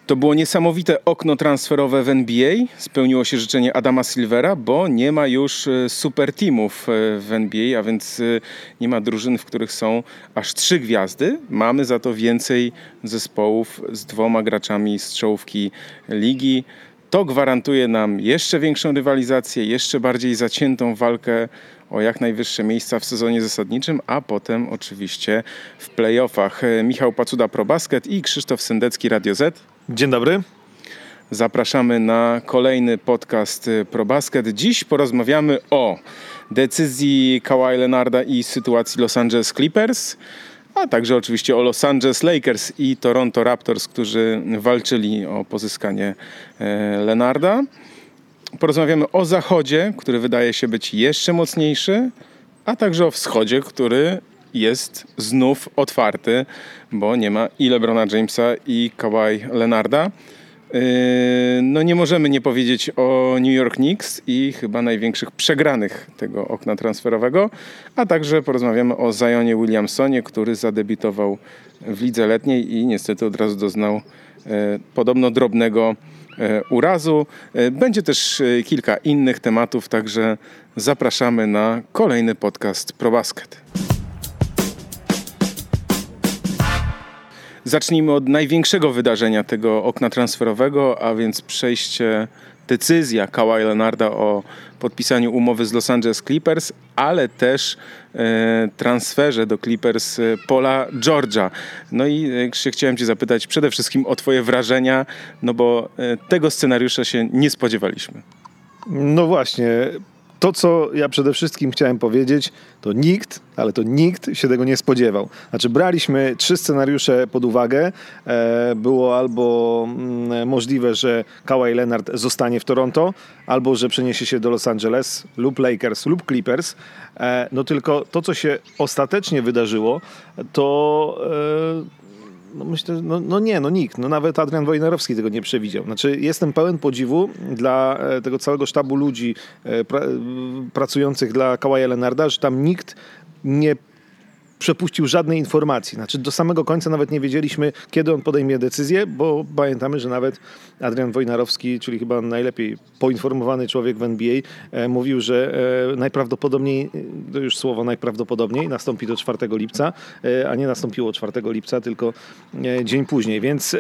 To było niesamowite okno transferowe w NBA. Spełniło się życzenie Adama Silvera, bo nie ma już super teamów w NBA, a więc nie ma drużyn, w których są aż 3 gwiazdy. Mamy za to więcej zespołów z 2 graczami z czołówki ligi. To gwarantuje nam jeszcze większą rywalizację, jeszcze bardziej zaciętą walkę o jak najwyższe miejsca w sezonie zasadniczym, a potem oczywiście w playoffach. Michał Pacuda, ProBasket, i Krzysztof Sendecki, Radio Z. Dzień dobry. Zapraszamy na kolejny podcast ProBasket. Dziś porozmawiamy o decyzji Kawhi Leonarda i sytuacji Los Angeles Clippers, a także oczywiście o Los Angeles Lakers i Toronto Raptors, którzy walczyli o pozyskanie Leonarda. Porozmawiamy o zachodzie, który wydaje się być jeszcze mocniejszy, a także o wschodzie, który jest znów otwarty, bo nie ma i LeBrona Jamesa, i Kawhi Leonarda. No nie możemy nie powiedzieć o New York Knicks i chyba największych przegranych tego okna transferowego, a także porozmawiamy o Zionie Williamsonie, który zadebiutował w lidze letniej i niestety od razu doznał podobno drobnego urazu. Będzie też kilka innych tematów, także zapraszamy na kolejny podcast ProBasket. Zacznijmy od największego wydarzenia tego okna transferowego, a więc decyzja Kawhi Leonarda o podpisaniu umowy z Los Angeles Clippers, ale też transferze do Clippers Paula George'a. No i chciałem Cię zapytać przede wszystkim o Twoje wrażenia, no bo tego scenariusza się nie spodziewaliśmy. No właśnie, to co ja przede wszystkim chciałem powiedzieć, to nikt się tego nie spodziewał. Znaczy braliśmy 3 scenariusze pod uwagę. Było albo możliwe, że Kawhi Leonard zostanie w Toronto, albo że przeniesie się do Los Angeles lub Lakers lub Clippers. No tylko to, co się ostatecznie wydarzyło, to no myślę, nikt. No nawet Adrian Wojnarowski tego nie przewidział. Znaczy jestem pełen podziwu dla tego całego sztabu ludzi pracujących dla Kawhi'a Leonarda, że tam nikt nie przepuścił żadnej informacji. Znaczy do samego końca nawet nie wiedzieliśmy, kiedy on podejmie decyzję, bo pamiętamy, że nawet Adrian Wojnarowski, czyli chyba najlepiej poinformowany człowiek w NBA, mówił, że najprawdopodobniej, to już słowo najprawdopodobniej, nastąpi to 4 lipca, a nie nastąpiło 4 lipca, tylko dzień później. Więc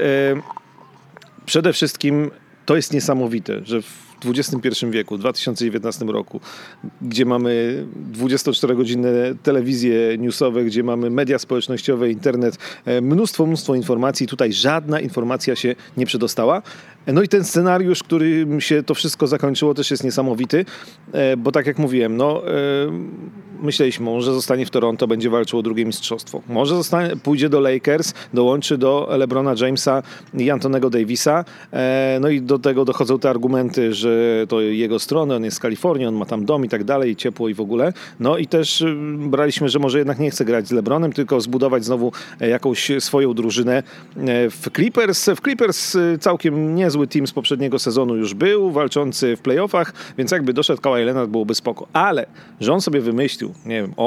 przede wszystkim to jest niesamowite, że w XXI wieku, w 2019 roku, gdzie mamy 24-godzinne telewizje newsowe, gdzie mamy media społecznościowe, internet, mnóstwo informacji, tutaj żadna informacja się nie przedostała. No i ten scenariusz, którym się to wszystko zakończyło, też jest niesamowity, bo tak jak mówiłem, myśleliśmy, może zostanie w Toronto, będzie walczył o drugie mistrzostwo. Może pójdzie do Lakers, dołączy do LeBrona Jamesa i Antonego Davisa. No i do tego dochodzą te argumenty, że to jego strony, on jest z Kalifornii, on ma tam dom i tak dalej, ciepło i w ogóle. No i też braliśmy, że może jednak nie chce grać z LeBronem, tylko zbudować znowu jakąś swoją drużynę w Clippers. W Clippers całkiem niezły team z poprzedniego sezonu już był, walczący w playoffach, więc jakby doszedł Kawhi Leonard, byłoby spoko. Ale, że on sobie wymyślił, nie wiem,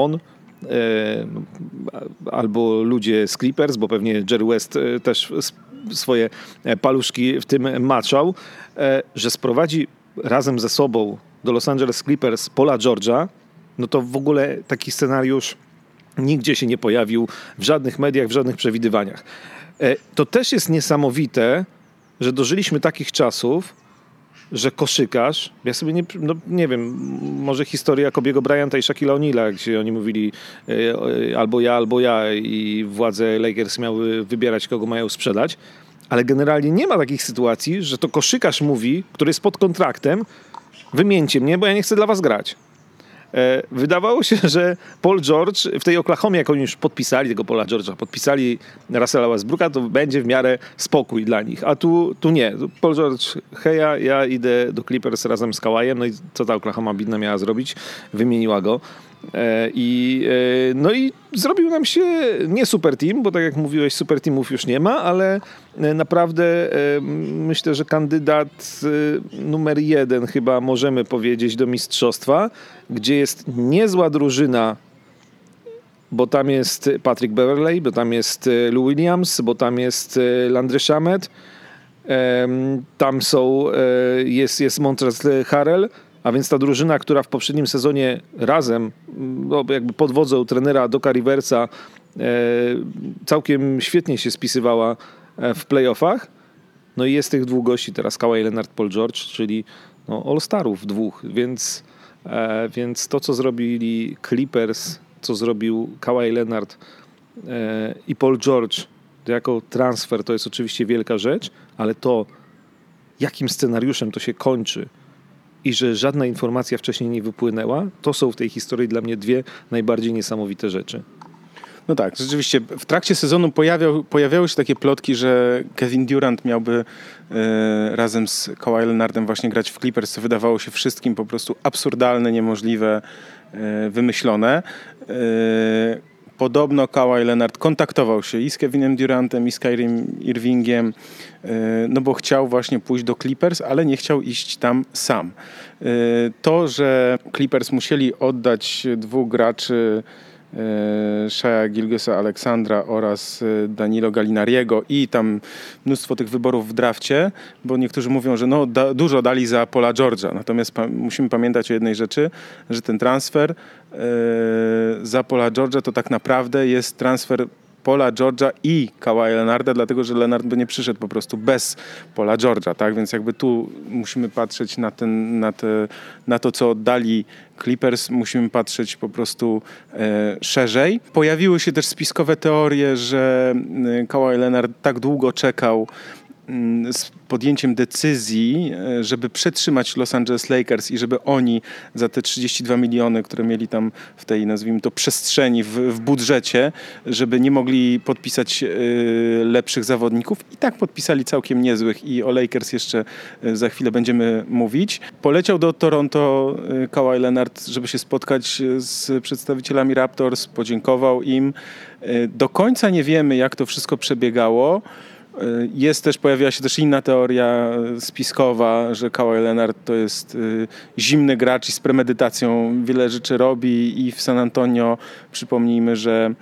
albo ludzie z Clippers, bo pewnie Jerry West też swoje paluszki w tym maczał, że sprowadzi razem ze sobą do Los Angeles Clippers Paula George'a, no to w ogóle taki scenariusz nigdzie się nie pojawił, w żadnych mediach, w żadnych przewidywaniach. To też jest niesamowite, że dożyliśmy takich czasów, że koszykarz, ja sobie nie wiem, może historia Kobiego Bryanta i Shaquilla O'Neala, gdzie oni mówili albo ja i władze Lakers miały wybierać, kogo mają sprzedać, ale generalnie nie ma takich sytuacji, że to koszykarz mówi, który jest pod kontraktem, wymieńcie mnie, bo ja nie chcę dla was grać. Wydawało się, że Paul George w tej Oklahomie, jak oni już podpisali tego Paula George'a, podpisali Russella Westbrooka, to będzie w miarę spokój dla nich. A tu nie. Paul George, heja, ja idę do Clippers razem z Kawhi'em. No i co ta Oklahoma bidna miała zrobić? Wymieniła go. No i zrobił nam się nie super team, bo tak jak mówiłeś, super teamów już nie ma, ale naprawdę myślę, że kandydat numer 1 chyba możemy powiedzieć do mistrzostwa, gdzie jest niezła drużyna, bo tam jest Patrick Beverley, bo tam jest Lou Williams, bo tam jest Landry Shamet, Tam jest Montrezl Harrell, a więc ta drużyna, która w poprzednim sezonie razem, jakby pod wodzą trenera Doca Riversa, całkiem świetnie się spisywała w playoffach. No i jest tych dwóch gości teraz, Kawhi Leonard, Paul George, czyli all-starów dwóch, więc to, co zrobili Clippers, co zrobił Kawhi Leonard i Paul George jako transfer, to jest oczywiście wielka rzecz, ale to, jakim scenariuszem to się kończy i że żadna informacja wcześniej nie wypłynęła, to są w tej historii dla mnie dwie najbardziej niesamowite rzeczy. No tak, rzeczywiście w trakcie sezonu pojawiały się takie plotki, że Kevin Durant miałby razem z Kawhi Leonardem właśnie grać w Clippers, co wydawało się wszystkim po prostu absurdalne, niemożliwe, wymyślone. Podobno Kawhi Leonard kontaktował się i z Kevinem Durantem, i z Kyrie Irvingiem, no bo chciał właśnie pójść do Clippers, ale nie chciał iść tam sam. To, że Clippers musieli oddać dwóch graczy, Shai Gilgeousa-Alexandra oraz Danilo Gallinariego i tam mnóstwo tych wyborów w drafcie, bo niektórzy mówią, że dużo dali za Paula George'a, natomiast musimy pamiętać o jednej rzeczy, że ten transfer za Paula George'a to tak naprawdę jest transfer Paula George'a i Kawhi Leonarda, dlatego że Leonard by nie przyszedł po prostu bez Paula George'a, tak? Więc jakby tu musimy patrzeć na to, co oddali Clippers, musimy patrzeć po prostu szerzej. Pojawiły się też spiskowe teorie, że Kawhi Leonard tak długo czekał z podjęciem decyzji, żeby przetrzymać Los Angeles Lakers i żeby oni za te 32 miliony, które mieli tam w tej, nazwijmy to, przestrzeni w budżecie, żeby nie mogli podpisać lepszych zawodników. I tak podpisali całkiem niezłych i o Lakers jeszcze za chwilę będziemy mówić. Poleciał do Toronto Kawhi Leonard, żeby się spotkać z przedstawicielami Raptors, podziękował im. Do końca nie wiemy, jak to wszystko przebiegało. Pojawiła się też inna teoria spiskowa, że Kawhi Leonard to jest zimny gracz i z premedytacją wiele rzeczy robi i w San Antonio przypomnijmy, że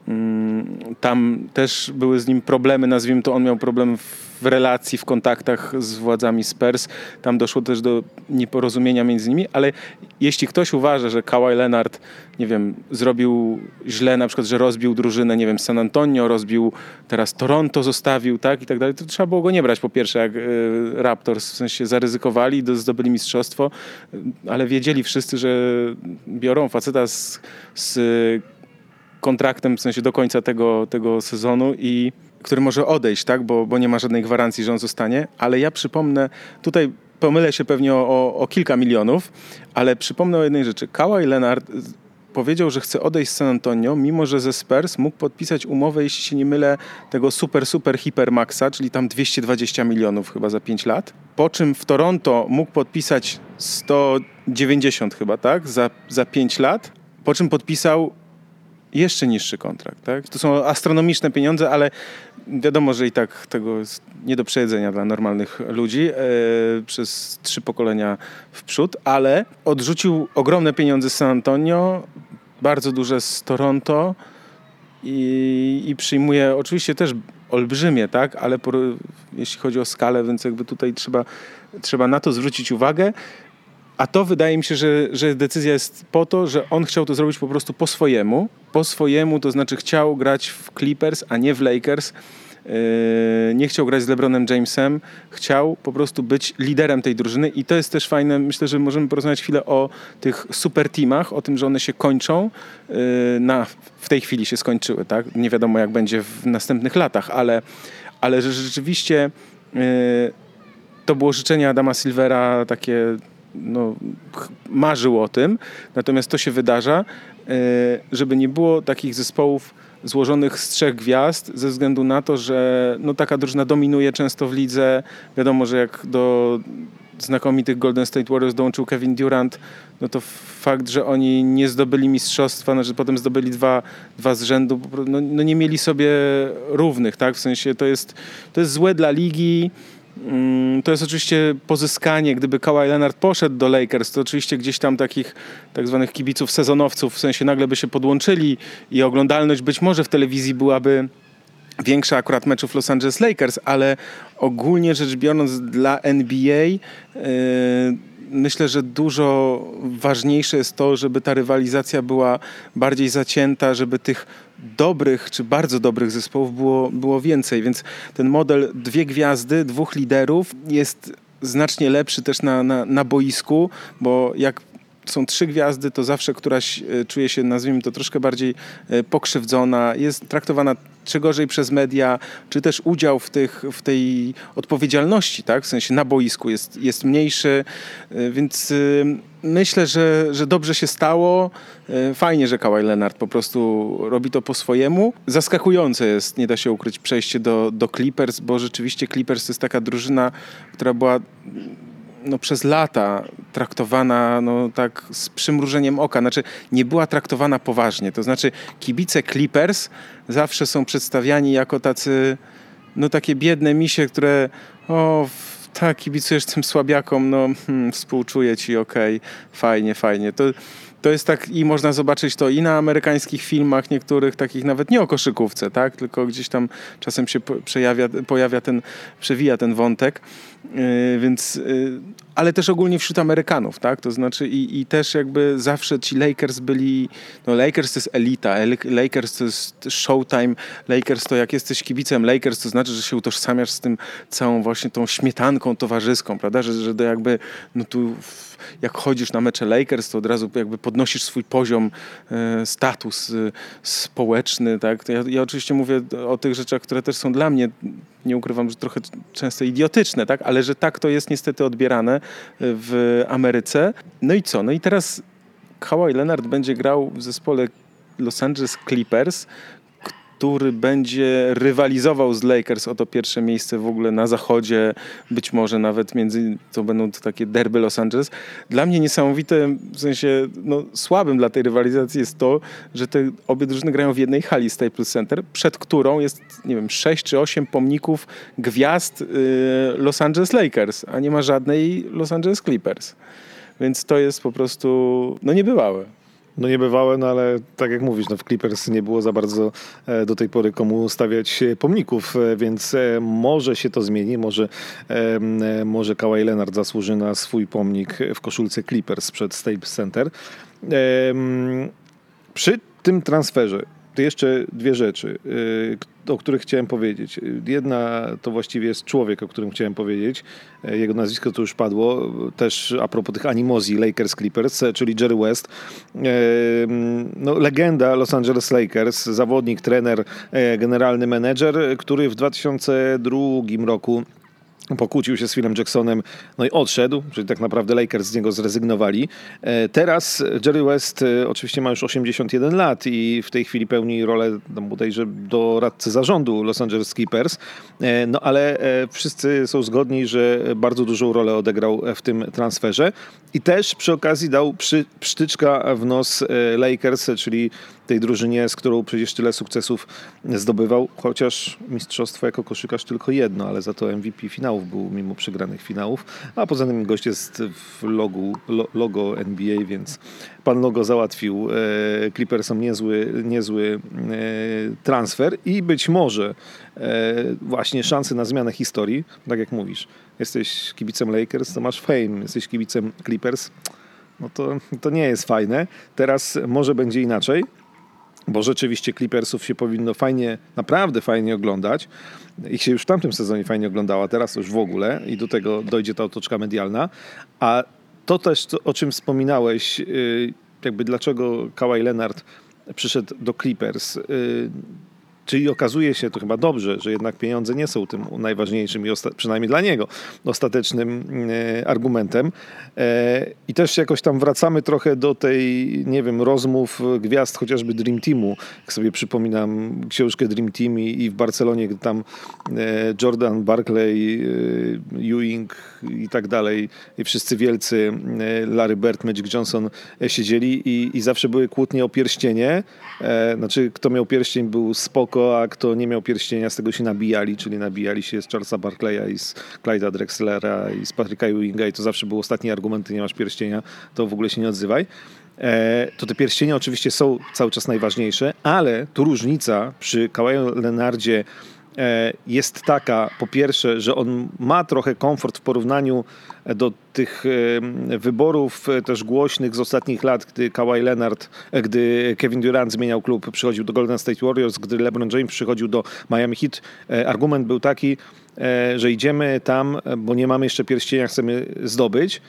tam też były z nim problemy, nazwijmy to, on miał problem w relacji, w kontaktach z władzami Spurs. Tam doszło też do nieporozumienia między nimi, ale jeśli ktoś uważa, że Kawhi Leonard, nie wiem, zrobił źle, na przykład, że rozbił drużynę, nie wiem, San Antonio, rozbił teraz Toronto, zostawił, tak, i tak dalej, to trzeba było go nie brać po pierwsze, jak Raptors, w sensie zaryzykowali, zdobyli mistrzostwo, ale wiedzieli wszyscy, że biorą faceta z kontraktem, w sensie do końca tego sezonu i który może odejść, tak, bo nie ma żadnej gwarancji, że on zostanie, ale ja przypomnę, tutaj pomylę się pewnie o kilka milionów, ale przypomnę o jednej rzeczy. Kawhi Leonard powiedział, że chce odejść z San Antonio, mimo że ze Spurs mógł podpisać umowę, jeśli się nie mylę, tego super hipermaxa, czyli tam 220 milionów chyba za 5 lat. Po czym w Toronto mógł podpisać 190 chyba, tak, za 5 lat, po czym podpisał jeszcze niższy kontrakt, tak? To są astronomiczne pieniądze, ale wiadomo, że i tak tego jest nie do przejedzenia dla normalnych ludzi przez 3 pokolenia w przód, ale odrzucił ogromne pieniądze z San Antonio, bardzo duże z Toronto i przyjmuje oczywiście też olbrzymie, tak? Ale jeśli chodzi o skalę, więc jakby tutaj trzeba na to zwrócić uwagę. A to wydaje mi się, że decyzja jest po to, że on chciał to zrobić po prostu po swojemu. Po swojemu, to znaczy chciał grać w Clippers, a nie w Lakers. Nie chciał grać z LeBronem Jamesem. Chciał po prostu być liderem tej drużyny i to jest też fajne. Myślę, że możemy porozmawiać chwilę o tych super teamach, o tym, że one się kończą. W tej chwili się skończyły, tak? Nie wiadomo, jak będzie w następnych latach, ale że rzeczywiście to było życzenie Adama Silvera takie... marzył o tym, natomiast to się wydarza, żeby nie było takich zespołów złożonych z 3 gwiazd, ze względu na to, że taka drużyna dominuje często w lidze. Wiadomo, że jak do znakomitych Golden State Warriors dołączył Kevin Durant, to fakt, że oni nie zdobyli mistrzostwa, że potem zdobyli dwa z rzędu, nie mieli sobie równych, tak? W sensie to jest złe dla ligi. To jest oczywiście pozyskanie, gdyby Kawhi Leonard poszedł do Lakers, to oczywiście gdzieś tam takich tak zwanych kibiców sezonowców, w sensie nagle by się podłączyli i oglądalność być może w telewizji byłaby większa akurat meczów Los Angeles Lakers, ale ogólnie rzecz biorąc dla NBA myślę, że dużo ważniejsze jest to, żeby ta rywalizacja była bardziej zacięta, żeby tych dobrych czy bardzo dobrych zespołów było więcej, więc ten model 2 gwiazdy, 2 liderów jest znacznie lepszy też na boisku, bo jak są 3 gwiazdy, to zawsze któraś czuje się, nazwijmy to, troszkę bardziej pokrzywdzona, jest traktowana czy gorzej przez media, czy też udział w tej odpowiedzialności, tak? W sensie na boisku jest mniejszy, więc myślę, że dobrze się stało. Fajnie, że Kawhi Leonard po prostu robi to po swojemu. Zaskakujące jest, nie da się ukryć, przejście do Clippers, bo rzeczywiście Clippers to jest taka drużyna, która była przez lata traktowana tak z przymrużeniem oka. Znaczy nie była traktowana poważnie. To znaczy kibice Clippers zawsze są przedstawiani jako tacy takie biedne misie, które tak, kibicujesz tym słabiakom, współczuję ci, okej, fajnie. To jest tak i można zobaczyć to i na amerykańskich filmach niektórych, takich nawet nie o koszykówce, tak? Tylko gdzieś tam czasem się przewija ten wątek. Więc, ale też ogólnie wśród Amerykanów, tak? To znaczy i też jakby zawsze ci Lakers byli, Lakers to jest elita, Lakers to jest showtime, Lakers to jak jesteś kibicem Lakers, to znaczy, że się utożsamiasz z tym całą właśnie tą śmietanką towarzyską, prawda? Że to jakby, tu jak chodzisz na mecze Lakers, to od razu jakby podnosisz swój poziom, status społeczny, tak? Ja oczywiście mówię o tych rzeczach, które też są dla mnie, nie ukrywam, że trochę często idiotyczne, tak? Ale że tak to jest niestety odbierane w Ameryce. No i co? No i teraz Kawhi Leonard będzie grał w zespole Los Angeles Clippers, który będzie rywalizował z Lakers o to pierwsze miejsce w ogóle na zachodzie, być może nawet to będą takie derby Los Angeles. Dla mnie niesamowite, w sensie słabym dla tej rywalizacji jest to, że te obie drużyny grają w jednej hali Staples Center, przed którą jest, 6 czy 8 pomników gwiazd Los Angeles Lakers, a nie ma żadnej Los Angeles Clippers. Więc to jest po prostu niebywałe. Niebywałe, ale tak jak mówisz, w Clippers nie było za bardzo do tej pory komu stawiać pomników, więc może się to zmieni, może Kawhi Leonard zasłuży na swój pomnik w koszulce Clippers przed Staples Center. Przy tym transferze to jeszcze 2 rzeczy, o których chciałem powiedzieć. Jedna to właściwie jest człowiek, o którym chciałem powiedzieć. Jego nazwisko to już padło. Też a propos tych animozji Lakers-Clippers, czyli Jerry West. Legenda Los Angeles Lakers, zawodnik, trener, generalny menedżer, który w 2002 roku pokłócił się z Philem Jacksonem, i odszedł, czyli tak naprawdę Lakers z niego zrezygnowali. Teraz Jerry West oczywiście ma już 81 lat i w tej chwili pełni rolę bodajże doradcy zarządu Los Angeles Clippers, ale wszyscy są zgodni, że bardzo dużą rolę odegrał w tym transferze i też przy okazji dał psztyczka w nos Lakers, czyli tej drużynie, z którą przecież tyle sukcesów zdobywał, chociaż mistrzostwo jako koszykarz tylko jedno, ale za to MVP finałów był mimo przegranych finałów, a poza tym gość jest w logo NBA, więc pan logo załatwił Clippersom niezły transfer i być może właśnie szansy na zmianę historii, tak jak mówisz, jesteś kibicem Lakers, to masz fame, jesteś kibicem Clippers, to nie jest fajne. Teraz może będzie inaczej, bo rzeczywiście Clippersów się powinno naprawdę fajnie oglądać. Ich się już w tamtym sezonie fajnie oglądało, a teraz już w ogóle i do tego dojdzie ta otoczka medialna. A to też, o czym wspominałeś, jakby dlaczego Kawhi Leonard przyszedł do Clippers, czyli okazuje się, to chyba dobrze, że jednak pieniądze nie są tym najważniejszym i przynajmniej dla niego ostatecznym argumentem. I też jakoś tam wracamy trochę do tej, rozmów gwiazd chociażby Dream Teamu. Jak sobie przypominam książkę Dream Team i w Barcelonie tam Jordan, Barkley, Ewing i tak dalej i wszyscy wielcy, Larry Bird, Magic Johnson siedzieli i zawsze były kłótnie o pierścienie. Znaczy kto miał pierścień był spoko, a kto nie miał pierścienia, z tego się nabijali, czyli nabijali się z Charlesa Barkleya i z Clyde'a Drexlera i z Patricka Ewinga i to zawsze był ostatni argument, ty nie masz pierścienia, to w ogóle się nie odzywaj. to te pierścienie oczywiście są cały czas najważniejsze, ale tu różnica przy Kawhi Leonardzie jest taka, po pierwsze, że on ma trochę komfort w porównaniu do tych wyborów też głośnych z ostatnich lat, gdy Kevin Durant zmieniał klub, przychodził do Golden State Warriors, gdy LeBron James przychodził do Miami Heat. Argument był taki, że idziemy tam, bo nie mamy jeszcze pierścienia, chcemy zdobyć.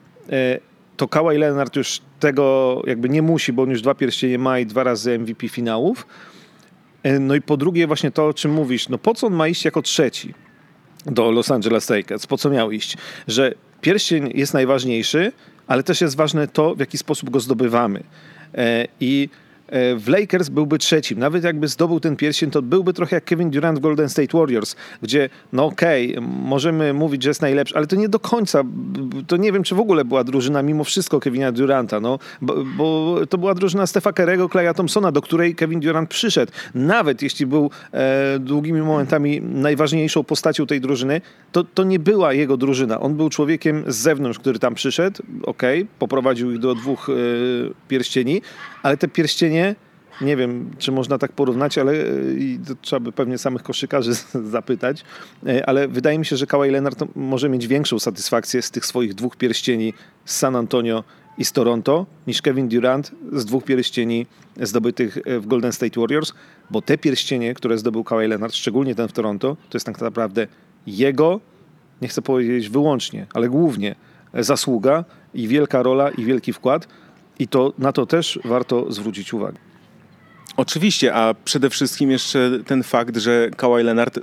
To Kawhi Leonard już tego jakby nie musi, bo on już 2 pierścienie ma i 2 razy MVP finałów. No i po drugie właśnie to, o czym mówisz, no po co on ma iść jako trzeci do Los Angeles Lakers? Po co miał iść? Że pierścień jest najważniejszy, ale też jest ważne to, w jaki sposób go zdobywamy. I w Lakers byłby trzecim. Nawet jakby zdobył ten pierścień, to byłby trochę jak Kevin Durant w Golden State Warriors, gdzie no okej, możemy mówić, że jest najlepszy, ale to nie do końca. To nie wiem, czy w ogóle była drużyna mimo wszystko Kevina Duranta, no, bo to była drużyna Stefa Curry'ego, Klaya Thompsona, do której Kevin Durant przyszedł. Nawet jeśli był długimi momentami najważniejszą postacią tej drużyny, to nie była jego drużyna. On był człowiekiem z zewnątrz, który tam przyszedł, poprowadził ich do 2 pierścieni, ale te pierścienie, nie wiem, czy można tak porównać, ale to trzeba by pewnie samych koszykarzy zapytać, ale wydaje mi się, że Kawhi Leonard może mieć większą satysfakcję z tych swoich 2 pierścieni z San Antonio i z Toronto, niż Kevin Durant z 2 pierścieni zdobytych w Golden State Warriors, bo te pierścienie, które zdobył Kawhi Leonard, szczególnie ten w Toronto, to jest tak naprawdę jego, nie chcę powiedzieć wyłącznie, ale głównie zasługa i wielka rola i wielki wkład. I na to też warto zwrócić uwagę. Oczywiście, a przede wszystkim jeszcze ten fakt, że Kawhi Leonard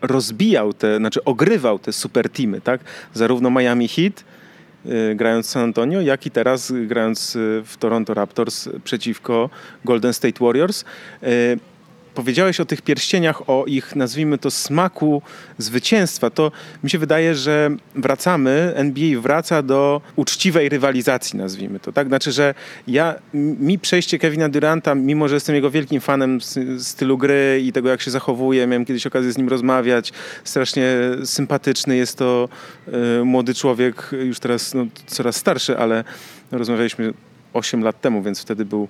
ogrywał te super teamy, tak? Zarówno Miami Heat, grając w San Antonio, jak i teraz grając w Toronto Raptors przeciwko Golden State Warriors. Powiedziałeś o tych pierścieniach, o ich, nazwijmy to, smaku zwycięstwa. To mi się wydaje, że NBA wraca do uczciwej rywalizacji, nazwijmy to. Tak? Znaczy, że mi przejście Kevina Duranta, mimo że jestem jego wielkim fanem stylu gry i tego, jak się zachowuje, miałem kiedyś okazję z nim rozmawiać, strasznie sympatyczny jest to młody człowiek, już teraz coraz starszy, ale rozmawialiśmy 8 lat temu, więc wtedy był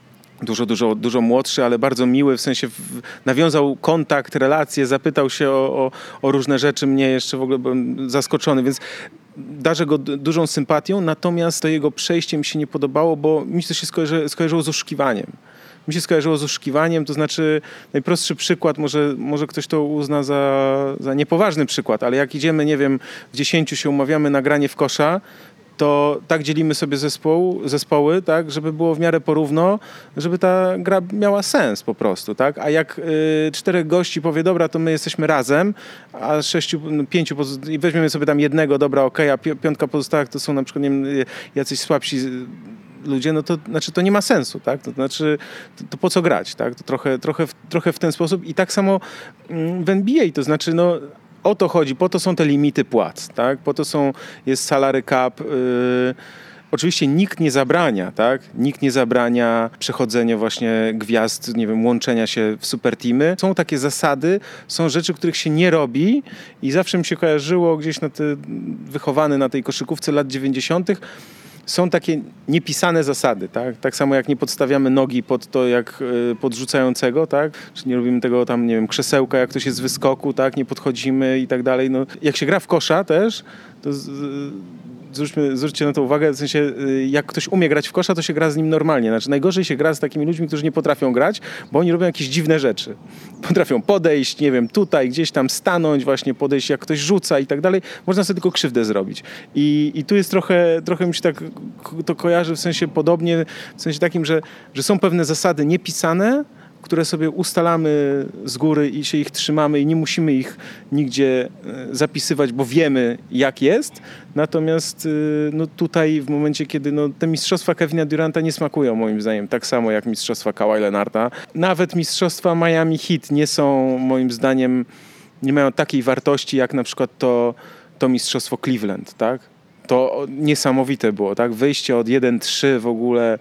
dużo młodszy, ale bardzo miły, w sensie nawiązał kontakt, relacje, zapytał się o różne rzeczy, mnie jeszcze w ogóle byłem zaskoczony, więc darzę go dużą sympatią, natomiast to jego przejście mi się nie podobało, bo mi to się skojarzyło z oszukiwaniem. Mi się skojarzyło z oszukiwaniem, to znaczy najprostszy przykład, może ktoś to uzna za niepoważny przykład, ale jak idziemy, nie wiem, w 10 się umawiamy na granie w kosza, to tak dzielimy sobie zespoły, tak, żeby było w miarę porówno, żeby ta gra miała sens po prostu, tak? A jak 4 gości powie, dobra, to my jesteśmy razem, a 5 i weźmiemy sobie tam jednego, dobra, okej, a 5 pozostałych to są na przykład, nie wiem, jacyś słabsi ludzie, no to znaczy to nie ma sensu, tak? To znaczy to po co grać, tak? To trochę w ten sposób i tak samo w NBA, to znaczy o to chodzi, po to są te limity płac, tak? Po to jest salary cap. Oczywiście nikt nie zabrania, tak? Nikt nie zabrania przechodzenia właśnie gwiazd, nie wiem, łączenia się w super teamy. Są takie zasady, są rzeczy, których się nie robi i zawsze mi się kojarzyło gdzieś wychowany na tej koszykówce lat 90. Są takie niepisane zasady, tak? Tak samo jak nie podstawiamy nogi pod to, jak podrzucającego, tak? Czy nie robimy tego tam, nie wiem, krzesełka, jak ktoś jest z wyskoku, tak? Nie podchodzimy i tak dalej. No, jak się gra w kosza też, to zwróćcie na to uwagę, w sensie jak ktoś umie grać w kosza, to się gra z nim normalnie. Znaczy najgorzej się gra z takimi ludźmi, którzy nie potrafią grać, bo oni robią jakieś dziwne rzeczy. Potrafią podejść, nie wiem, tutaj, gdzieś tam stanąć, właśnie podejść, jak ktoś rzuca i tak dalej. Można sobie tylko krzywdę zrobić. I tu jest trochę mi się tak to kojarzy w sensie podobnie, w sensie takim, że są pewne zasady niepisane, które sobie ustalamy z góry i się ich trzymamy i nie musimy ich nigdzie zapisywać, bo wiemy, jak jest. Natomiast tutaj w momencie, kiedy te mistrzostwa Kevina Duranta nie smakują moim zdaniem tak samo jak mistrzostwa Kawhi Leonarda. Nawet mistrzostwa Miami Heat nie są moim zdaniem, nie mają takiej wartości jak na przykład to mistrzostwo Cleveland, tak? To niesamowite było, tak? Wyjście od 1-3 w ogóle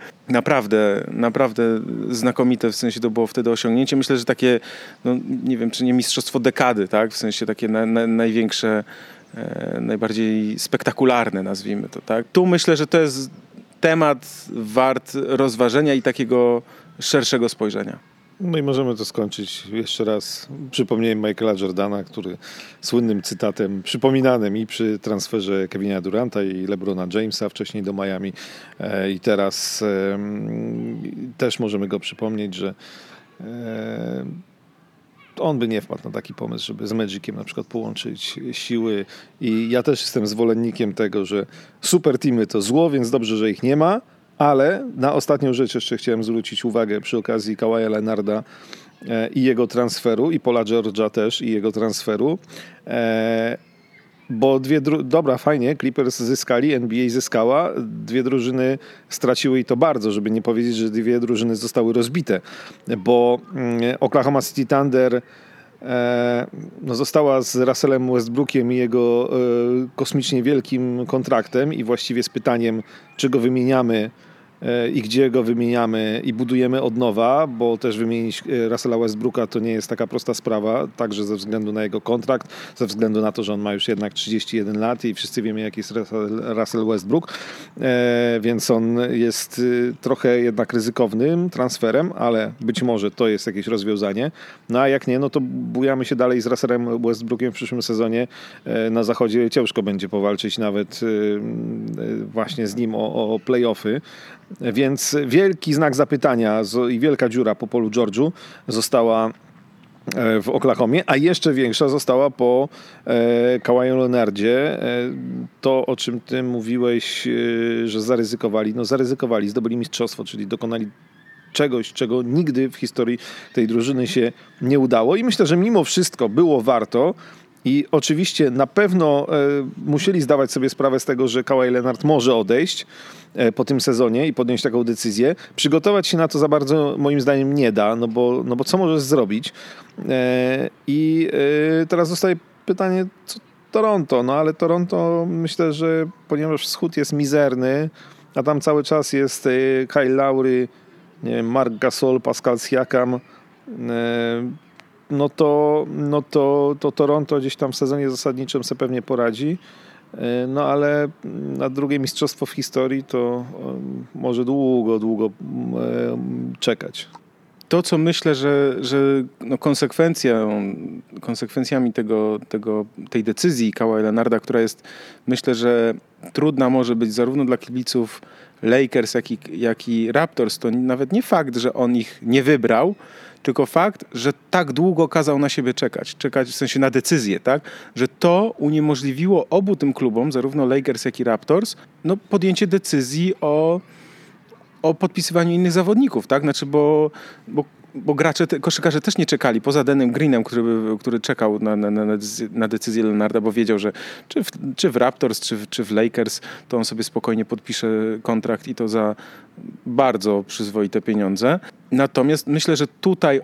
naprawdę znakomite, w sensie to było wtedy osiągnięcie. Myślę, że takie, nie wiem, czy nie mistrzostwo dekady, tak? W sensie takie największe, najbardziej spektakularne, nazwijmy to, tak? Tu myślę, że to jest temat wart rozważenia i takiego szerszego spojrzenia. No i możemy to skończyć jeszcze raz przypomnieniem Michaela Jordana, który słynnym cytatem przypominanym i przy transferze Kevina Duranta i LeBrona Jamesa wcześniej do Miami i teraz też możemy go przypomnieć, że on by nie wpadł na taki pomysł, żeby z Magiciem na przykład połączyć siły i ja też jestem zwolennikiem tego, że super teamy to zło, więc dobrze, że ich nie ma. Ale na ostatnią rzecz jeszcze chciałem zwrócić uwagę przy okazji Kawaja Leonarda i jego transferu i Paula George'a też i jego transferu, bo dobra, fajnie, Clippers zyskali, NBA zyskała, dwie drużyny straciły i to bardzo, żeby nie powiedzieć, że dwie drużyny zostały rozbite, bo Oklahoma City Thunder została z Russellem Westbrookiem i jego kosmicznie wielkim kontraktem i właściwie z pytaniem, czy go wymieniamy i gdzie go wymieniamy i budujemy od nowa, bo też wymienić Russella Westbrooka to nie jest taka prosta sprawa, także ze względu na jego kontrakt, ze względu na to, że on ma już jednak 31 lat i wszyscy wiemy, jaki jest Russell Westbrook, więc on jest trochę jednak ryzykownym transferem, ale być może to jest jakieś rozwiązanie. No a jak nie, no to bujamy się dalej z Russellem Westbrookiem w przyszłym sezonie. Na zachodzie ciężko będzie powalczyć nawet właśnie z nim o play-offy. Więc wielki znak zapytania i wielka dziura po Paulu George'u została w Oklahomie, a jeszcze większa została po Kawaju Leonardzie. To, o czym ty mówiłeś, że zaryzykowali. No zaryzykowali, zdobyli mistrzostwo, czyli dokonali czegoś, czego nigdy w historii tej drużyny się nie udało i myślę, że mimo wszystko było warto. I oczywiście na pewno musieli zdawać sobie sprawę z tego, że Kawhi Leonard może odejść po tym sezonie i podjąć taką decyzję. Przygotować się na to za bardzo moim zdaniem nie da, no bo co możesz zrobić? I teraz zostaje pytanie, co Toronto? No ale Toronto myślę, że ponieważ wschód jest mizerny, a tam cały czas jest Kyle Lowry, nie wiem, Marc Gasol, Pascal Siakam, no to Toronto gdzieś tam w sezonie zasadniczym sobie pewnie poradzi. No ale na drugie mistrzostwo w historii to może długo czekać. To, co myślę, że no konsekwencjami tej decyzji Kawaja Leonarda, która jest, myślę, że trudna może być zarówno dla kibiców Lakers, jak i Raptors, to nawet nie fakt, że on ich nie wybrał, tylko fakt, że tak długo kazał na siebie czekać w sensie na decyzję, tak? Że to uniemożliwiło obu tym klubom, zarówno Lakers, jak i Raptors, no, podjęcie decyzji o podpisywaniu innych zawodników, tak? Znaczy, bo koszykarze też nie czekali, poza Danem Greenem, który czekał na decyzję Leonarda, bo wiedział, że czy w Raptors, czy w Lakers, to on sobie spokojnie podpisze kontrakt i to za bardzo przyzwoite pieniądze. Natomiast myślę, że tutaj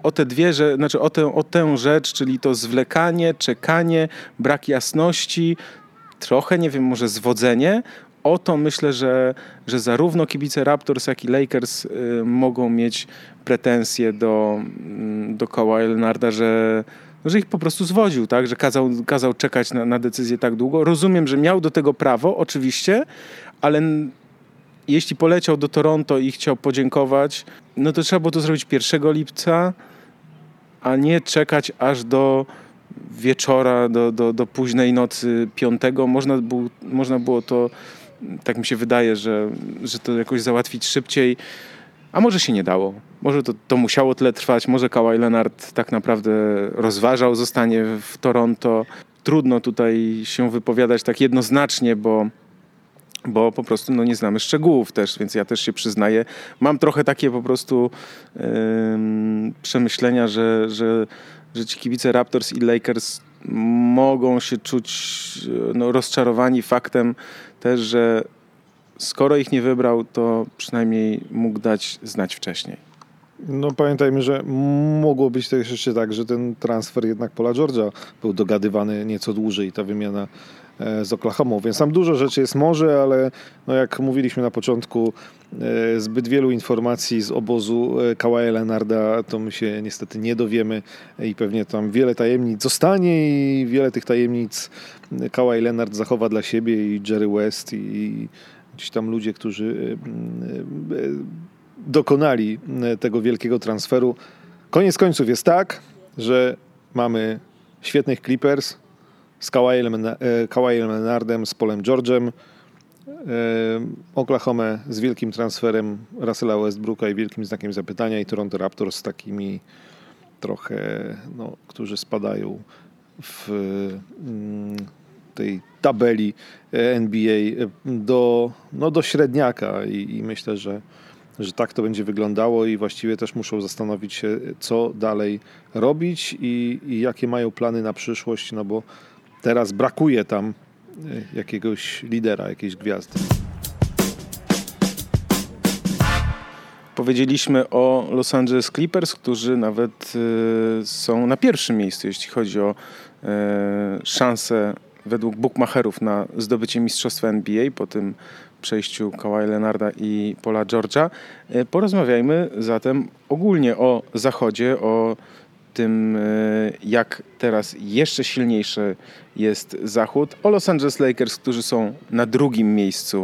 o tę rzecz, czyli to zwlekanie, czekanie, brak jasności, trochę, nie wiem, może zwodzenie, o to myślę, że zarówno kibice Raptors, jak i Lakers mogą mieć pretensje do Kawaja Leonarda, że ich po prostu zwodził, tak? Że kazał czekać na decyzję tak długo. Rozumiem, że miał do tego prawo, oczywiście, ale jeśli poleciał do Toronto i chciał podziękować, no to trzeba było to zrobić 1 lipca, a nie czekać aż do wieczora, do późnej nocy 5. Można było to, tak mi się wydaje, że to jakoś załatwić szybciej, a może się nie dało. Może to musiało tyle trwać, może Kawhi Leonard tak naprawdę rozważał zostanie w Toronto. Trudno tutaj się wypowiadać tak jednoznacznie, bo po prostu nie znamy szczegółów też, więc ja też się przyznaję. Mam trochę takie po prostu przemyślenia, że ci kibice Raptors i Lakers mogą się czuć rozczarowani faktem też, że skoro ich nie wybrał, to przynajmniej mógł dać znać wcześniej. No pamiętajmy, że mogło być też jeszcze tak, że ten transfer jednak Paula George'a był dogadywany nieco dłużej i ta wymiana z Oklahomą, więc tam dużo rzeczy jest może, ale no jak mówiliśmy na początku, zbyt wielu informacji z obozu Kawaja Leonarda to my się niestety nie dowiemy i pewnie tam wiele tajemnic zostanie i wiele tych tajemnic Kawhi Leonard zachowa dla siebie i Jerry West i gdzieś tam ludzie, którzy dokonali tego wielkiego transferu. Koniec końców jest tak, że mamy świetnych Clippers z Kawhi'em Leonardem, z Paulem George'em, Oklahomę z wielkim transferem Russella Westbrooka i wielkim znakiem zapytania i Toronto Raptors z takimi trochę, którzy spadają w tej tabeli NBA do średniaka i myślę, że tak to będzie wyglądało i właściwie też muszą zastanowić się, co dalej robić i jakie mają plany na przyszłość, bo teraz brakuje tam jakiegoś lidera, jakiejś gwiazdy. Powiedzieliśmy o Los Angeles Clippers, którzy nawet są na pierwszym miejscu, jeśli chodzi o szansę według bookmacherów na zdobycie mistrzostwa NBA po tym przejściu Kawhi Leonarda i Paula George'a. Porozmawiajmy zatem ogólnie o Zachodzie, o tym, jak teraz jeszcze silniejszy jest Zachód, o Los Angeles Lakers, którzy są na drugim miejscu,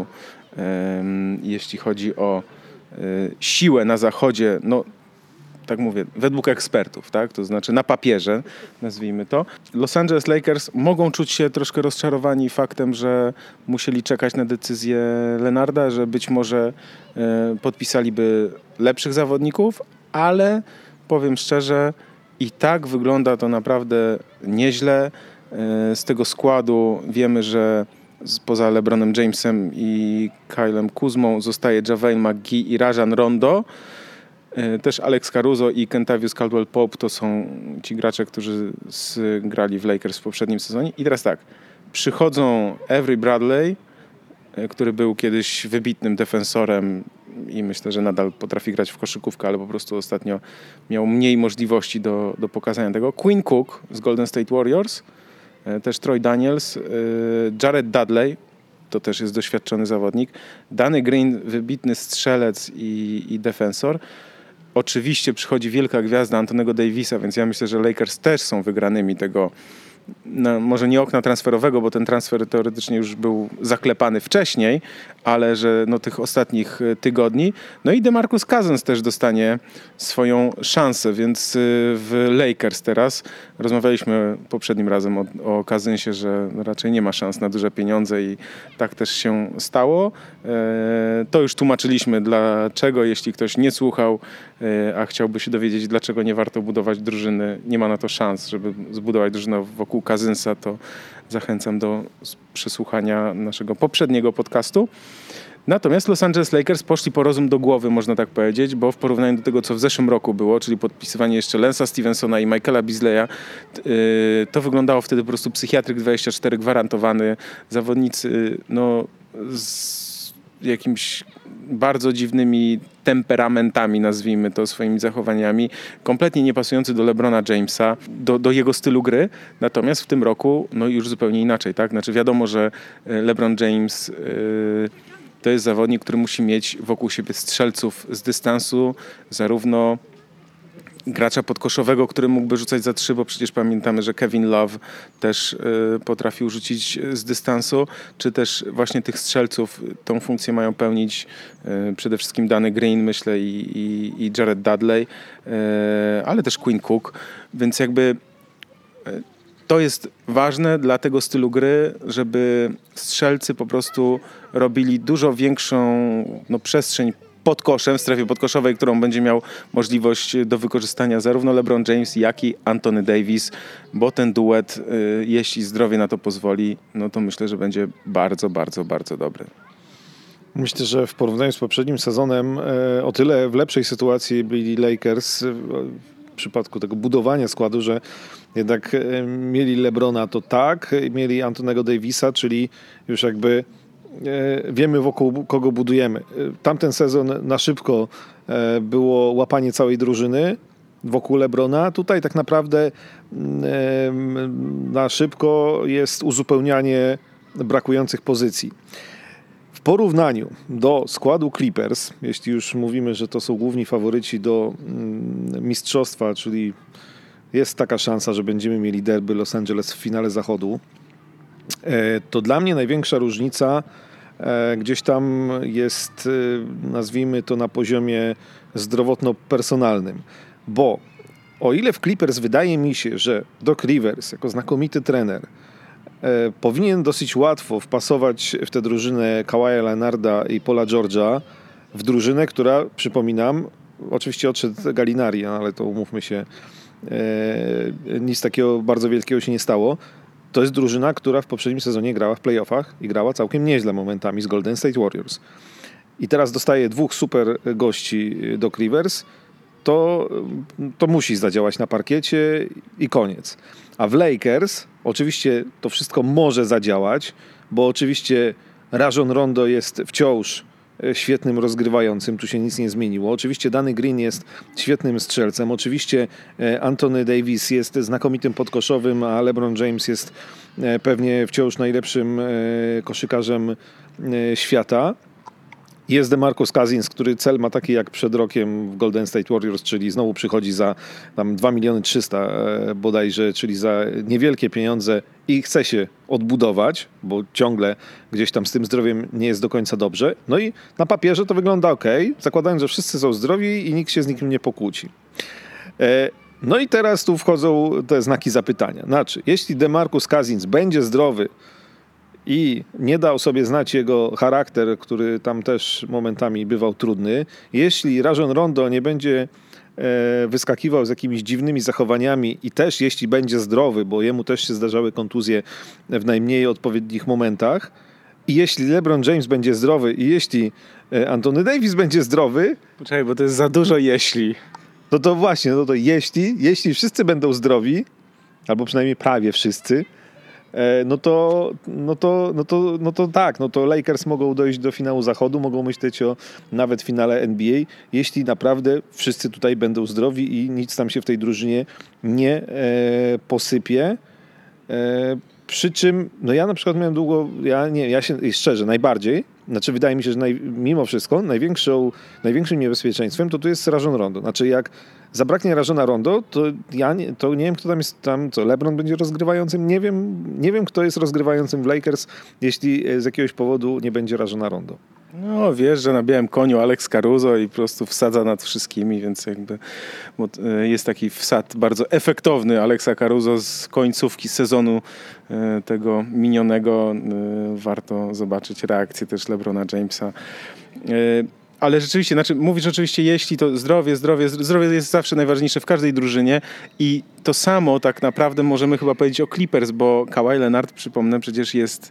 jeśli chodzi o siłę na Zachodzie, tak mówię, według ekspertów, tak? To znaczy na papierze, nazwijmy to. Los Angeles Lakers mogą czuć się troszkę rozczarowani faktem, że musieli czekać na decyzję Leonarda, że być może podpisaliby lepszych zawodników, ale powiem szczerze, i tak wygląda to naprawdę nieźle. Z tego składu wiemy, że poza LeBronem Jamesem i Kylem Kuzmą zostaje JaVale McGee i Rajon Rondo. Też Alex Caruso i Kentavious Caldwell-Pope to są ci gracze, którzy grali w Lakers w poprzednim sezonie. I teraz tak, przychodzą Avery Bradley, który był kiedyś wybitnym defensorem i myślę, że nadal potrafi grać w koszykówkę, ale po prostu ostatnio miał mniej możliwości do pokazania tego. Quinn Cook z Golden State Warriors, też Troy Daniels, Jared Dudley, to też jest doświadczony zawodnik, Danny Green, wybitny strzelec i defensor. Oczywiście przychodzi wielka gwiazda Antonego Davisa, więc ja myślę, że Lakers też są wygranymi tego, może nie okna transferowego, bo ten transfer teoretycznie już był zaklepany wcześniej, ale że tych ostatnich tygodni. I DeMarcus Cousins też dostanie swoją szansę, więc w Lakers teraz rozmawialiśmy poprzednim razem o Cousinsie, że raczej nie ma szans na duże pieniądze i tak też się stało. To już tłumaczyliśmy dlaczego, jeśli ktoś nie słuchał, a chciałby się dowiedzieć, dlaczego nie warto budować drużyny, nie ma na to szans, żeby zbudować drużynę wokół Cousinsa, to zachęcam do przesłuchania naszego poprzedniego podcastu. Natomiast Los Angeles Lakers poszli po rozum do głowy, można tak powiedzieć, bo w porównaniu do tego, co w zeszłym roku było, czyli podpisywanie jeszcze Lensa Stevensona i Michaela Beasleya, to wyglądało wtedy po prostu psychiatryk 24 gwarantowany, zawodnicy z jakimś bardzo dziwnymi temperamentami, nazwijmy to, swoimi zachowaniami, kompletnie niepasujący do LeBrona Jamesa, do jego stylu gry. Natomiast w tym roku już zupełnie inaczej, tak? Znaczy wiadomo, że LeBron James to jest zawodnik, który musi mieć wokół siebie strzelców z dystansu, zarówno gracza podkoszowego, który mógłby rzucać za 3, bo przecież pamiętamy, że Kevin Love też potrafił rzucić z dystansu, czy też właśnie tych strzelców tą funkcję mają pełnić przede wszystkim Danny Green, myślę, i Jared Dudley, ale też Quinn Cook, więc jakby to jest ważne dla tego stylu gry, żeby strzelcy po prostu robili dużo większą przestrzeń pod koszem, w strefie podkoszowej, którą będzie miał możliwość do wykorzystania zarówno LeBron James, jak i Anthony Davis, bo ten duet, jeśli zdrowie na to pozwoli, to myślę, że będzie bardzo, bardzo, bardzo dobry. Myślę, że w porównaniu z poprzednim sezonem o tyle w lepszej sytuacji byli Lakers w przypadku tego budowania składu, że jednak mieli LeBrona, to tak, mieli Antonego Davisa, czyli już jakby wiemy, wokół kogo budujemy. Tamten sezon na szybko było łapanie całej drużyny wokół LeBrona. Tutaj tak naprawdę na szybko jest uzupełnianie brakujących pozycji. W porównaniu do składu Clippers, jeśli już mówimy, że to są główni faworyci do mistrzostwa, czyli jest taka szansa, że będziemy mieli derby Los Angeles w finale Zachodu, to dla mnie największa różnica gdzieś tam jest, nazwijmy to, na poziomie zdrowotno-personalnym. Bo o ile w Clippers wydaje mi się, że Doc Rivers jako znakomity trener powinien dosyć łatwo wpasować w tę drużynę Kawaja Leonarda i Paula George'a, w drużynę, która, przypominam, oczywiście odszedł Gallinari, ale to umówmy się, nic takiego bardzo wielkiego się nie stało. To jest drużyna, która w poprzednim sezonie grała w playoffach i grała całkiem nieźle momentami z Golden State Warriors. I teraz dostaje 2 super gości Doc Rivers, to musi zadziałać na parkiecie i koniec. A w Lakers oczywiście to wszystko może zadziałać, bo oczywiście Rajon Rondo jest wciąż świetnym rozgrywającym, tu się nic nie zmieniło. Oczywiście Danny Green jest świetnym strzelcem, oczywiście Anthony Davis jest znakomitym podkoszowym, a LeBron James jest pewnie wciąż najlepszym koszykarzem świata. Jest DeMarcus Cousins, który cel ma taki jak przed rokiem w Golden State Warriors, czyli znowu przychodzi za tam 2 300 000 bodajże, czyli za niewielkie pieniądze i chce się odbudować, bo ciągle gdzieś tam z tym zdrowiem nie jest do końca dobrze. No i na papierze to wygląda ok, zakładając, że wszyscy są zdrowi i nikt się z nikim nie pokłóci. No i teraz tu wchodzą te znaki zapytania. Znaczy, jeśli DeMarcus Cousins będzie zdrowy i nie dał sobie znać jego charakter, który tam też momentami bywał trudny, jeśli Rajon Rondo nie będzie wyskakiwał z jakimiś dziwnymi zachowaniami i też jeśli będzie zdrowy, bo jemu też się zdarzały kontuzje w najmniej odpowiednich momentach, i jeśli LeBron James będzie zdrowy i jeśli Anthony Davis będzie zdrowy... Poczekaj, bo to jest za dużo jeśli. No to jeśli wszyscy będą zdrowi, albo przynajmniej prawie wszyscy, no to Lakers mogą dojść do finału zachodu, mogą myśleć o nawet finale NBA, jeśli naprawdę wszyscy tutaj będą zdrowi i nic tam się w tej drużynie nie posypie. Przy czym, no ja na przykład miałem długo, ja się szczerze, najbardziej, znaczy wydaje mi się, że mimo wszystko największym niebezpieczeństwem to tu jest Rajon Rondo. Znaczy jak zabraknie Rajona Rondo, to nie wiem, kto tam jest tam, co LeBron będzie rozgrywającym, nie wiem, kto jest rozgrywającym w Lakers, jeśli z jakiegoś powodu nie będzie Rajona Rondo. No wiesz, że na białym koniu Alex Caruso i po prostu wsadza nad wszystkimi, więc jakby jest taki wsad bardzo efektowny Alexa Caruso z końcówki sezonu tego minionego. Warto zobaczyć reakcję też LeBrona Jamesa. Ale rzeczywiście, mówisz oczywiście, jeśli to zdrowie jest zawsze najważniejsze w każdej drużynie i to samo tak naprawdę możemy chyba powiedzieć o Clippers, bo Kawhi Leonard, przypomnę, przecież jest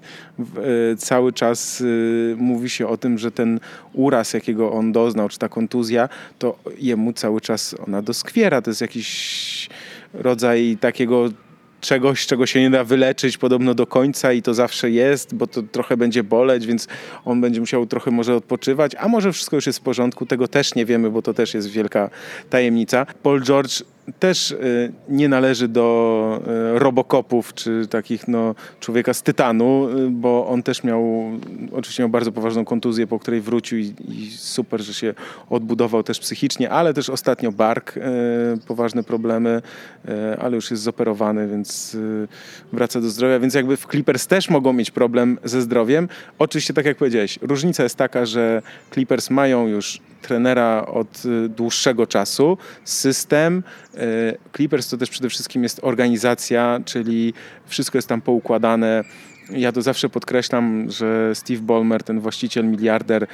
cały czas, mówi się o tym, że ten uraz, jakiego on doznał, czy ta kontuzja, to jemu cały czas ona doskwiera. To jest jakiś rodzaj takiego czegoś, czego się nie da wyleczyć podobno do końca i to zawsze jest, bo to trochę będzie boleć, więc on będzie musiał trochę może odpoczywać, a może wszystko już jest w porządku, tego też nie wiemy, bo to też jest wielka tajemnica. Paul George też nie należy do robokopów, czy takich człowieka z tytanu, bo on też oczywiście miał bardzo poważną kontuzję, po której wrócił i super, że się odbudował też psychicznie, ale też ostatnio bark, poważne problemy, ale już jest zoperowany, więc wraca do zdrowia, więc jakby w Clippers też mogą mieć problem ze zdrowiem. Oczywiście, tak jak powiedziałeś, różnica jest taka, że Clippers mają już trenera od dłuższego czasu, system. Clippers to też przede wszystkim jest organizacja, czyli wszystko jest tam poukładane. Ja to zawsze podkreślam, że Steve Ballmer, ten właściciel, miliarder,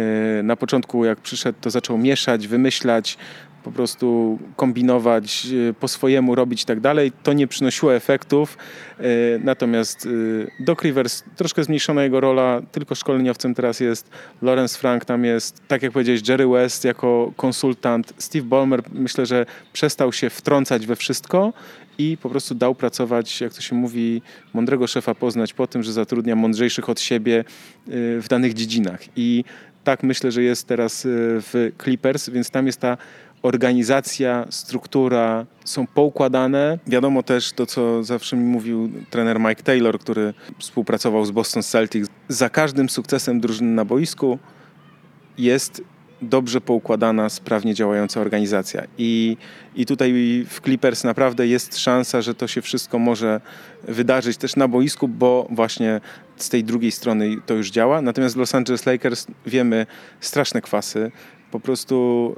na początku jak przyszedł, to zaczął mieszać, wymyślać, po prostu kombinować, po swojemu robić i tak dalej. To nie przynosiło efektów. Natomiast Doc Rivers, troszkę zmniejszona jego rola, tylko szkoleniowcem teraz jest. Lawrence Frank tam jest, tak jak powiedziałeś, Jerry West jako konsultant. Steve Ballmer, myślę, że przestał się wtrącać we wszystko i po prostu dał pracować, jak to się mówi, mądrego szefa poznać po tym, że zatrudnia mądrzejszych od siebie w danych dziedzinach. I tak myślę, że jest teraz w Clippers, więc tam jest ta organizacja, struktura są poukładane. Wiadomo też to, co zawsze mi mówił trener Mike Taylor, który współpracował z Boston Celtics. Za każdym sukcesem drużyny na boisku jest dobrze poukładana, sprawnie działająca organizacja. I tutaj w Clippers naprawdę jest szansa, że to się wszystko może wydarzyć też na boisku, bo właśnie z tej drugiej strony to już działa. Natomiast w Los Angeles Lakers wiemy straszne kwasy. Po prostu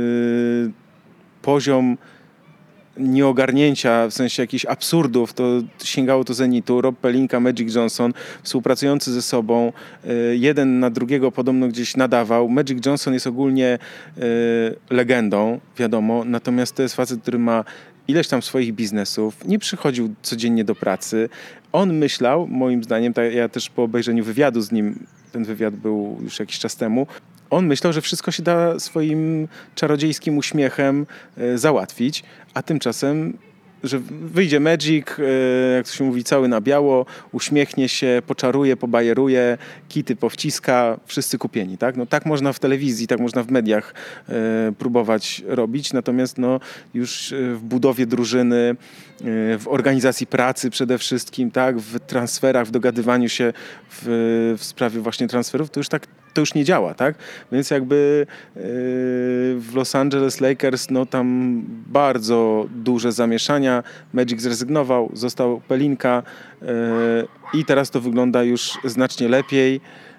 poziom nieogarnięcia, w sensie jakichś absurdów, to sięgało to zenitu. Rob Pelinka, Magic Johnson, współpracujący ze sobą, jeden na drugiego podobno gdzieś nadawał. Magic Johnson jest ogólnie legendą, wiadomo, natomiast to jest facet, który ma ileś tam swoich biznesów, nie przychodził codziennie do pracy. On myślał, moim zdaniem, ja też po obejrzeniu wywiadu z nim, ten wywiad był już jakiś czas temu, on myślał, że wszystko się da swoim czarodziejskim uśmiechem załatwić, a tymczasem, że wyjdzie Magic, jak to się mówi, cały na biało, uśmiechnie się, poczaruje, pobajeruje, kity powciska, wszyscy kupieni, tak? No tak można w telewizji, tak można w mediach próbować robić, natomiast no już w budowie drużyny, w organizacji pracy przede wszystkim, tak? W transferach, w dogadywaniu się w sprawie właśnie transferów, to już nie działa, tak? Więc jakby w Los Angeles Lakers, no tam bardzo duże zamieszania. Magic zrezygnował, został Pelinka i teraz to wygląda już znacznie lepiej.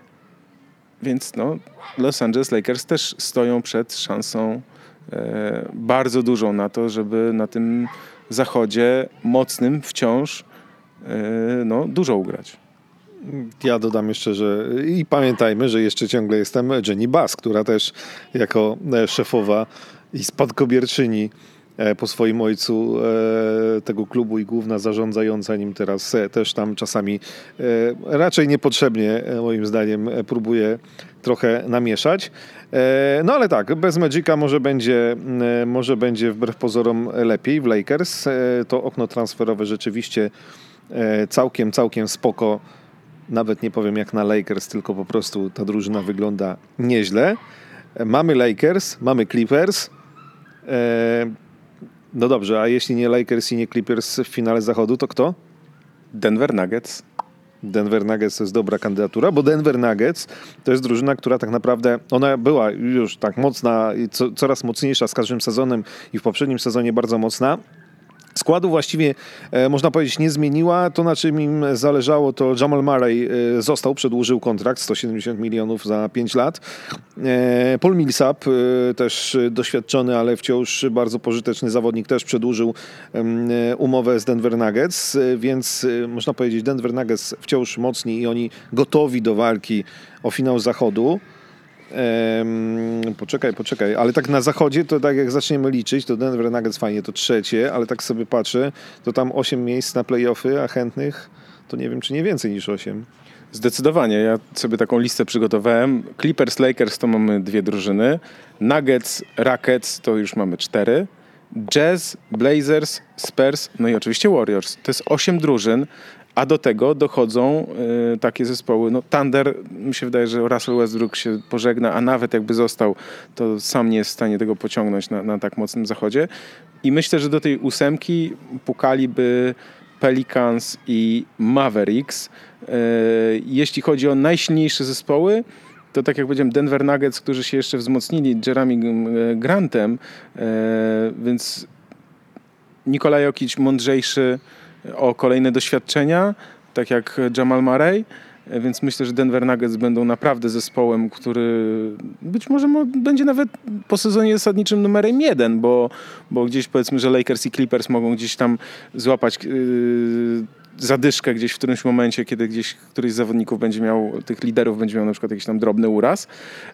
Więc no, Los Angeles Lakers też stoją przed szansą bardzo dużą na to, żeby na tym zachodzie mocnym wciąż no, dużo ugrać. Ja dodam jeszcze, że i pamiętajmy, że jeszcze ciągle jestem Jenny Buss, która też jako szefowa i spadkobierczyni po swoim ojcu tego klubu i główna zarządzająca nim teraz też tam czasami raczej niepotrzebnie, moim zdaniem, próbuje trochę namieszać. No ale tak, bez Magica może będzie wbrew pozorom lepiej w Lakers. To okno transferowe rzeczywiście całkiem spoko. Nawet nie powiem jak na Lakers, tylko po prostu ta drużyna wygląda nieźle. Mamy Lakers, mamy Clippers. No dobrze, a jeśli nie Lakers i nie Clippers w finale zachodu, to kto? Denver Nuggets. Denver Nuggets to jest dobra kandydatura, bo Denver Nuggets to jest drużyna, która tak naprawdę, ona była już tak mocna, coraz mocniejsza z każdym sezonem i w poprzednim sezonie bardzo mocna. Składu właściwie, można powiedzieć, nie zmieniła. To, na czym im zależało, to Jamal Murray przedłużył kontrakt, 170 milionów za 5 lat. Paul Millsap, też doświadczony, ale wciąż bardzo pożyteczny zawodnik, też przedłużył umowę z Denver Nuggets, więc można powiedzieć, Denver Nuggets wciąż mocni i oni gotowi do walki o finał zachodu. Poczekaj, ale tak na zachodzie, to tak jak zaczniemy liczyć, to Denver Nuggets fajnie, to trzecie, ale tak sobie patrzę, to tam 8 miejsc na play-offy, a chętnych to nie wiem, czy nie więcej niż 8. Zdecydowanie, ja sobie taką listę przygotowałem. Clippers, Lakers to mamy 2 drużyny, Nuggets, Rockets to już mamy 4, Jazz, Blazers, Spurs, no i oczywiście Warriors. To jest 8 drużyn. A do tego dochodzą takie zespoły. No, Thunder, mi się wydaje, że Russell Westbrook się pożegna, a nawet jakby został, to sam nie jest w stanie tego pociągnąć na tak mocnym zachodzie. I myślę, że do tej 8 pukaliby Pelicans i Mavericks. Jeśli chodzi o najsilniejsze zespoły, to tak jak powiedziałem, Denver Nuggets, którzy się jeszcze wzmocnili Jeremy Grantem, więc Nikola Jokic mądrzejszy o kolejne doświadczenia, tak jak Jamal Murray, więc myślę, że Denver Nuggets będą naprawdę zespołem, który być może będzie nawet po sezonie zasadniczym numerem 1, bo gdzieś powiedzmy, że Lakers i Clippers mogą gdzieś tam złapać zadyszkę gdzieś w którymś momencie, kiedy gdzieś któryś z zawodników będzie miał, tych liderów będzie miał na przykład jakiś tam drobny uraz.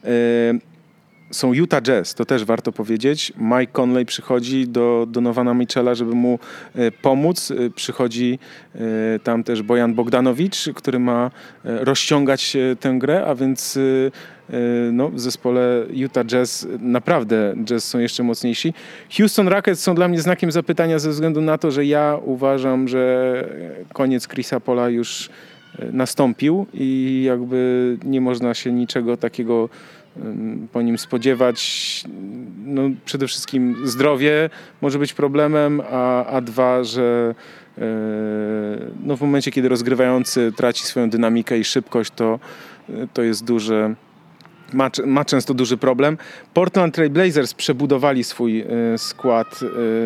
Są Utah Jazz, to też warto powiedzieć. Mike Conley przychodzi do Donovana Mitchella, żeby mu pomóc. Przychodzi tam też Bojan Bogdanowicz, który ma rozciągać tę grę, a więc no, w zespole Utah Jazz naprawdę Jazz są jeszcze mocniejsi. Houston Rockets są dla mnie znakiem zapytania ze względu na to, że ja uważam, że koniec Chrisa Paula już nastąpił i jakby nie można się niczego takiego po nim spodziewać. No, przede wszystkim zdrowie może być problemem, a 2, że no, w momencie, kiedy rozgrywający traci swoją dynamikę i szybkość, to jest ma często duży problem. Portland Trail Blazers przebudowali swój skład,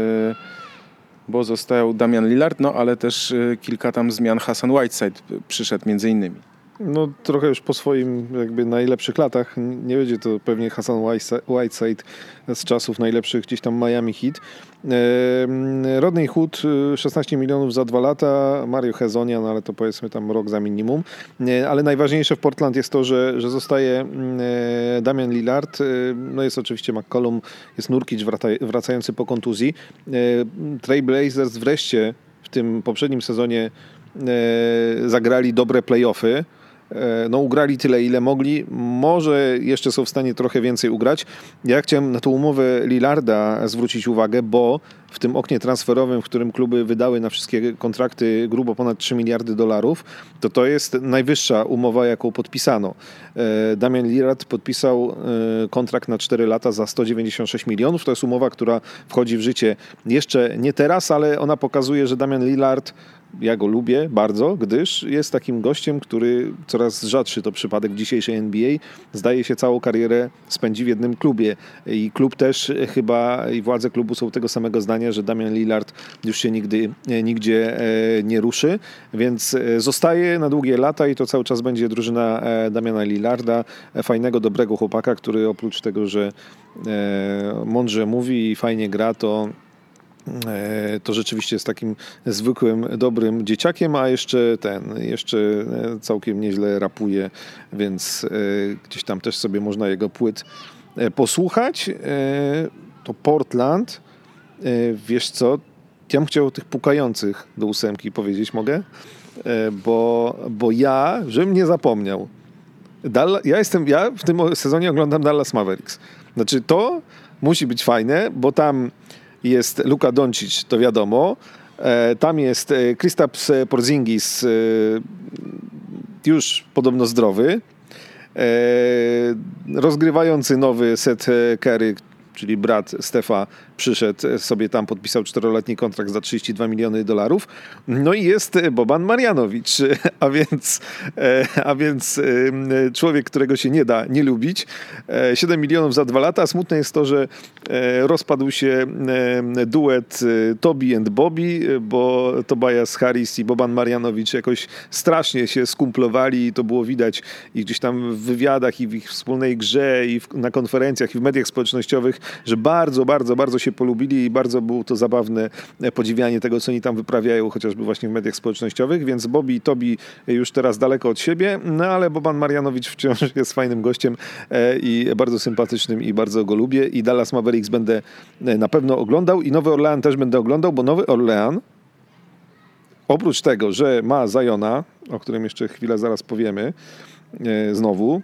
bo został Damian Lillard, no ale też kilka tam zmian. Hassan Whiteside przyszedł między innymi. No trochę już po swoim jakby najlepszych latach. Nie będzie to pewnie Hassan Whiteside z czasów najlepszych gdzieś tam Miami Heat. Rodney Hood 16 milionów za 2 lata, Mario Hezonja, no ale to powiedzmy tam rok za minimum. Ale najważniejsze w Portland jest to, że zostaje Damian Lillard. No jest oczywiście McCollum, jest Nurkic wracający po kontuzji. Trail Blazers wreszcie w tym poprzednim sezonie zagrali dobre play-offy. No ugrali tyle, ile mogli. Może jeszcze są w stanie trochę więcej ugrać. Ja chciałem na tą umowę Lillarda zwrócić uwagę, bo w tym oknie transferowym, w którym kluby wydały na wszystkie kontrakty grubo ponad $3 miliardy, to jest najwyższa umowa, jaką podpisano. Damian Lillard podpisał kontrakt na 4 lata za 196 milionów. To jest umowa, która wchodzi w życie jeszcze nie teraz, ale ona pokazuje, że Damian Lillard, ja go lubię bardzo, gdyż jest takim gościem, który coraz rzadszy to przypadek w dzisiejszej NBA. Zdaje się, całą karierę spędzi w jednym klubie. I klub też chyba, i władze klubu są tego samego zdania, że Damian Lillard już się nigdzie nie ruszy, więc zostaje na długie lata i to cały czas będzie drużyna Damiana Lillarda, fajnego, dobrego chłopaka, który oprócz tego, że mądrze mówi i fajnie gra, to rzeczywiście jest takim zwykłym, dobrym dzieciakiem, a jeszcze całkiem nieźle rapuje, więc gdzieś tam też sobie można jego płyt posłuchać. To Portland, wiesz co, ja bym chciał o tych pukających do 8 powiedzieć, mogę? Bo ja, żebym nie zapomniał, ja w tym sezonie oglądam Dallas Mavericks. Znaczy to musi być fajne, bo tam jest Luka Doncic, to wiadomo. Tam jest Kristaps Porzingis, już podobno zdrowy. Rozgrywający nowy Seth Curry, czyli brat Stefa, przyszedł sobie tam, podpisał 4-letni kontrakt za $32 miliony. No i jest Boban Marjanovic, a więc człowiek, którego się nie da nie lubić. 7 milionów za 2 lata. Smutne jest to, że rozpadł się duet Toby and Bobby, bo Tobias Harris i Boban Marjanovic jakoś strasznie się skumplowali i to było widać i gdzieś tam w wywiadach i w ich wspólnej grze i na konferencjach i w mediach społecznościowych, że bardzo, bardzo, bardzo się polubili i bardzo było to zabawne podziwianie tego, co oni tam wyprawiają, chociażby właśnie w mediach społecznościowych, więc Bobby i Toby już teraz daleko od siebie, no ale Boban Marjanovic wciąż jest fajnym gościem i bardzo sympatycznym i bardzo go lubię i Dallas Mavericks będę na pewno oglądał i Nowy Orlean też będę oglądał, bo Nowy Orlean oprócz tego, że ma Ziona, o którym jeszcze chwilę zaraz powiemy znowu,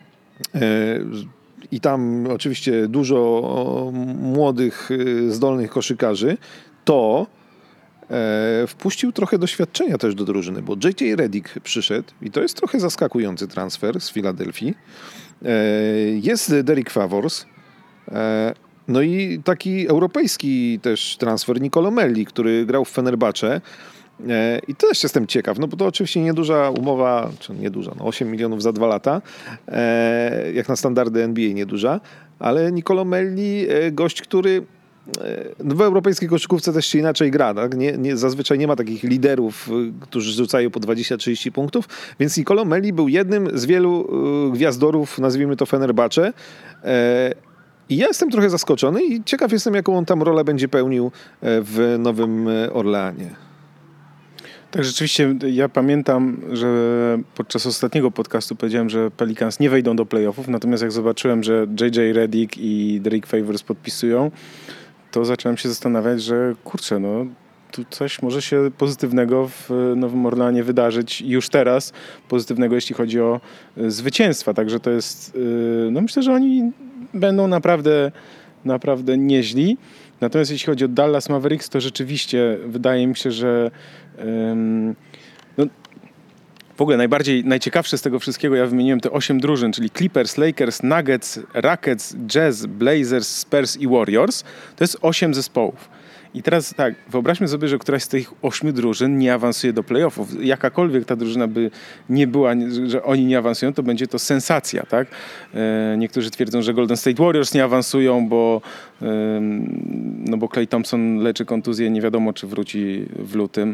i tam oczywiście dużo młodych, zdolnych koszykarzy, to wpuścił trochę doświadczenia też do drużyny, bo J.J. Redick przyszedł i to jest trochę zaskakujący transfer z Filadelfii. Jest Derek Favors, no i taki europejski też transfer Nicolo Melli, który grał w Fenerbahce. I też jestem ciekaw, no bo to oczywiście nieduża umowa, czy nieduża, 8 milionów za 2 lata, jak na standardy NBA nieduża, ale Nicolo Melli, gość, który w europejskiej koszykówce też się inaczej gra, tak? Zazwyczaj nie ma takich liderów, którzy rzucają po 20-30 punktów, więc Nicolo Melli był jednym z wielu gwiazdorów, nazwijmy to Fenerbahce. I ja jestem trochę zaskoczony i ciekaw jestem, jaką on tam rolę będzie pełnił w Nowym Orleanie. Tak, rzeczywiście ja pamiętam, że podczas ostatniego podcastu powiedziałem, że Pelicans nie wejdą do playoffów, natomiast jak zobaczyłem, że J.J. Redick i Derek Favors podpisują, to zacząłem się zastanawiać, że kurczę, no tu coś może się pozytywnego w Nowym Orleanie wydarzyć już teraz, pozytywnego jeśli chodzi o zwycięstwa, także to jest, no myślę, że oni będą naprawdę nieźli. Natomiast jeśli chodzi o Dallas Mavericks, to rzeczywiście wydaje mi się, że no, w ogóle najciekawsze z tego wszystkiego, ja wymieniłem te 8 drużyn, czyli Clippers, Lakers, Nuggets, Rockets, Jazz, Blazers, Spurs i Warriors. To jest 8 zespołów. I teraz tak, wyobraźmy sobie, że któraś z tych 8 drużyn nie awansuje do playoffów. Jakakolwiek ta drużyna by nie była, że oni nie awansują, to będzie to sensacja, tak? Niektórzy twierdzą, że Golden State Warriors nie awansują, bo Klay Thompson leczy kontuzję, nie wiadomo, czy wróci w lutym.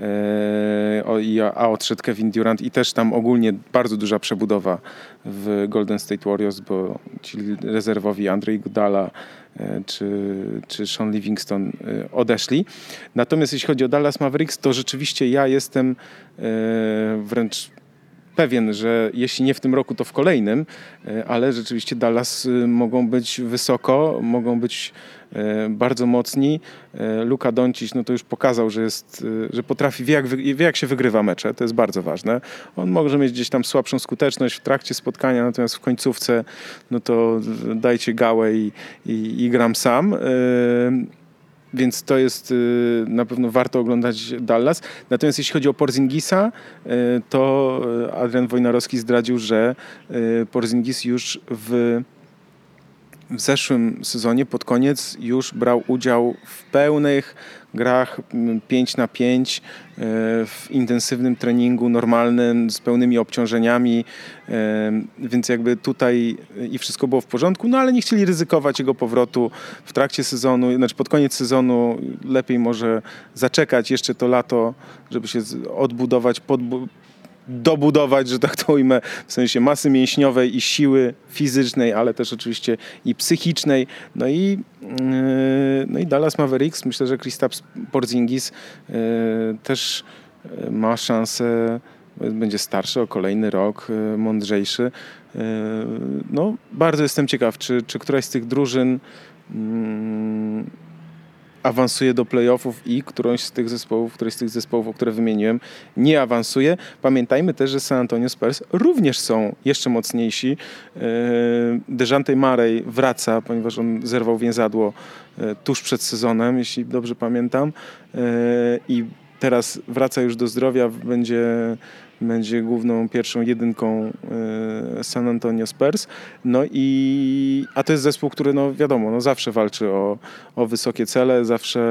A odszedł Kevin Durant i też tam ogólnie bardzo duża przebudowa w Golden State Warriors, bo ci rezerwowi Andre Iguodala czy Sean Livingston odeszli. Natomiast jeśli chodzi o Dallas Mavericks, to rzeczywiście ja jestem wręcz pewien, że jeśli nie w tym roku, to w kolejnym, ale rzeczywiście Dallas mogą być wysoko, mogą być bardzo mocni. Luka Doncic, no to już pokazał, że potrafi, wie jak się wygrywa mecze, to jest bardzo ważne. On może mieć gdzieś tam słabszą skuteczność w trakcie spotkania, natomiast w końcówce, no to dajcie gałę i gram sam. Więc to jest na pewno warto oglądać Dallas. Natomiast jeśli chodzi o Porzingisa, to Adrian Wojnarowski zdradził, że Porzingis już w zeszłym sezonie pod koniec już brał udział w pełnych grach 5-5 w intensywnym treningu normalnym, z pełnymi obciążeniami, więc jakby tutaj i wszystko było w porządku, no ale nie chcieli ryzykować jego powrotu w trakcie sezonu, znaczy pod koniec sezonu lepiej może zaczekać jeszcze to lato, żeby się odbudować, dobudować, że tak to ujmę, w sensie masy mięśniowej i siły fizycznej, ale też oczywiście i psychicznej. No i Dallas Mavericks, myślę, że Kristaps Porzingis też ma szansę, będzie starszy o kolejny rok, mądrzejszy. No, bardzo jestem ciekaw, czy któraś z tych drużyn awansuje do playoffów i któryś z tych zespołów, o które wymieniłem, nie awansuje. Pamiętajmy też, że San Antonio Spurs również są jeszcze mocniejsi. DeJounte Murray wraca, ponieważ on zerwał więzadło tuż przed sezonem, jeśli dobrze pamiętam. I teraz wraca już do zdrowia, będzie główną pierwszą jedynką San Antonio Spurs. A to jest zespół, który wiadomo, zawsze walczy o wysokie cele,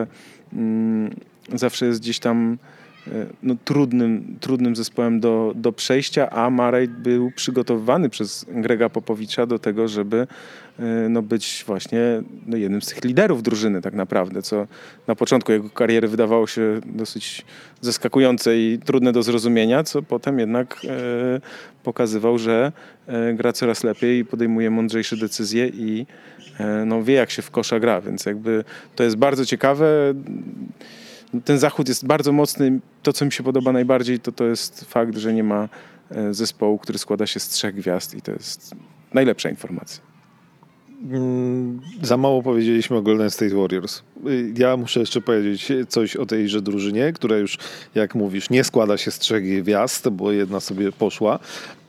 zawsze jest gdzieś tam trudnym zespołem do przejścia, a Murray był przygotowywany przez Grega Popowicza do tego, żeby być właśnie jednym z tych liderów drużyny tak naprawdę, co na początku jego kariery wydawało się dosyć zaskakujące i trudne do zrozumienia, co potem jednak pokazywał, że gra coraz lepiej i podejmuje mądrzejsze decyzje i wie, jak się w kosza gra, więc jakby to jest bardzo ciekawe. Ten zachód jest bardzo mocny. To, co mi się podoba najbardziej, to jest fakt, że nie ma zespołu, który składa się z 3 gwiazd i to jest najlepsza informacja. Za mało powiedzieliśmy o Golden State Warriors. Ja muszę jeszcze powiedzieć coś o tejże drużynie, która już, jak mówisz, nie składa się z 3 gwiazd, bo jedna sobie poszła.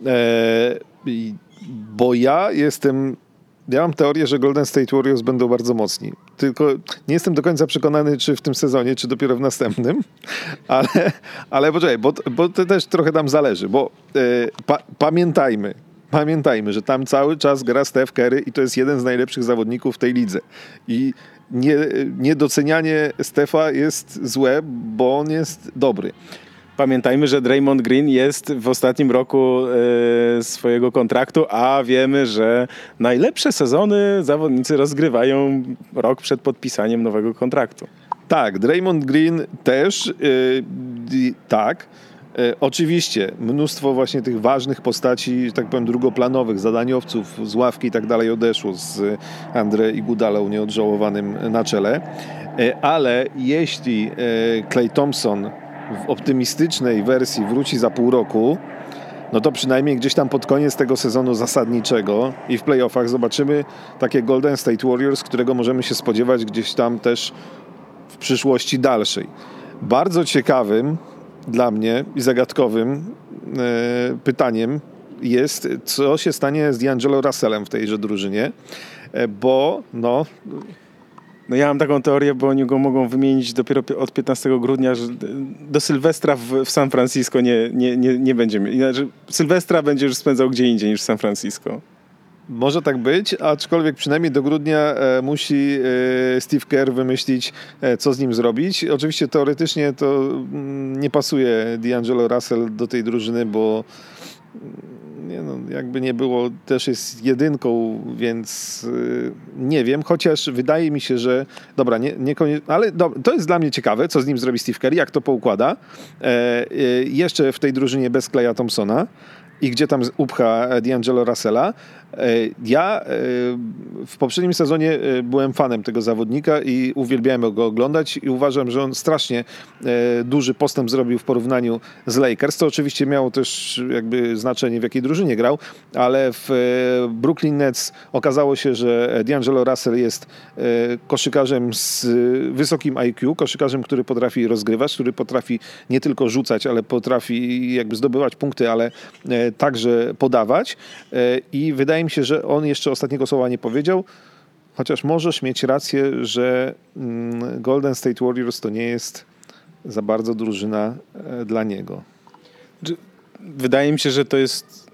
Bo ja mam teorię, że Golden State Warriors będą bardzo mocni. Tylko nie jestem do końca przekonany, czy w tym sezonie, czy dopiero w następnym. Ale poczekaj, bo to też trochę tam zależy. Bo pamiętajmy, że tam cały czas gra Steph Curry i to jest jeden z najlepszych zawodników w tej lidze. I niedocenianie Stefa jest złe, bo on jest dobry. Pamiętajmy, że Draymond Green jest w ostatnim roku swojego kontraktu, a wiemy, że najlepsze sezony zawodnicy rozgrywają rok przed podpisaniem nowego kontraktu. Tak, Draymond Green też, tak. Oczywiście mnóstwo właśnie tych ważnych postaci, że tak powiem, drugoplanowych, zadaniowców z ławki i tak dalej odeszło z Andre Iguodalą nieodżałowanym na czele, ale jeśli Klay Thompson w optymistycznej wersji wróci za pół roku, no to przynajmniej gdzieś tam pod koniec tego sezonu zasadniczego i w playoffach zobaczymy takie Golden State Warriors, którego możemy się spodziewać gdzieś tam też w przyszłości dalszej. Bardzo ciekawym dla mnie i zagadkowym pytaniem jest, co się stanie z D'Angelo Russellem w tejże drużynie, bo No ja mam taką teorię, bo oni go mogą wymienić dopiero od 15 grudnia, że do Sylwestra w San Francisco nie będzie. Znaczy, Sylwestra będzie już spędzał gdzie indziej niż w San Francisco. Może tak być, aczkolwiek przynajmniej do grudnia musi Steve Kerr wymyślić, co z nim zrobić. Oczywiście teoretycznie to nie pasuje D'Angelo Russell do tej drużyny, bo jakby nie było, też jest jedynką, więc nie wiem, chociaż wydaje mi się, że dobra, niekoniecznie, ale to jest dla mnie ciekawe, co z nim zrobi Steve Kerr, jak to poukłada. Jeszcze w tej drużynie bez Klaya Thompsona i gdzie tam upcha D'Angelo Russella. Ja w poprzednim sezonie byłem fanem tego zawodnika i uwielbiałem go oglądać i uważam, że on strasznie duży postęp zrobił w porównaniu z Lakers. To oczywiście miało też jakby znaczenie, w jakiej drużynie grał, ale w Brooklyn Nets okazało się, że D'Angelo Russell jest koszykarzem z wysokim IQ, koszykarzem, który potrafi rozgrywać, który potrafi nie tylko rzucać, ale potrafi jakby zdobywać punkty, ale także podawać i wydaje mi się, że on jeszcze ostatniego słowa nie powiedział, chociaż możesz mieć rację, że Golden State Warriors to nie jest za bardzo drużyna dla niego. Wydaje mi się, że to jest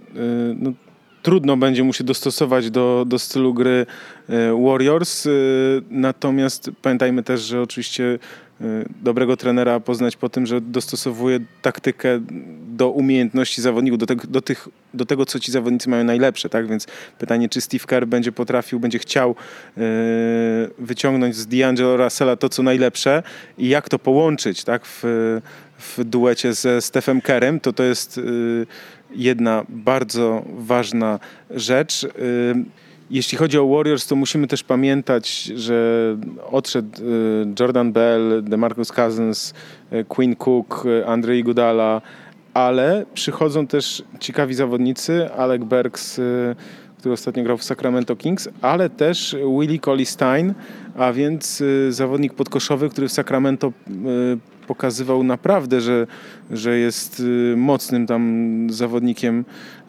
trudno będzie mu się dostosować do stylu gry Warriors, natomiast pamiętajmy też, że oczywiście dobrego trenera poznać po tym, że dostosowuje taktykę do umiejętności zawodników, do tego, co ci zawodnicy mają najlepsze, tak? Więc pytanie, czy Steve Kerr będzie chciał wyciągnąć z D'Angelo Russella to, co najlepsze i jak to połączyć, tak? W duecie ze Stephem Kerrem, to jest jedna bardzo ważna rzecz. Jeśli chodzi o Warriors, to musimy też pamiętać, że odszedł Jordan Bell, DeMarcus Cousins, Quinn Cook, Andre Iguodala, ale przychodzą też ciekawi zawodnicy, Alec Burks, który ostatnio grał w Sacramento Kings, ale też Willie Cauley-Stein, a więc zawodnik podkoszowy, który w Sacramento pokazywał naprawdę, że jest mocnym tam zawodnikiem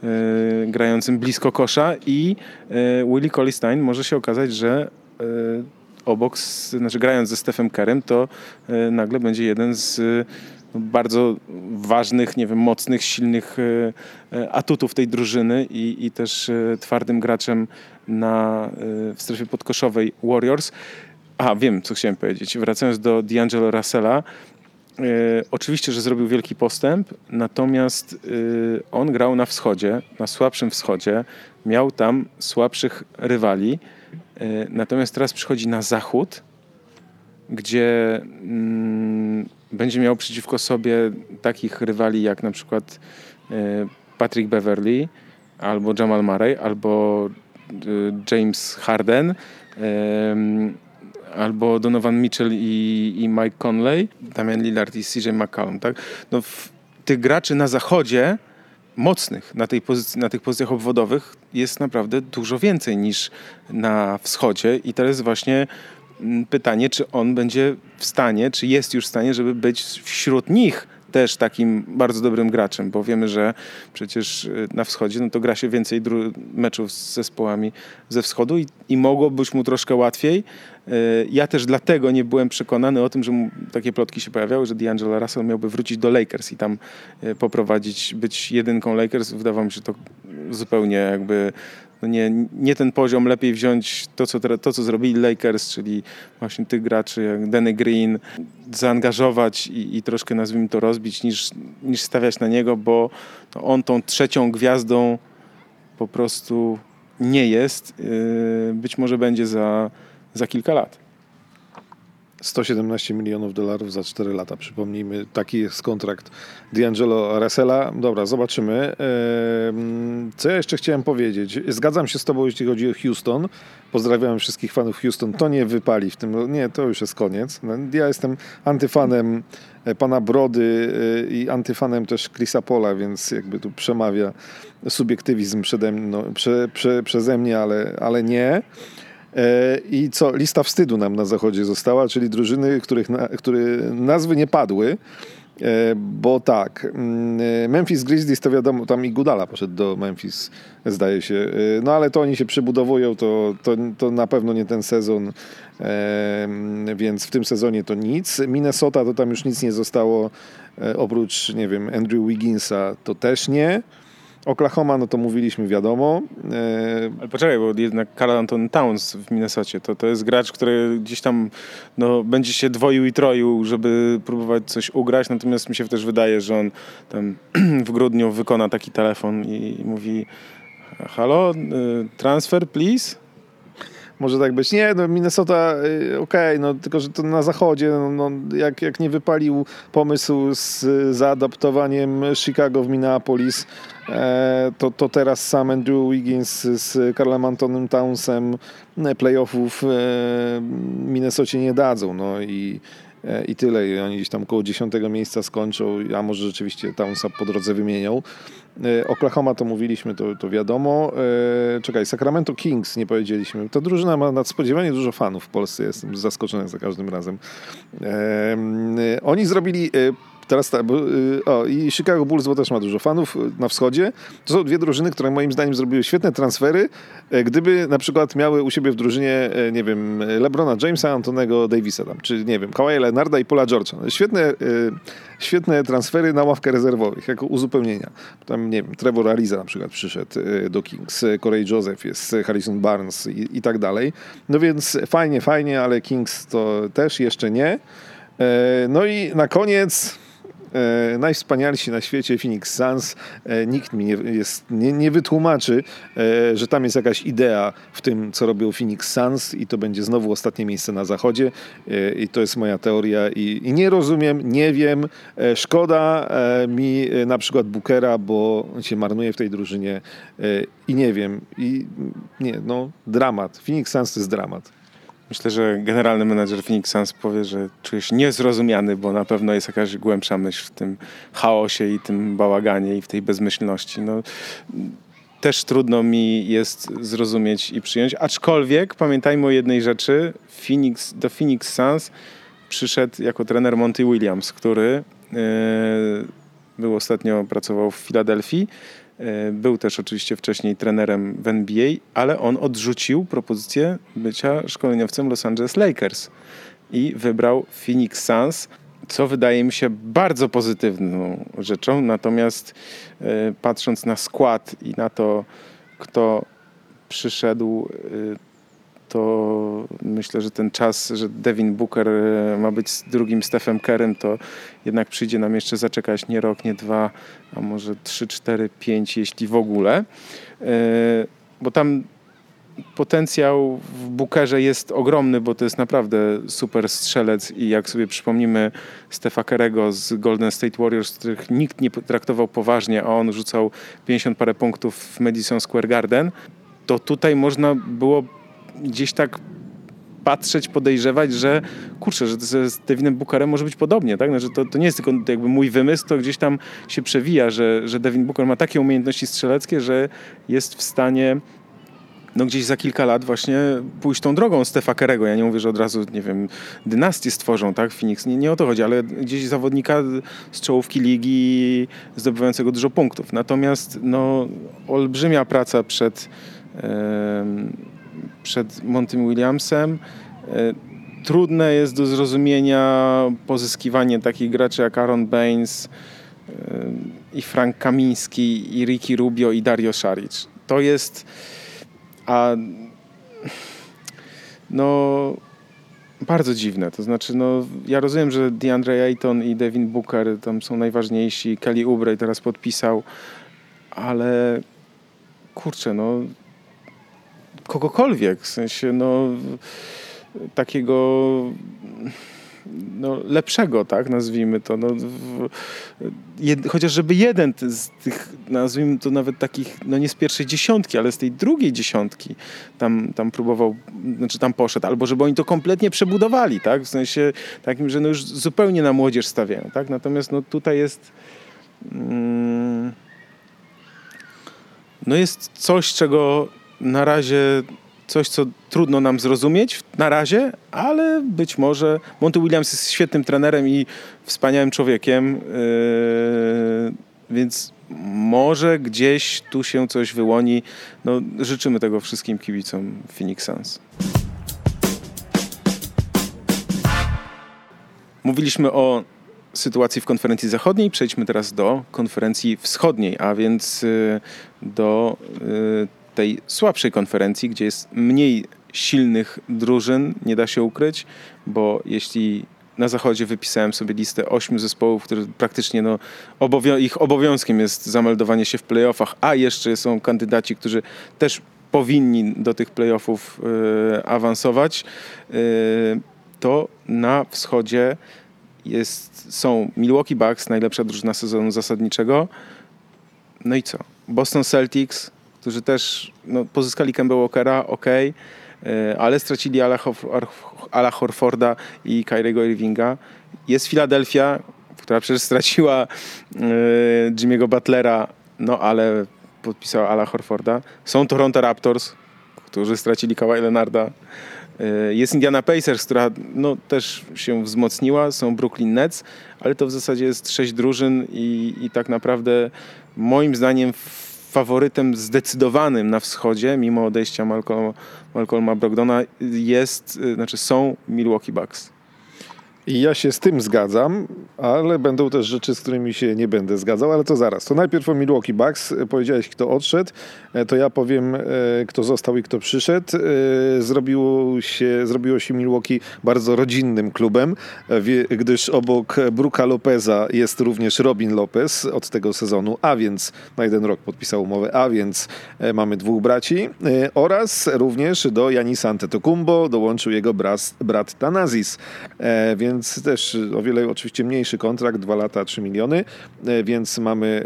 grającym blisko kosza i Willie Cauley-Stein może się okazać, że grając ze Stephem Kerrem, to nagle będzie jeden z bardzo ważnych, nie wiem, mocnych, silnych atutów tej drużyny i też twardym graczem w strefie podkoszowej Warriors. Wiem, co chciałem powiedzieć. Wracając do D'Angelo Russella, oczywiście, że zrobił wielki postęp, natomiast on grał na wschodzie, na słabszym wschodzie, miał tam słabszych rywali, natomiast teraz przychodzi na zachód, gdzie będzie miał przeciwko sobie takich rywali jak na przykład Patrick Beverley, albo Jamal Murray, albo James Harden, albo Donovan Mitchell i Mike Conley, Damian Lillard i CJ McCollum. Tak? Tych graczy na zachodzie mocnych na tych pozycjach obwodowych jest naprawdę dużo więcej niż na wschodzie i teraz właśnie pytanie, czy on będzie w stanie, czy jest już w stanie, żeby być wśród nich też takim bardzo dobrym graczem, bo wiemy, że przecież na wschodzie to gra się więcej meczów z zespołami ze wschodu i mogło być mu troszkę łatwiej. Ja też dlatego nie byłem przekonany o tym, że takie plotki się pojawiały, że D'Angelo Russell miałby wrócić do Lakers i tam być jedynką Lakers. Wydawało mi się to zupełnie jakby nie ten poziom, lepiej wziąć to, co zrobili Lakers, czyli właśnie tych graczy jak Danny Green, zaangażować i troszkę, nazwijmy to, rozbić, niż stawiać na niego, bo on tą trzecią gwiazdą po prostu nie jest. Być może będzie za kilka lat. $117 milionów za 4 lata. Przypomnijmy, taki jest kontrakt D'Angelo Russella. Dobra, zobaczymy. Co ja jeszcze chciałem powiedzieć? Zgadzam się z tobą, jeśli chodzi o Houston. Pozdrawiam wszystkich fanów Houston. To nie wypali w tym... Nie, to już jest koniec. Ja jestem antyfanem pana Brody i antyfanem też Chrisa Paula, więc jakby tu przemawia subiektywizm przeze mnie, ale nie. I co? Lista wstydu nam na zachodzie została, czyli drużyny, które nazwy nie padły, bo tak, Memphis Grizzlies to wiadomo, tam Iguodala poszedł do Memphis, zdaje się, no ale to oni się przybudowują, to na pewno nie ten sezon, więc w tym sezonie to nic. Minnesota to tam już nic nie zostało, oprócz, nie wiem, Andrew Wigginsa to też nie. Oklahoma, no to mówiliśmy, wiadomo. Ale poczekaj, bo jednak Karl Anthony Towns w Minnesocie to jest gracz, który gdzieś tam będzie się dwoił i troił, żeby próbować coś ugrać, natomiast mi się też wydaje, że on tam w grudniu wykona taki telefon i mówi: halo, transfer please? Może tak być. Nie, no Minnesota, okej, no tylko, że to na zachodzie, jak nie wypalił pomysł z zaadaptowaniem Chicago w Minneapolis, to teraz sam Andrew Wiggins z Karlem Antonym Townsem playoffów Minnesocie nie dadzą. No i tyle. I oni gdzieś tam koło 10 miejsca skończą, a może rzeczywiście Townsa po drodze wymienią. Oklahoma to mówiliśmy, to wiadomo. Czekaj, Sacramento Kings nie powiedzieliśmy. Ta drużyna ma nadspodziewanie dużo fanów w Polsce. Jestem zaskoczony za każdym razem. Oni zrobili... Teraz tak, i Chicago Bulls, bo też ma dużo fanów na wschodzie. To są dwie drużyny, które moim zdaniem zrobiły świetne transfery. Gdyby na przykład miały u siebie w drużynie, nie wiem, LeBrona Jamesa, Antonego Davisa tam, czy nie wiem, Kawaja Leonarda i Paula George'a. Świetne transfery na ławkę rezerwowych, jako uzupełnienia. Tam, nie wiem, Trevor Ariza na przykład przyszedł do Kings, Corey Joseph jest, Harrison Barnes i tak dalej. No więc fajnie, ale Kings to też jeszcze nie. No i na koniec... najwspanialsi na świecie Phoenix Suns. Nikt mi nie wytłumaczy, że tam jest jakaś idea w tym, co robią Phoenix Suns i to będzie znowu ostatnie miejsce na zachodzie i to jest moja teoria i nie rozumiem, nie wiem. Szkoda mi na przykład Bookera, bo on się marnuje w tej drużynie i nie wiem. Dramat. Phoenix Suns to jest dramat. Myślę, że generalny menadżer Phoenix Suns powie, że czuje się niezrozumiany, bo na pewno jest jakaś głębsza myśl w tym chaosie i tym bałaganie i w tej bezmyślności. Też trudno mi jest zrozumieć i przyjąć, aczkolwiek pamiętajmy o jednej rzeczy. Do Phoenix Suns przyszedł jako trener Monty Williams, który pracował w Filadelfii. Był też oczywiście wcześniej trenerem w NBA, ale on odrzucił propozycję bycia szkoleniowcem Los Angeles Lakers i wybrał Phoenix Suns, co wydaje mi się bardzo pozytywną rzeczą. Natomiast patrząc na skład i na to, kto przyszedł, to myślę, że ten czas, że Devin Booker ma być drugim Stephem Currym, to jednak przyjdzie nam jeszcze zaczekać nie rok, nie dwa, a może 3, 4, 5, jeśli w ogóle. Bo tam potencjał w Bookerze jest ogromny, bo to jest naprawdę super strzelec i jak sobie przypomnimy Stepha Curry'ego z Golden State Warriors, których nikt nie traktował poważnie, a on rzucał 50 parę punktów w Madison Square Garden, to tutaj można było gdzieś tak patrzeć, podejrzewać, że z Devinem Bookerem może być podobnie, tak? Znaczy to nie jest tylko jakby mój wymysł, to gdzieś tam się przewija, że Devin Booker ma takie umiejętności strzeleckie, że jest w stanie gdzieś za kilka lat właśnie pójść tą drogą Stepha Curry'ego. Ja nie mówię, że od razu, nie wiem, dynastię stworzą, tak? Phoenix, nie o to chodzi, ale gdzieś zawodnika z czołówki ligi zdobywającego dużo punktów. Natomiast olbrzymia praca przed Montym Williamsem. Trudne jest do zrozumienia pozyskiwanie takich graczy jak Aaron Baines i Frank Kamiński i Ricky Rubio i Dario Saric. To jest bardzo dziwne. To znaczy, ja rozumiem, że DeAndre Ayton i Devin Booker tam są najważniejsi. Kelly Oubre teraz podpisał, ale kogokolwiek, w sensie takiego lepszego, tak, nazwijmy to. Chociaż żeby jeden z tych, nazwijmy to nawet takich, nie z pierwszej dziesiątki, ale z tej drugiej dziesiątki tam próbował, tam poszedł, albo żeby oni to kompletnie przebudowali, tak, w sensie takim, że już zupełnie na młodzież stawiają, tak, natomiast tutaj jest jest coś, czego na razie co trudno nam zrozumieć na razie, ale być może Monty Williams jest świetnym trenerem i wspaniałym człowiekiem, więc może gdzieś tu się coś wyłoni. Życzymy tego wszystkim kibicom Phoenix Suns. Mówiliśmy o sytuacji w konferencji zachodniej. Przejdźmy teraz do konferencji wschodniej, a więc do tej słabszej konferencji, gdzie jest mniej silnych drużyn, nie da się ukryć, bo jeśli na zachodzie wypisałem sobie listę 8 zespołów, które praktycznie ich obowiązkiem jest zameldowanie się w playoffach, a jeszcze są kandydaci, którzy też powinni do tych playoffów awansować, to na wschodzie są Milwaukee Bucks, najlepsza drużyna sezonu zasadniczego. No i co? Boston Celtics, którzy też pozyskali Kemba Walkera, ale stracili Ala Horforda i Kyriego Irvinga. Jest Philadelphia, która przecież straciła Jimmy'ego Butlera, ale podpisała Ala Horforda. Są Toronto Raptors, którzy stracili Kawhi Leonarda. Jest Indiana Pacers, która też się wzmocniła. Są Brooklyn Nets, ale to w zasadzie jest 6 drużyn i tak naprawdę moim zdaniem faworytem zdecydowanym na wschodzie, mimo odejścia Malcolma Brogdona, są Milwaukee Bucks. I ja się z tym zgadzam, ale będą też rzeczy, z którymi się nie będę zgadzał, ale to zaraz. To najpierw o Milwaukee Bucks. Powiedziałeś, kto odszedł, to ja powiem, kto został i kto przyszedł. Zrobiło się Milwaukee bardzo rodzinnym klubem, gdyż obok Brooka Lopeza jest również Robin Lopez od tego sezonu, a więc na 1 rok podpisał umowę, a więc mamy 2 braci oraz również do Giannisa Antetokounmpo dołączył jego brat Thanasis, więc też o wiele oczywiście mniejszy kontrakt, 2 lata, 3 miliony, więc mamy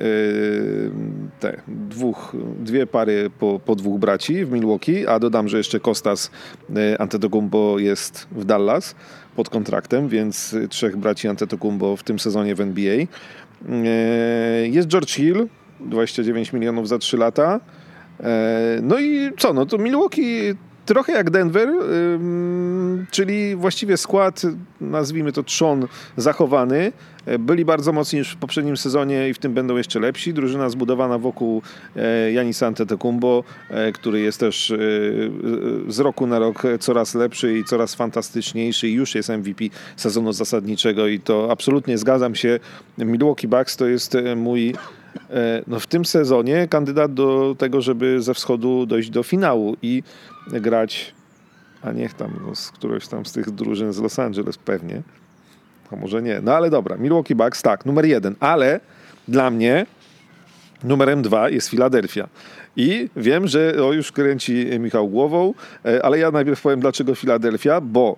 dwie pary po 2 braci w Milwaukee, a dodam, że jeszcze Kostas Antetokounmpo jest w Dallas pod kontraktem, więc 3 braci Antetokounmpo w tym sezonie w NBA. Jest George Hill, 29 milionów za 3 lata. No i co? To Milwaukee trochę jak Denver, czyli właściwie skład, nazwijmy to trzon, zachowany. Byli bardzo mocni już w poprzednim sezonie i w tym będą jeszcze lepsi. Drużyna zbudowana wokół Giannisa Antetokounmpo, który jest też z roku na rok coraz lepszy i coraz fantastyczniejszy i już jest MVP sezonu zasadniczego i to absolutnie zgadzam się. Milwaukee Bucks to jest mój w tym sezonie kandydat do tego, żeby ze wschodu dojść do finału i grać, a niech tam z którejś tam z tych drużyn z Los Angeles pewnie, a może nie, ale dobra, Milwaukee Bucks tak, numer 1, ale dla mnie numerem 2 jest Philadelphia. I wiem, że już kręci Michał głową, ale ja najpierw powiem, dlaczego Philadelphia, bo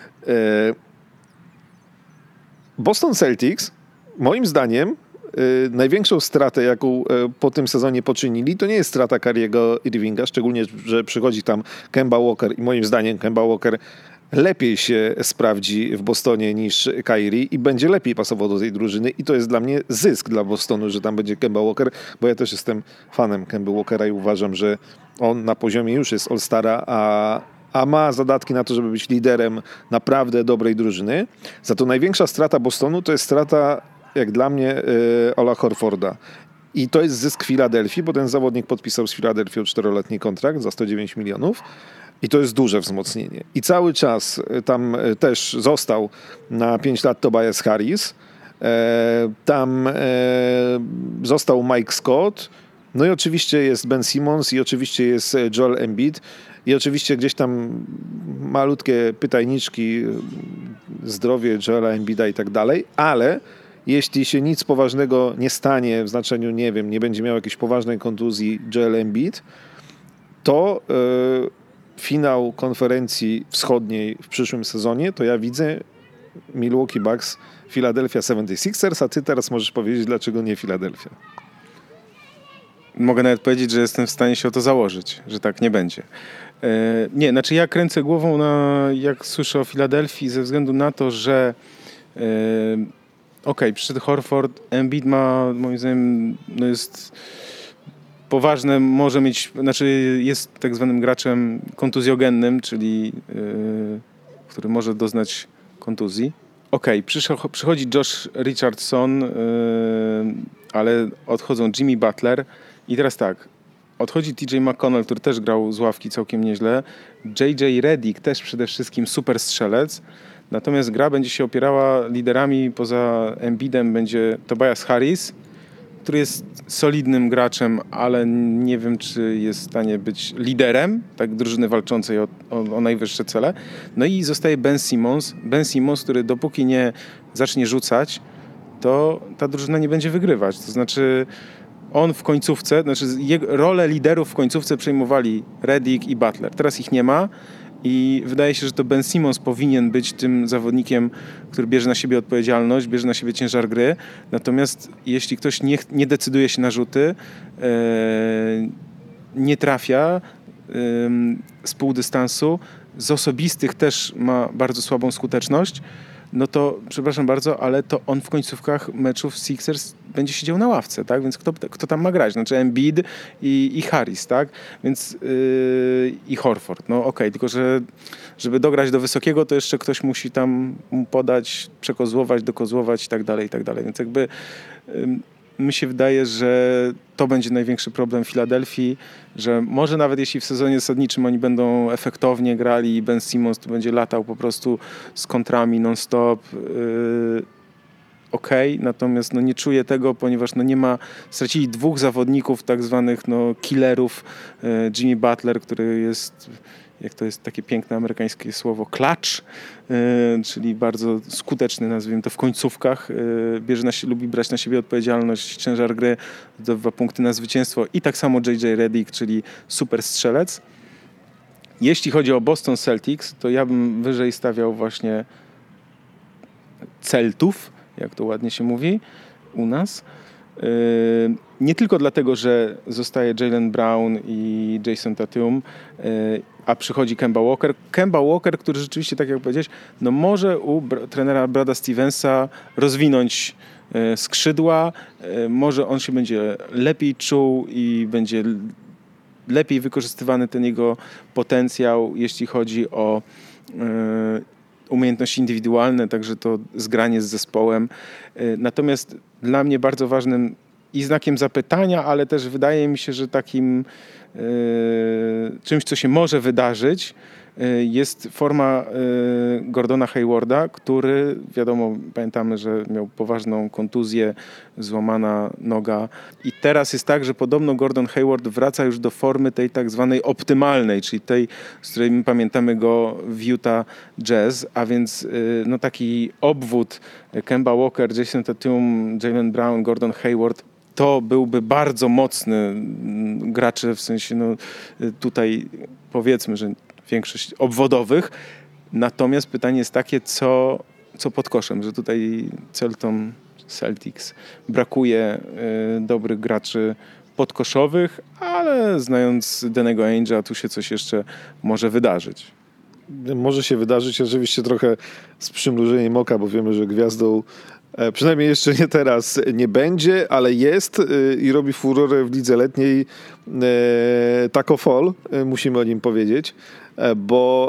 Boston Celtics moim zdaniem największą stratę, jaką po tym sezonie poczynili, to nie jest strata Kyriego Irvinga, szczególnie, że przychodzi tam Kemba Walker i moim zdaniem Kemba Walker lepiej się sprawdzi w Bostonie niż Kyrie i będzie lepiej pasował do tej drużyny i to jest dla mnie zysk dla Bostonu, że tam będzie Kemba Walker, bo ja też jestem fanem Kemby Walkera i uważam, że on na poziomie już jest All-Stara, a ma zadatki na to, żeby być liderem naprawdę dobrej drużyny. Za to największa strata Bostonu to jest strata, jak dla mnie, Ala Horforda. I to jest zysk Filadelfii, bo ten zawodnik podpisał z Filadelfią 4-letni kontrakt za 109 milionów. I to jest duże wzmocnienie. I cały czas tam też został na 5 lat Tobias Harris. Tam został Mike Scott. No i oczywiście jest Ben Simmons i oczywiście jest Joel Embiid. I oczywiście gdzieś tam malutkie pytajniczki, zdrowie Joela Embida i tak dalej, ale jeśli się nic poważnego nie stanie, w znaczeniu, nie wiem, nie będzie miał jakiejś poważnej kontuzji Joel Embiid, to finał konferencji wschodniej w przyszłym sezonie, to ja widzę Milwaukee Bucks, Philadelphia 76ers, a ty teraz możesz powiedzieć, dlaczego nie Philadelphia. Mogę nawet powiedzieć, że jestem w stanie się o to założyć, że tak nie będzie. Nie, znaczy ja kręcę głową, jak słyszę o Filadelfii, ze względu na to, że przyszedł Horford, Embiid ma, moim zdaniem, jest poważne, może mieć, jest tak zwanym graczem kontuzjogennym, czyli który może doznać kontuzji. Przychodzi Josh Richardson, ale odchodzą Jimmy Butler i teraz tak, odchodzi TJ McConnell, który też grał z ławki całkiem nieźle, JJ Redick też przede wszystkim super strzelec, Natomiast gra będzie się opierała liderami, poza Embiidem będzie Tobias Harris, który jest solidnym graczem, ale nie wiem, czy jest w stanie być liderem tak drużyny walczącej o najwyższe cele. No i zostaje Ben Simmons. Ben Simmons, który dopóki nie zacznie rzucać, to ta drużyna nie będzie wygrywać. To znaczy on w końcówce, rolę liderów w końcówce przejmowali Redick i Butler. Teraz ich nie ma i wydaje się, że to Ben Simmons powinien być tym zawodnikiem, który bierze na siebie odpowiedzialność, bierze na siebie ciężar gry. Natomiast jeśli ktoś nie decyduje się na rzuty, nie trafia z pół dystansu, z osobistych też ma bardzo słabą skuteczność, no to, przepraszam bardzo, ale to on w końcówkach meczów Sixers będzie siedział na ławce, tak? Więc kto tam ma grać? Znaczy Embiid i Harris, tak? Więc i Horford. No okej, tylko że żeby dograć do wysokiego, to jeszcze ktoś musi tam mu podać, przekozłować, dokozłować i tak dalej, i tak dalej. Więc jakby mi się wydaje, że to będzie największy problem Filadelfii, że może nawet jeśli w sezonie zasadniczym oni będą efektownie grali i Ben Simmons tu będzie latał po prostu z kontrami non-stop, natomiast nie czuję tego, ponieważ stracili dwóch zawodników, tak zwanych killerów. Jimmy Butler, który jest, jak to jest takie piękne amerykańskie słowo, clutch, czyli bardzo skuteczny, nazwijmy to, w końcówkach. Lubi brać na siebie odpowiedzialność, ciężar gry, zdobywa punkty na zwycięstwo i tak samo JJ Redick, czyli super strzelec. Jeśli chodzi o Boston Celtics, to ja bym wyżej stawiał właśnie Celtów, jak to ładnie się mówi u nas. Nie tylko dlatego, że zostaje Jaylen Brown i Jason Tatum, a przychodzi Kemba Walker. Kemba Walker, który rzeczywiście, tak jak powiedziałeś, może u trenera Brada Stevensa rozwinąć skrzydła, może on się będzie lepiej czuł i będzie lepiej wykorzystywany ten jego potencjał, jeśli chodzi o umiejętności indywidualne, także to zgranie z zespołem. Natomiast dla mnie bardzo ważnym i znakiem zapytania, ale też wydaje mi się, że takim czymś, co się może wydarzyć, jest forma Gordona Haywarda, który, wiadomo, pamiętamy, że miał poważną kontuzję, złamana noga. I teraz jest tak, że podobno Gordon Hayward wraca już do formy tej tak zwanej optymalnej, czyli tej, z której my pamiętamy go w Utah Jazz, a więc taki obwód Kemba Walker, Jason Tatum, Jaylen Brown, Gordon Hayward, to byłby bardzo mocny gracze, w sensie tutaj powiedzmy, że większość obwodowych. Natomiast pytanie jest takie, co pod koszem, że tutaj Celtics brakuje dobrych graczy podkoszowych, ale znając Danny'ego Ainge'a, tu się coś jeszcze może wydarzyć. Może się wydarzyć oczywiście trochę z przymrużeniem oka, bo wiemy, że gwiazdą przynajmniej jeszcze nie teraz nie będzie, ale jest i robi furorę w lidze letniej Taco Fall, musimy o nim powiedzieć, bo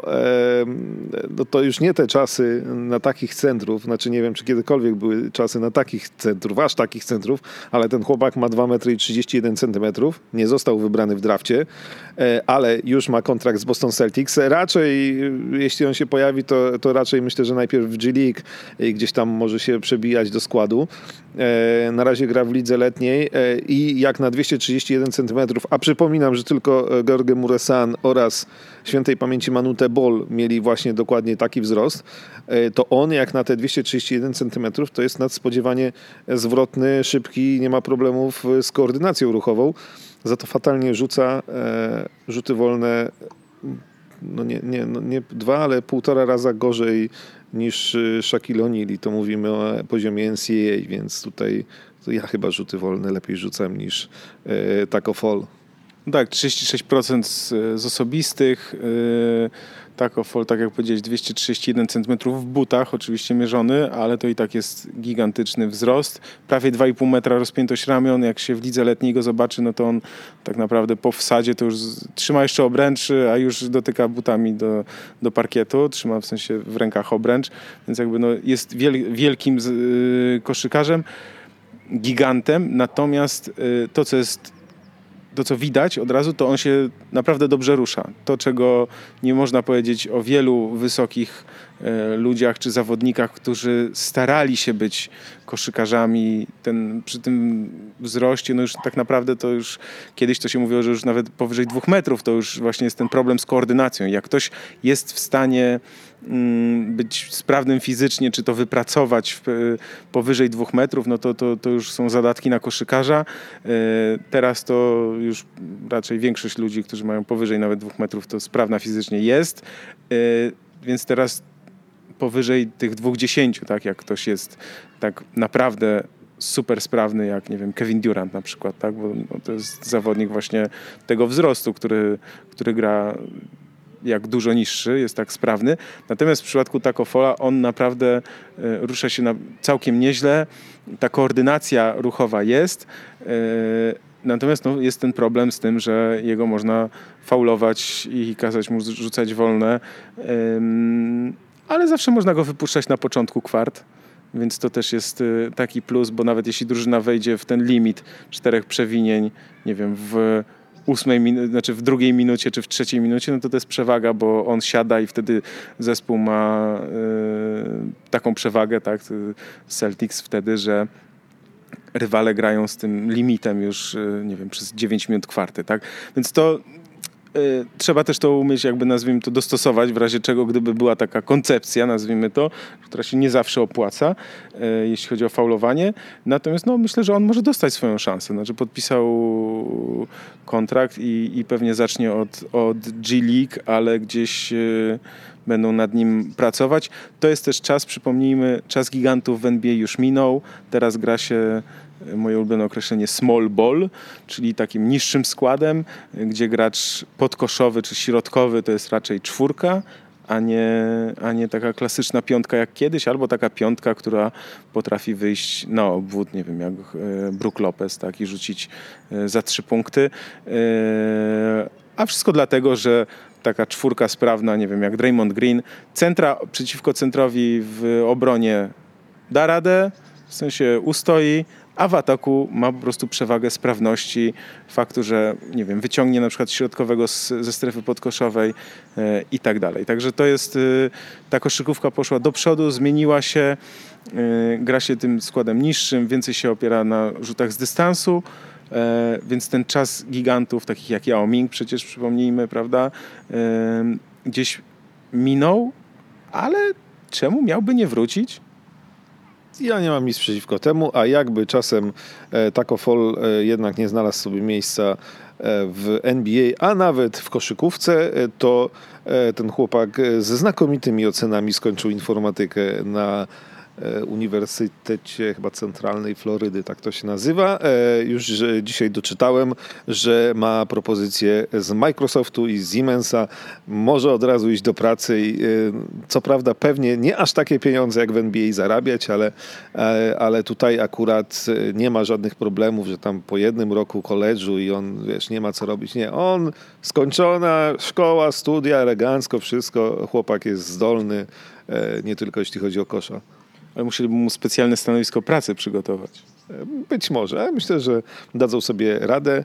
to już nie te czasy na takich centrów, znaczy nie wiem, czy kiedykolwiek były czasy na takich centrów, aż takich centrów, ale ten chłopak ma 2,31 m, nie został wybrany w drafcie, ale już ma kontrakt z Boston Celtics. Raczej, jeśli on się pojawi, to raczej myślę, że najpierw w G League i gdzieś tam może się przebijać do składu. Na razie gra w lidze letniej i jak na 231 cm, a przypominam, że tylko George Muresan oraz świętej pamięci Manute Bol mieli właśnie dokładnie taki wzrost, to on jak na te 231 cm to jest nadspodziewanie zwrotny, szybki, nie ma problemów z koordynacją ruchową. Za to fatalnie rzuca, rzuty wolne nie 2, ale 1,5 raza gorzej niż Shaquille O'Neal i to mówimy o poziomie NCAA, więc tutaj to ja chyba rzuty wolne lepiej rzucam niż Taco Fall. Tak, 36% z osobistych. Taco Fall, tak jak powiedziałeś, 231 cm w butach, oczywiście mierzony, ale to i tak jest gigantyczny wzrost. Prawie 2,5 metra rozpiętość ramion. Jak się w lidze letniej go zobaczy, no to on tak naprawdę po wsadzie to już trzyma jeszcze obręcz, a już dotyka butami do parkietu. Trzyma w sensie w rękach obręcz, więc jakby jest wielkim koszykarzem, gigantem. Natomiast to, co jest to, co widać od razu, to on się naprawdę dobrze rusza. To, czego nie można powiedzieć o wielu wysokich ludziach czy zawodnikach, którzy starali się być koszykarzami przy tym wzroście, no już tak naprawdę to już kiedyś to się mówiło, że już nawet powyżej 2 metrów to już właśnie jest ten problem z koordynacją. Jak ktoś jest w stanie być sprawnym fizycznie, czy to wypracować powyżej 2 metrów, no to już są zadatki na koszykarza. Teraz to już raczej większość ludzi, którzy mają powyżej nawet 2 metrów, to sprawna fizycznie jest. Więc teraz powyżej tych 2,10, tak, jak ktoś jest tak naprawdę super sprawny, jak nie wiem, Kevin Durant na przykład, tak, bo to jest zawodnik właśnie tego wzrostu, który gra jak dużo niższy, jest tak sprawny. Natomiast w przypadku Tacko Falla on naprawdę rusza się całkiem nieźle. Ta koordynacja ruchowa jest. Natomiast jest ten problem z tym, że jego można faulować i kazać mu rzucać wolne. Ale zawsze można go wypuszczać na początku kwart. Więc to też jest taki plus, bo nawet jeśli drużyna wejdzie w ten limit 4 przewinień, nie wiem, w 2 minucie czy w 3 minucie, no to jest przewaga, bo on siada i wtedy zespół ma taką przewagę, tak, Celtics wtedy, że rywale grają z tym limitem już, nie wiem, przez 9 minut kwarty, tak? Więc to trzeba też to umieć, jakby nazwijmy to, dostosować, w razie czego, gdyby była taka koncepcja, nazwijmy to, która się nie zawsze opłaca, jeśli chodzi o faulowanie. Natomiast myślę, że on może dostać swoją szansę. Znaczy podpisał kontrakt i pewnie zacznie od G League, ale gdzieś będą nad nim pracować. To jest też czas, przypomnijmy, czas gigantów w NBA już minął. Teraz gra się moje ulubione określenie small ball, czyli takim niższym składem, gdzie gracz podkoszowy czy środkowy to jest raczej 4, a nie taka klasyczna 5 jak kiedyś, albo taka 5, która potrafi wyjść na obwód, nie wiem, jak Brook Lopez, tak, i rzucić za 3 punkty. A wszystko dlatego, że taka 4 sprawna, nie wiem, jak Draymond Green, centra przeciwko centrowi w obronie da radę, w sensie ustoi, a w ataku ma po prostu przewagę sprawności, faktu, że nie wiem, wyciągnie na przykład środkowego ze strefy podkoszowej i tak dalej. Także to jest, ta koszykówka poszła do przodu, zmieniła się, gra się tym składem niższym, więcej się opiera na rzutach z dystansu, więc ten czas gigantów, takich jak Yao Ming, przecież przypomnijmy, prawda, gdzieś minął, ale czemu miałby nie wrócić? Ja nie mam nic przeciwko temu, a jakby czasem Tacko Fall jednak nie znalazł sobie miejsca w NBA, a nawet w koszykówce, to ten chłopak ze znakomitymi ocenami skończył informatykę na Uniwersytecie chyba Centralnej Florydy, tak to się nazywa. Już dzisiaj doczytałem, że ma propozycję z Microsoftu i z Siemensa. Może od razu iść do pracy i co prawda pewnie nie aż takie pieniądze jak w NBA zarabiać, ale tutaj akurat nie ma żadnych problemów, że tam po 1 roku koledżu i on, wiesz, nie ma co robić. Nie, on skończona szkoła, studia, elegancko, wszystko. Chłopak jest zdolny, nie tylko jeśli chodzi o kosza. Ale musieliby mu specjalne stanowisko pracy przygotować. Być może. Myślę, że dadzą sobie radę.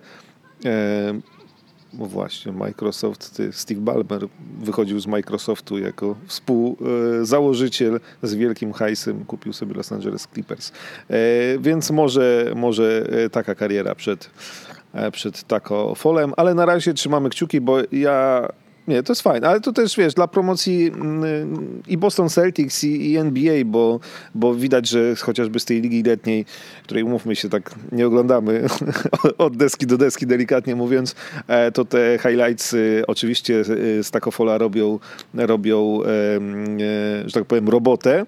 No właśnie, Microsoft, Steve Ballmer wychodził z Microsoftu jako współzałożyciel z wielkim hajsem, kupił sobie Los Angeles Clippers. Więc może taka kariera przed Tacko Fallem, ale na razie trzymamy kciuki, bo nie, to jest fajne, ale to też, wiesz, dla promocji i Boston Celtics i NBA, bo widać, że chociażby z tej ligi letniej, której umówmy się, tak nie oglądamy od deski do deski, delikatnie mówiąc, to te highlights oczywiście z Tacko Falla robią, że tak powiem, robotę.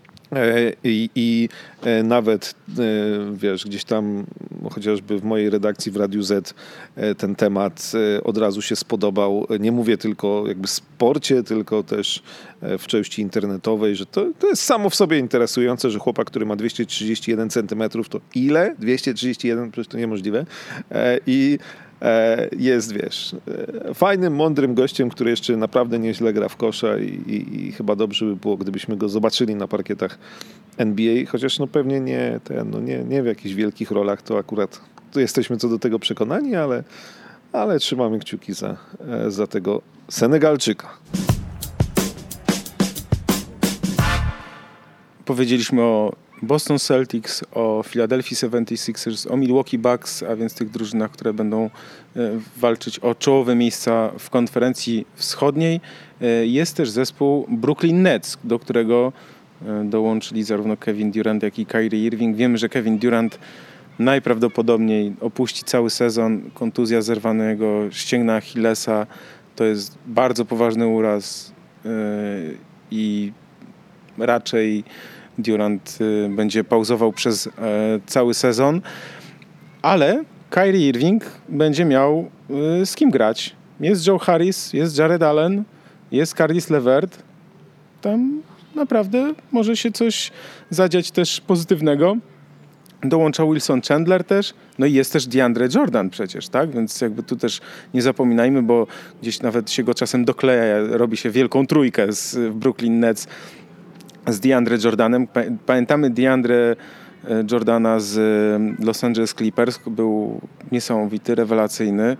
I nawet, wiesz, gdzieś tam chociażby w mojej redakcji w Radiu Z ten temat od razu się spodobał. Nie mówię tylko jakby sporcie, tylko też w części internetowej, że to jest samo w sobie interesujące, że chłopak, który ma 231 centymetrów, to ile? 231? Przecież to niemożliwe. I jest, wiesz, fajnym, mądrym gościem, który jeszcze naprawdę nieźle gra w kosza i chyba dobrze by było, gdybyśmy go zobaczyli na parkietach NBA, chociaż pewnie nie w jakichś wielkich rolach, to akurat jesteśmy co do tego przekonani, ale trzymamy kciuki za tego Senegalczyka. Powiedzieliśmy o Boston Celtics, o Philadelphia 76ers, o Milwaukee Bucks, a więc tych drużynach, które będą walczyć o czołowe miejsca w konferencji wschodniej. Jest też zespół Brooklyn Nets, do którego dołączyli zarówno Kevin Durant, jak i Kyrie Irving. Wiemy, że Kevin Durant najprawdopodobniej opuści cały sezon. Kontuzja zerwanego ścięgna Achillesa to jest bardzo poważny uraz i raczej Durant będzie pauzował przez cały sezon, ale Kyrie Irving będzie miał z kim grać. Jest Joe Harris, jest Jared Allen, jest Caris LeVert. Tam naprawdę może się coś zadziać też pozytywnego. Dołącza Wilson Chandler też, no i jest też DeAndre Jordan przecież, tak? Więc jakby tu też nie zapominajmy, bo gdzieś nawet się go czasem dokleja, robi się wielką trójkę z Brooklyn Nets z DeAndre Jordanem. Pamiętamy DeAndre Jordana z Los Angeles Clippers, był niesamowity, rewelacyjny.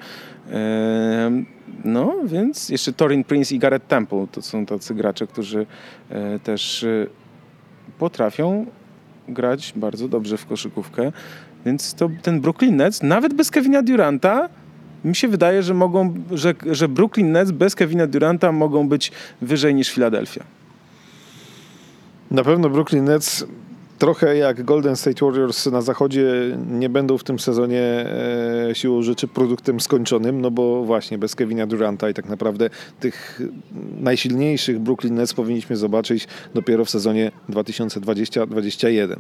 No więc jeszcze Taurean Prince i Garrett Temple to są tacy gracze, którzy też potrafią grać bardzo dobrze w koszykówkę, więc to ten Brooklyn Nets, nawet bez Kevina Duranta, mi się wydaje, że Brooklyn Nets bez Kevina Duranta mogą być wyżej niż Philadelphia. Na pewno Brooklyn Nets trochę jak Golden State Warriors na zachodzie nie będą w tym sezonie siłą rzeczy produktem skończonym, no bo właśnie bez Kevina Duranta i tak naprawdę tych najsilniejszych Brooklyn Nets powinniśmy zobaczyć dopiero w sezonie 2020-2021.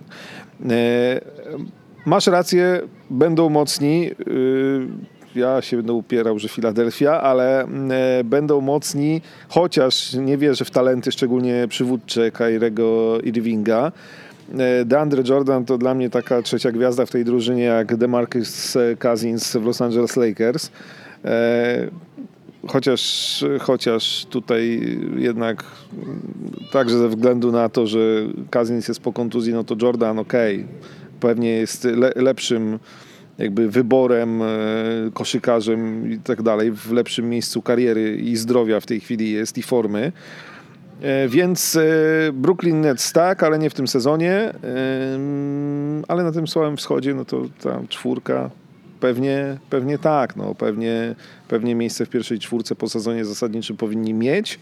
Masz rację, będą mocni. Ja się będę upierał, że Philadelphia, ale będą mocni, chociaż nie wierzę w talenty, szczególnie przywódcze Kyriego Irvinga. DeAndre Jordan to dla mnie taka trzecia gwiazda w tej drużynie jak DeMarcus Cousins w Los Angeles Lakers. Chociaż tutaj jednak także ze względu na to, że Cousins jest po kontuzji, no to Jordan pewnie jest lepszym jakby wyborem, koszykarzem i tak dalej, w lepszym miejscu kariery i zdrowia w tej chwili jest i formy. Więc Brooklyn Nets tak, ale nie w tym sezonie, ale na tym słabym wschodzie, no to ta czwórka pewnie tak, no pewnie miejsce w pierwszej czwórce po sezonie zasadniczym powinni mieć.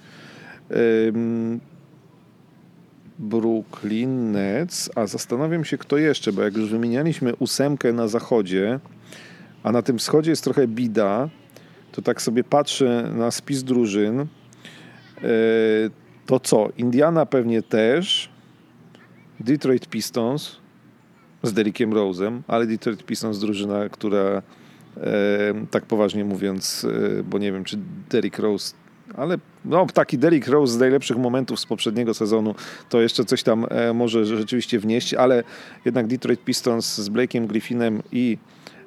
Brooklyn Nets, a zastanawiam się kto jeszcze, bo jak już wymienialiśmy 8 na zachodzie, a na tym wschodzie jest trochę bida, to tak sobie patrzę na spis drużyn, to co? Indiana pewnie też, Detroit Pistons z Derrickiem Rose'em, ale Detroit Pistons drużyna, która tak poważnie mówiąc, bo nie wiem czy Derrick Rose, ale no, taki Derrick Rose z najlepszych momentów z poprzedniego sezonu to jeszcze coś tam może rzeczywiście wnieść, ale jednak Detroit Pistons z Blake'em Griffinem i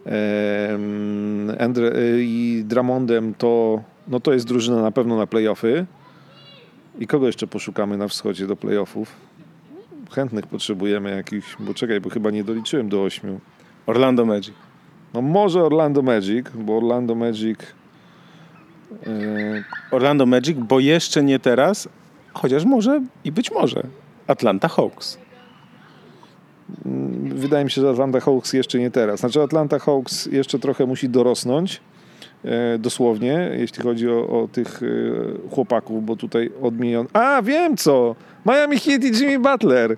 Drummondem to jest drużyna na pewno na play-offy. I kogo jeszcze poszukamy na wschodzie do play-offów? Chętnych potrzebujemy jakichś, bo chyba nie doliczyłem do 8. Orlando Magic. No może Orlando Magic, bo Orlando Magic, bo jeszcze nie teraz, chociaż może i być może Atlanta Hawks. Wydaje mi się, że Atlanta Hawks jeszcze nie teraz. Znaczy Atlanta Hawks jeszcze trochę musi dorosnąć, dosłownie, jeśli chodzi o tych chłopaków, bo tutaj odmienion... A, wiem co! Miami Heat i Jimmy Butler.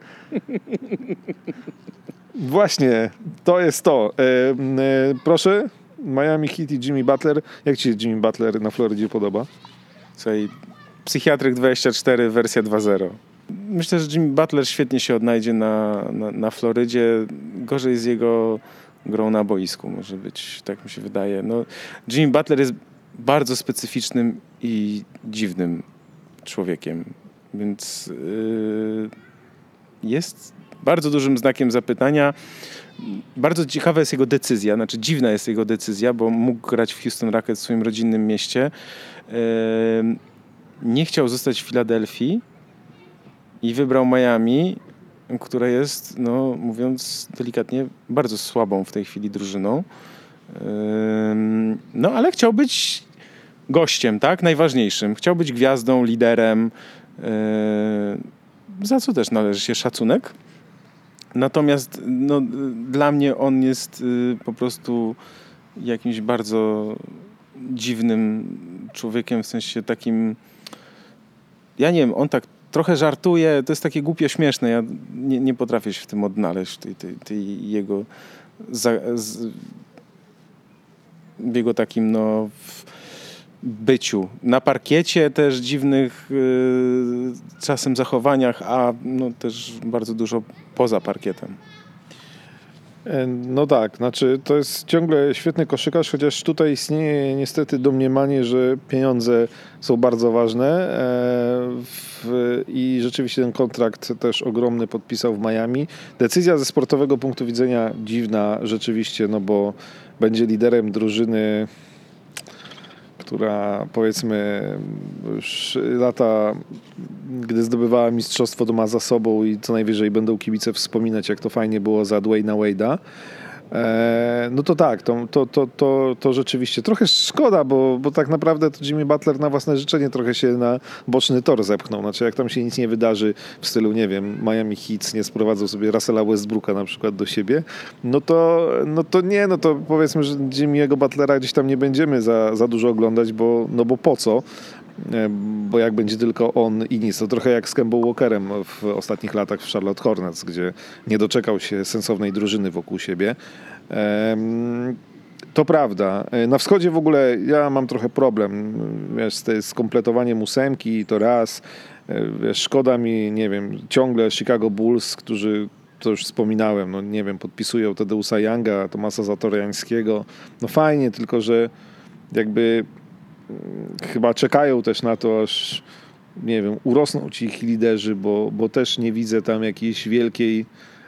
Właśnie, to jest to. Proszę, Miami Heat i Jimmy Butler. Jak ci się Jimmy Butler na Florydzie podoba? Słuchaj, Psychiatryk 24 wersja 2.0. Myślę, że Jimmy Butler świetnie się odnajdzie na Florydzie. Gorzej z jego grą na boisku może być, tak mi się wydaje. No, Jimmy Butler jest bardzo specyficznym i dziwnym człowiekiem, więc jest bardzo dużym znakiem zapytania. Bardzo ciekawa jest jego decyzja, znaczy dziwna jest jego decyzja, bo mógł grać w Houston Rockets w swoim rodzinnym mieście. Nie chciał zostać w Filadelfii i wybrał Miami która jest, no mówiąc delikatnie, bardzo słabą w tej chwili drużyną. No ale chciał być gościem, tak? Najważniejszym. Chciał być gwiazdą, liderem, za co też należy się szacunek. Natomiast no, dla mnie on jest po prostu jakimś bardzo dziwnym człowiekiem, w sensie takim, ja nie wiem, on tak trochę żartuje, to jest takie głupio śmieszne, ja nie potrafię się w tym odnaleźć, tej jego w jego takim no byciu. Na parkiecie też dziwnych czasem zachowaniach, a no też bardzo dużo poza parkietem. No tak, znaczy to jest ciągle świetny koszykarz, chociaż tutaj istnieje niestety domniemanie, że pieniądze są bardzo ważne i rzeczywiście ten kontrakt też ogromny podpisał w Miami. Decyzja ze sportowego punktu widzenia dziwna rzeczywiście, no bo będzie liderem drużyny, która powiedzmy już lata, gdy zdobywała mistrzostwo, to ma za sobą i co najwyżej będą kibice wspominać, jak to fajnie było za Dwayna Wade'a. No to tak, to rzeczywiście trochę szkoda, bo tak naprawdę to Jimmy Butler na własne życzenie trochę się na boczny tor zepchnął. Znaczy jak tam się nic nie wydarzy w stylu, nie wiem, Miami Heat nie sprowadzą sobie Russella Westbrooka na przykład do siebie, no to powiedzmy, że Jimmy'ego Butlera gdzieś tam nie będziemy za dużo oglądać, bo po co? Bo jak będzie tylko on i nic, to trochę jak z Kembą Walkerem w ostatnich latach w Charlotte Hornets, gdzie nie doczekał się sensownej drużyny wokół siebie. To prawda. Na wschodzie w ogóle ja mam trochę problem z kompletowaniem ósemki, to raz. Szkoda mi, nie wiem, ciągle Chicago Bulls, którzy, to już wspominałem, no nie wiem, podpisują Tadeusa Younga, Tomasa Zatoriańskiego. No fajnie, tylko że jakby chyba czekają też na to, aż nie wiem, urosną ci ich liderzy, bo też nie widzę tam jakiejś wielkiej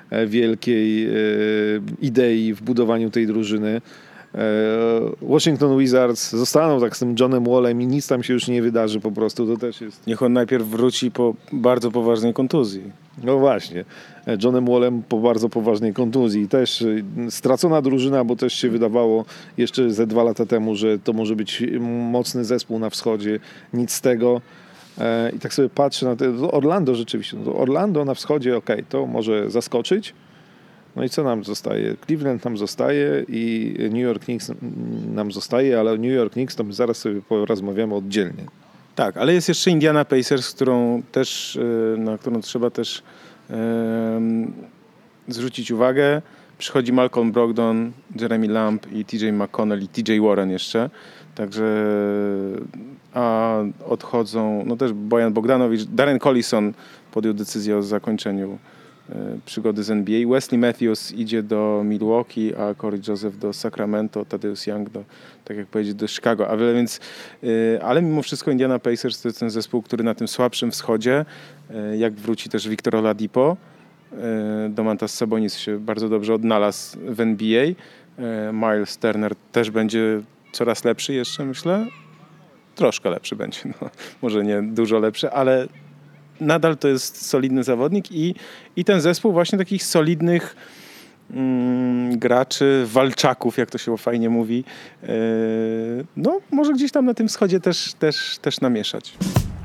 idei w budowaniu tej drużyny. Washington Wizards zostaną tak z tym Johnem Wallem i nic tam się już nie wydarzy po prostu. To też jest... Niech on najpierw wróci po bardzo poważnej kontuzji. No właśnie. Johnem Wallem po bardzo poważnej kontuzji. Też stracona drużyna, bo też się wydawało jeszcze ze 2 lata temu, że to może być mocny zespół na wschodzie. Nic z tego. I tak sobie patrzę na to. Orlando rzeczywiście. No Orlando na wschodzie, okej, to może zaskoczyć. No i co nam zostaje? Cleveland nam zostaje i New York Knicks nam zostaje, ale o New York Knicks to my zaraz sobie porozmawiamy oddzielnie. Tak, ale jest jeszcze Indiana Pacers, na którą trzeba też zwrócić uwagę. Przychodzi Malcolm Brogdon, Jeremy Lamb i TJ McConnell i TJ Warren jeszcze. Także odchodzą, no też Bojan Bogdanowicz, Darren Collison podjął decyzję o zakończeniu przygody z NBA. Wesley Matthews idzie do Milwaukee, a Corey Joseph do Sacramento, Tadeusz Young tak jak powiedzieć, do Chicago. Ale mimo wszystko Indiana Pacers to jest ten zespół, który na tym słabszym wschodzie, jak wróci też Victor Oladipo, Domantas Sabonis się bardzo dobrze odnalazł w NBA. Miles Turner też będzie coraz lepszy jeszcze, myślę. Troszkę lepszy będzie, no, może nie dużo lepszy, ale nadal to jest solidny zawodnik i ten zespół właśnie takich solidnych graczy, walczaków, jak to się fajnie mówi, no może gdzieś tam na tym wschodzie też namieszać.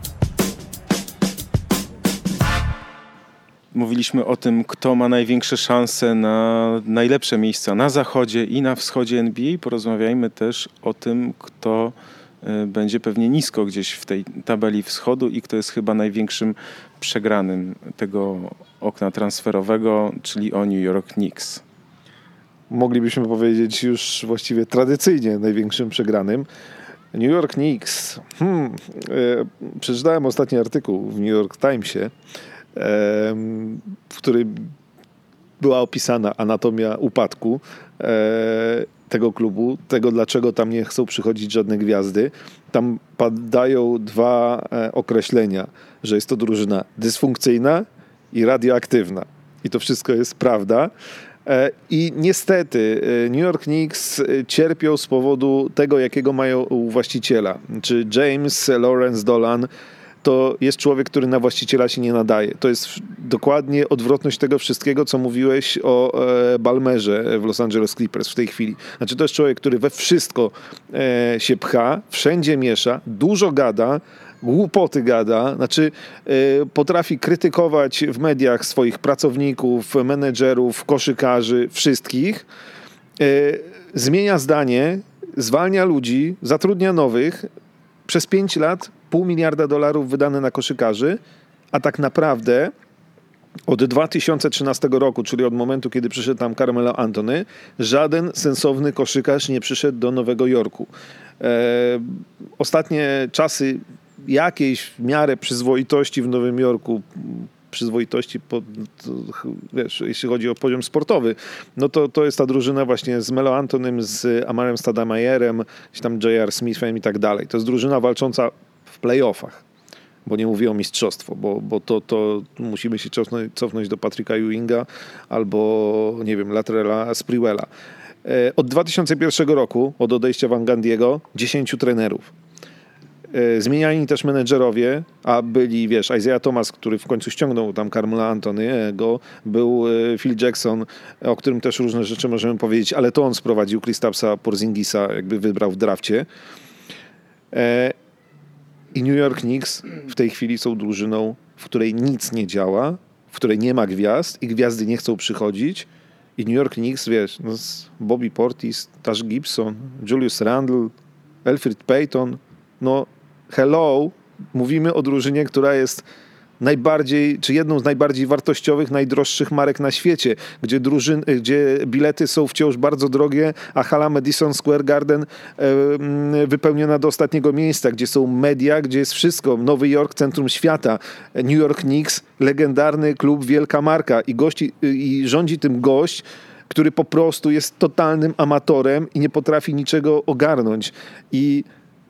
Mówiliśmy o tym, kto ma największe szanse na najlepsze miejsca na zachodzie i na wschodzie NBA. Porozmawiajmy też o tym, kto będzie pewnie nisko gdzieś w tej tabeli wschodu i kto jest chyba największym przegranym tego okna transferowego, czyli o New York Knicks. Moglibyśmy powiedzieć już właściwie tradycyjnie największym przegranym. New York Knicks. Przeczytałem ostatni artykuł w New York Timesie, w którym była opisana anatomia upadku tego klubu, tego dlaczego tam nie chcą przychodzić żadne gwiazdy. Tam padają 2 określenia, że jest to drużyna dysfunkcyjna i radioaktywna. I to wszystko jest prawda. I niestety New York Knicks cierpią z powodu tego, jakiego mają właściciela. Czy James Lawrence Dolan to jest człowiek, który na właściciela się nie nadaje. To jest dokładnie odwrotność tego wszystkiego, co mówiłeś o Ballmerze w Los Angeles Clippers w tej chwili. Znaczy to jest człowiek, który we wszystko się pcha, wszędzie miesza, dużo gada, głupoty gada, znaczy potrafi krytykować w mediach swoich pracowników, menedżerów, koszykarzy, wszystkich, zmienia zdanie, zwalnia ludzi, zatrudnia nowych, przez 5 lat $500 miliarda wydane na koszykarzy, a tak naprawdę od 2013 roku, czyli od momentu, kiedy przyszedł tam Carmelo Anthony, żaden sensowny koszykarz nie przyszedł do Nowego Jorku. Ostatnie czasy jakiejś w miarę przyzwoitości w Nowym Jorku, przyzwoitości, wiesz, jeśli chodzi o poziom sportowy, no to jest ta drużyna właśnie z Melo Antonym, z Amarem Stoudemire'em, tam J.R. Smithem i tak dalej. To jest drużyna walcząca w playoffach, bo nie mówię o mistrzostwo, bo to musimy się cofnąć do Patricka Ewinga albo, nie wiem, Latrella Sprewella. Od 2001 roku, od odejścia Van Gundy'ego, 10 trenerów. Zmieniani też menedżerowie, a byli, wiesz, Isaiah Thomas, który w końcu ściągnął tam Carmelo Anthony'ego, był Phil Jackson, o którym też różne rzeczy możemy powiedzieć, ale to on sprowadził Kristapsa Porzingisa, jakby wybrał w drafcie. I New York Knicks w tej chwili są drużyną, w której nic nie działa, w której nie ma gwiazd i gwiazdy nie chcą przychodzić. I New York Knicks, wiesz, no Bobby Portis, Taj Gibson, Julius Randle, Elfrid Payton, no hello, mówimy o drużynie, która jest najbardziej, czy jedną z najbardziej wartościowych, najdroższych marek na świecie, gdzie bilety są wciąż bardzo drogie, a hala Madison Square Garden wypełniona do ostatniego miejsca, gdzie są media, gdzie jest wszystko. Nowy Jork, centrum świata. New York Knicks, legendarny klub, wielka marka i rządzi tym gość, który po prostu jest totalnym amatorem i nie potrafi niczego ogarnąć. I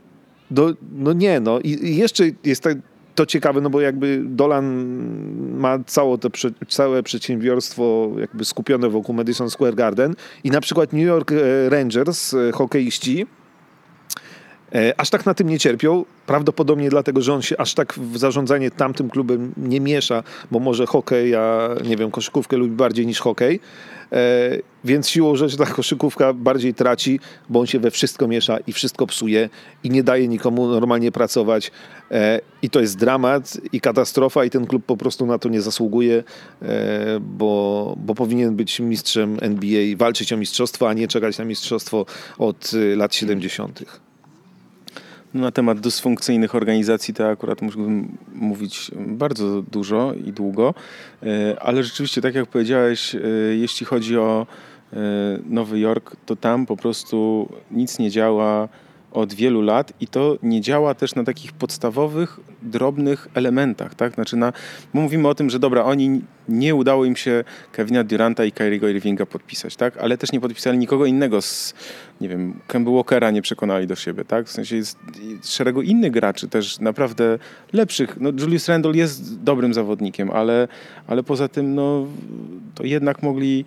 I jeszcze jest to ciekawe, no bo jakby Dolan ma całe przedsiębiorstwo jakby skupione wokół Madison Square Garden i na przykład New York Rangers, hokeiści, aż tak na tym nie cierpią, prawdopodobnie dlatego, że on się aż tak w zarządzanie tamtym klubem nie miesza, bo może hokej, a nie wiem, koszykówkę lubi bardziej niż hokej, więc siłą rzeczy ta koszykówka bardziej traci, bo on się we wszystko miesza i wszystko psuje i nie daje nikomu normalnie pracować i to jest dramat i katastrofa i ten klub po prostu na to nie zasługuje, bo powinien być mistrzem NBA, walczyć o mistrzostwo, a nie czekać na mistrzostwo od lat 70. No, na temat dysfunkcyjnych organizacji to akurat mógłbym mówić bardzo dużo i długo, ale rzeczywiście, tak jak powiedziałeś, jeśli chodzi o Nowy Jork, to tam po prostu nic nie działa od wielu lat i to nie działa też na takich podstawowych, drobnych elementach, tak? Znaczy bo mówimy o tym, że dobra, oni nie udało im się Kevina Duranta i Kyriego Irvinga podpisać, tak? Ale też nie podpisali nikogo innego nie wiem, Kemba Walkera nie przekonali do siebie, tak? W sensie jest szeregu innych graczy też naprawdę lepszych. No, Julius Randle jest dobrym zawodnikiem, ale poza tym, no, to jednak mogli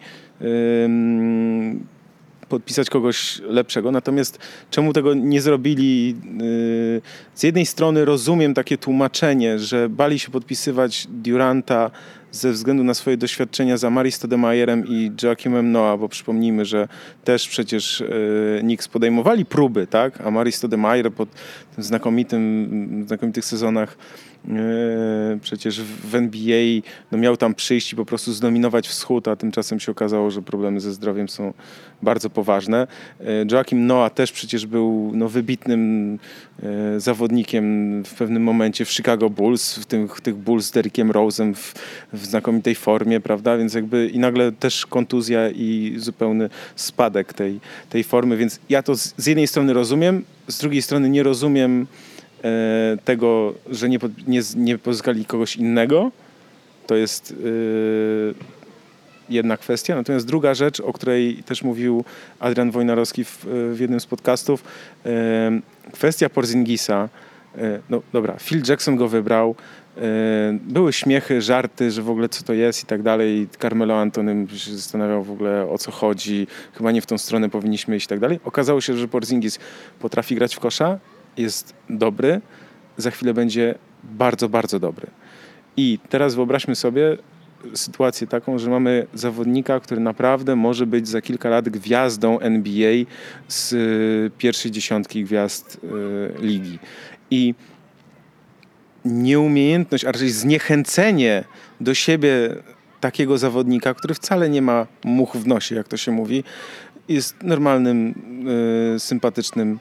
podpisać kogoś lepszego. Natomiast czemu tego nie zrobili? Z jednej strony rozumiem takie tłumaczenie, że bali się podpisywać Duranta ze względu na swoje doświadczenia z Amari Stoudemire'em i Joakimem Noah, bo przypomnijmy, że też przecież Knicks podejmowali próby, tak? Amari Stoudemire po tym znakomitych sezonach przecież w NBA miał tam przyjść i po prostu zdominować wschód, a tymczasem się okazało, że problemy ze zdrowiem są bardzo poważne. Joakim Noah też przecież był wybitnym zawodnikiem w pewnym momencie w Chicago Bulls, w tych Bulls z Derrickiem Rose'em w znakomitej formie, prawda? Więc jakby i nagle też kontuzja i zupełny spadek tej formy, więc ja to z jednej strony rozumiem, z drugiej strony nie rozumiem tego, że nie pozyskali kogoś innego. To jest jedna kwestia. Natomiast druga rzecz, o której też mówił Adrian Wojnarowski w jednym z podcastów, kwestia Porzingisa. No dobra, Phil Jackson go wybrał. Były śmiechy, żarty, że w ogóle co to jest i tak dalej. Carmelo Anthony się zastanawiał w ogóle, o co chodzi. Chyba nie w tą stronę powinniśmy iść i tak dalej. Okazało się, że Porzingis potrafi grać w kosza, jest dobry, za chwilę będzie bardzo, bardzo dobry. I teraz wyobraźmy sobie sytuację taką, że mamy zawodnika, który naprawdę może być za kilka lat gwiazdą NBA z pierwszej dziesiątki gwiazd ligi. I nieumiejętność, a raczej zniechęcenie do siebie takiego zawodnika, który wcale nie ma much w nosie, jak to się mówi, jest normalnym, sympatycznym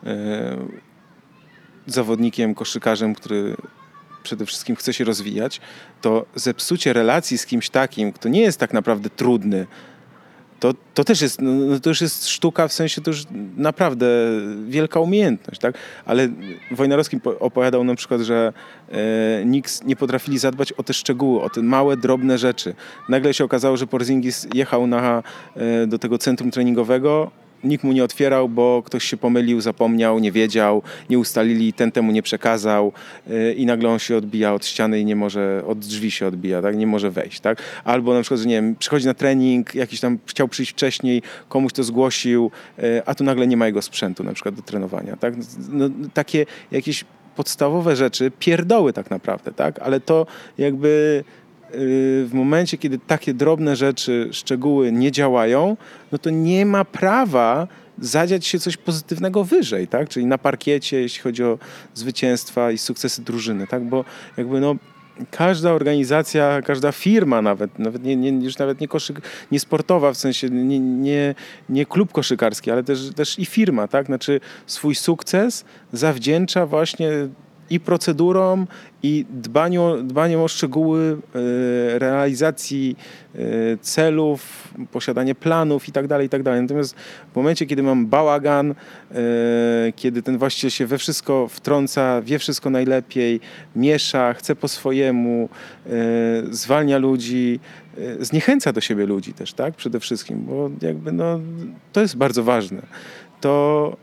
zawodnikiem, koszykarzem, który przede wszystkim chce się rozwijać, to zepsucie relacji z kimś takim, kto nie jest tak naprawdę trudny, to też jest, to już jest sztuka, w sensie to już naprawdę wielka umiejętność, tak? Ale Wojnarowski opowiadał na przykład, że Knicks nie potrafili zadbać o te szczegóły, o te małe, drobne rzeczy. Nagle się okazało, że Porzingis jechał do tego centrum treningowego, nikt mu nie otwierał, bo ktoś się pomylił, zapomniał, nie wiedział, nie ustalili, ten temu nie przekazał i nagle on się odbija od ściany i nie może, od drzwi się odbija, tak? Nie może wejść, tak? Albo na przykład, że nie wiem, przychodzi na trening, jakiś tam chciał przyjść wcześniej, komuś to zgłosił, a tu nagle nie ma jego sprzętu na przykład do trenowania, tak? No, takie jakieś podstawowe rzeczy, pierdoły tak naprawdę, tak? Ale to jakby w momencie, kiedy takie drobne rzeczy, szczegóły nie działają, no to nie ma prawa zadziać się coś pozytywnego wyżej, tak? Czyli na parkiecie, jeśli chodzi o zwycięstwa i sukcesy drużyny, tak? Bo jakby każda organizacja, każda firma nawet już nawet nie sportowa, w sensie nie klub koszykarski, ale też i firma, tak? Znaczy swój sukces zawdzięcza właśnie i procedurom, i dbaniu o szczegóły realizacji celów, posiadanie planów i tak dalej. Natomiast w momencie, kiedy mam bałagan, kiedy ten właściciel się we wszystko wtrąca, wie wszystko najlepiej, miesza, chce po swojemu, zwalnia ludzi, zniechęca do siebie ludzi też, tak? Przede wszystkim, bo jakby to jest bardzo ważne. To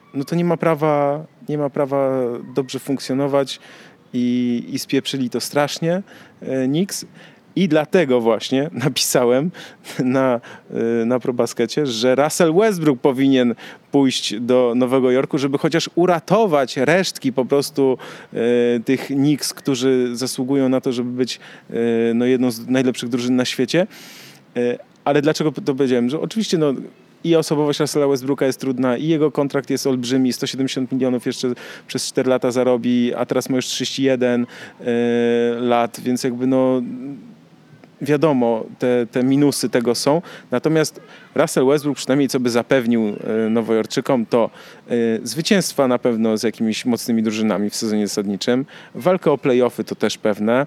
nie ma prawa dobrze funkcjonować i spieprzyli to strasznie Knicks. I dlatego właśnie napisałem na ProBaskecie, że Russell Westbrook powinien pójść do Nowego Jorku, żeby chociaż uratować resztki po prostu tych Knicks, którzy zasługują na to, żeby być jedną z najlepszych drużyn na świecie. Ale dlaczego to powiedziałem? Że oczywiście i osobowość Russella Westbrooka jest trudna, i jego kontrakt jest olbrzymi, 170 milionów jeszcze przez 4 lata zarobi, a teraz ma już 31 lat, więc jakby wiadomo, te minusy tego są. Natomiast Russell Westbrook przynajmniej co by zapewnił Nowojorczykom, to zwycięstwa na pewno z jakimiś mocnymi drużynami w sezonie zasadniczym, walkę o play-offy to też pewne,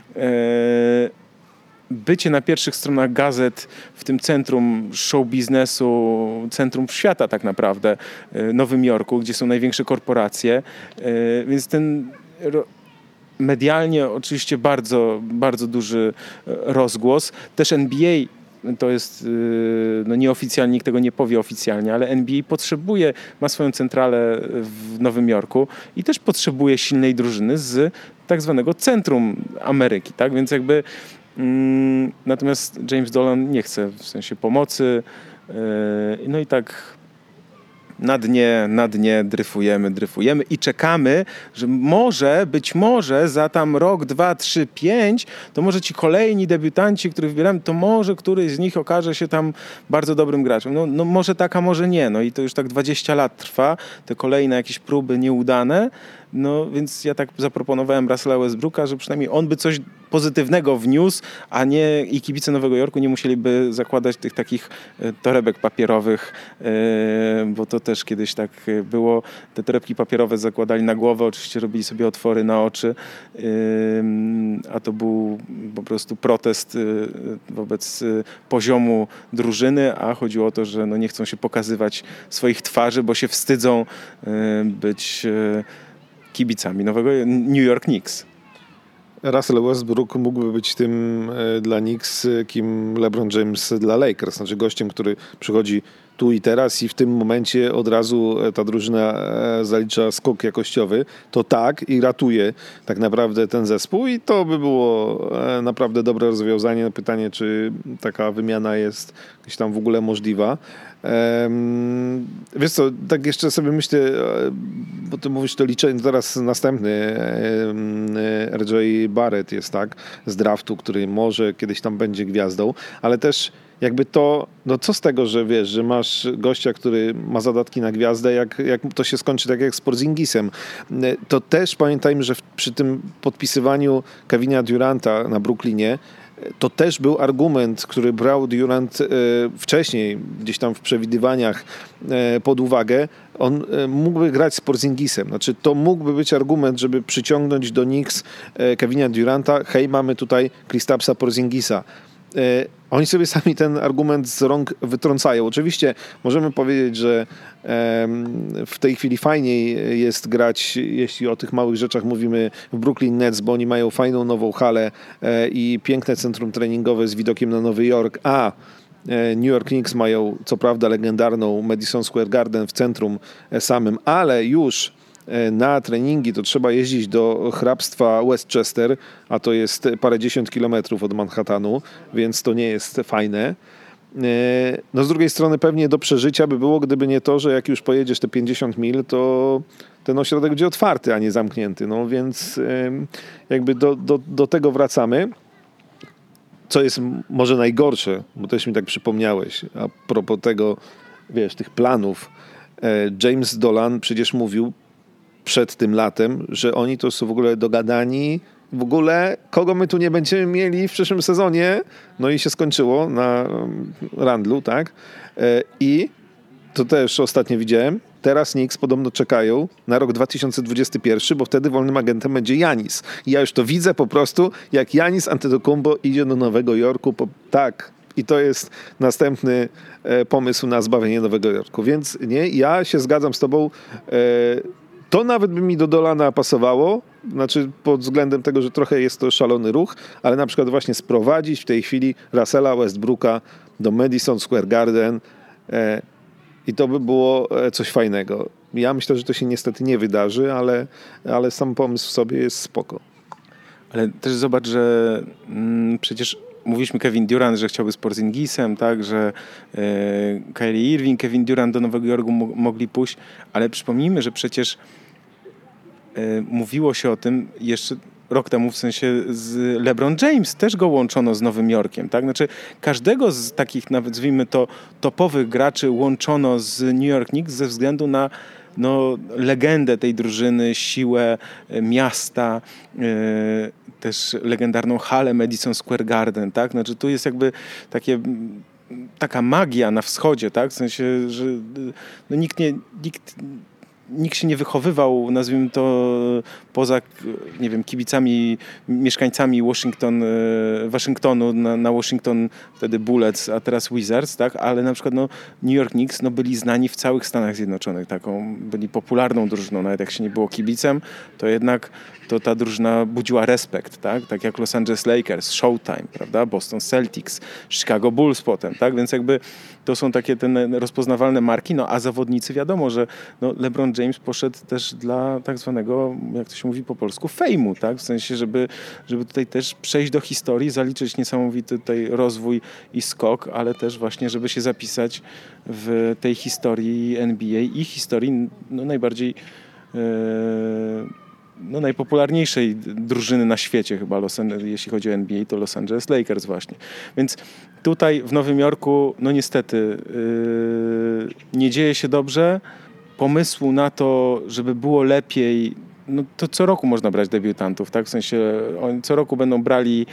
bycie na pierwszych stronach gazet w tym centrum show biznesu, centrum świata tak naprawdę, Nowym Jorku, gdzie są największe korporacje, więc ten medialnie oczywiście bardzo, bardzo duży rozgłos. Też NBA, to jest nieoficjalnie, nikt tego nie powie oficjalnie, ale NBA ma swoją centralę w Nowym Jorku i też potrzebuje silnej drużyny z tak zwanego centrum Ameryki, tak? Więc jakby natomiast James Dolan nie chce, w sensie pomocy, no i tak na dnie dryfujemy i czekamy, że być może za tam rok, 2, 3, 5, to może ci kolejni debiutanci, których wybieramy, to może któryś z nich okaże się tam bardzo dobrym graczem. No może tak, a może nie. No i to już tak 20 lat trwa, te kolejne jakieś próby nieudane. No więc ja tak zaproponowałem Russella Westbrooka, że przynajmniej on by coś pozytywnego wniósł, a nie i kibice Nowego Jorku nie musieliby zakładać tych takich torebek papierowych, bo to też kiedyś tak było. Te torebki papierowe zakładali na głowę, oczywiście robili sobie otwory na oczy, a to był po prostu protest wobec poziomu drużyny, a chodziło o to, że nie chcą się pokazywać swoich twarzy, bo się wstydzą być kibicami New York Knicks. Russell Westbrook mógłby być tym dla Knicks, kim LeBron James dla Lakers. Znaczy gościem, który przychodzi tu i teraz i w tym momencie od razu ta drużyna zalicza skok jakościowy, to tak i ratuje tak naprawdę ten zespół i to by było naprawdę dobre rozwiązanie na pytanie, czy taka wymiana jest gdzieś tam w ogóle możliwa. Wiesz co, tak jeszcze sobie myślę, bo ty mówisz to liczenie, teraz następny RJ Barrett jest, tak, z draftu, który może kiedyś tam będzie gwiazdą, ale też jakby to, no co z tego, że wiesz, że masz gościa, który ma zadatki na gwiazdę, jak to się skończy tak jak z Porzingisem. To też pamiętajmy, że przy tym podpisywaniu Kevina Duranta na Brooklynie to też był argument, który brał Durant wcześniej, gdzieś tam w przewidywaniach pod uwagę. On mógłby grać z Porzingisem. Znaczy, to mógłby być argument, żeby przyciągnąć do Knicks Kevina Duranta. Hej, mamy tutaj Kristapsa Porzingisa. Oni sobie sami ten argument z rąk wytrącają. Oczywiście możemy powiedzieć, że w tej chwili fajniej jest grać, jeśli o tych małych rzeczach mówimy, w Brooklyn Nets, bo oni mają fajną nową halę i piękne centrum treningowe z widokiem na Nowy Jork, a New York Knicks mają co prawda legendarną Madison Square Garden w centrum samym, ale już na treningi to trzeba jeździć do hrabstwa Westchester, a to jest parędziesiąt kilometrów od Manhattanu, więc to nie jest fajne. No z drugiej strony pewnie do przeżycia by było, gdyby nie to, że jak już pojedziesz te 50 mil, to ten ośrodek będzie otwarty, a nie zamknięty. No więc jakby do tego wracamy. Co jest może najgorsze, bo też mi tak przypomniałeś, a propos tego, wiesz, tych planów. James Dolan przecież mówił przed tym latem, że oni to są w ogóle dogadani, w ogóle kogo my tu nie będziemy mieli w przyszłym sezonie. No i się skończyło na Randlu, tak? I to też ostatnio widziałem. Teraz Knicks podobno czekają na rok 2021, bo wtedy wolnym agentem będzie Giannis. I ja już to widzę po prostu, jak Giannis Antetokounmpo idzie do Nowego Jorku. Tak. I to jest następny pomysł na zbawienie Nowego Jorku. Więc nie, ja się zgadzam z tobą. To nawet by mi do Dolana pasowało, znaczy pod względem tego, że trochę jest to szalony ruch, ale na przykład właśnie sprowadzić w tej chwili Russella Westbrooka do Madison Square Garden i to by było coś fajnego. Ja myślę, że to się niestety nie wydarzy, ale sam pomysł w sobie jest spoko. Ale też zobacz, że przecież mówiliśmy Kevin Durant, że chciałby z Porzingisem, tak, że Kyrie Irving, Kevin Durant do Nowego Jorku mogli pójść, ale przypomnijmy, że przecież mówiło się o tym jeszcze rok temu, w sensie z LeBron James też go łączono z Nowym Jorkiem, tak? Znaczy każdego z takich, nawet nazwijmy to, topowych graczy łączono z New York Knicks ze względu na legendę tej drużyny, siłę miasta, też legendarną halę Madison Square Garden, tak? Znaczy tu jest jakby taka magia na wschodzie, tak? W sensie, że nikt się nie wychowywał, nazwijmy to, poza, nie wiem, kibicami, mieszkańcami Waszyngtonu na Washington, wtedy Bullets, a teraz Wizards, tak? Ale na przykład New York Knicks byli znani w całych Stanach Zjednoczonych, byli popularną drużyną, nawet jak się nie było kibicem, to jednak ta drużyna budziła respekt, tak? Tak jak Los Angeles Lakers, Showtime, prawda? Boston Celtics, Chicago Bulls potem, tak? Więc jakby to są takie rozpoznawalne marki, a zawodnicy wiadomo, że LeBron James poszedł też dla tak zwanego, jak to się mówi po polsku, fejmu, tak? W sensie, żeby tutaj też przejść do historii, zaliczyć niesamowity tutaj rozwój i skok, ale też właśnie, żeby się zapisać w tej historii NBA i historii najbardziej najpopularniejszej drużyny na świecie chyba, jeśli chodzi o NBA, to Los Angeles Lakers właśnie. Więc tutaj w Nowym Jorku, niestety nie dzieje się dobrze. Pomysłu na to, żeby było lepiej, to co roku można brać debiutantów, tak? W sensie oni co roku będą brali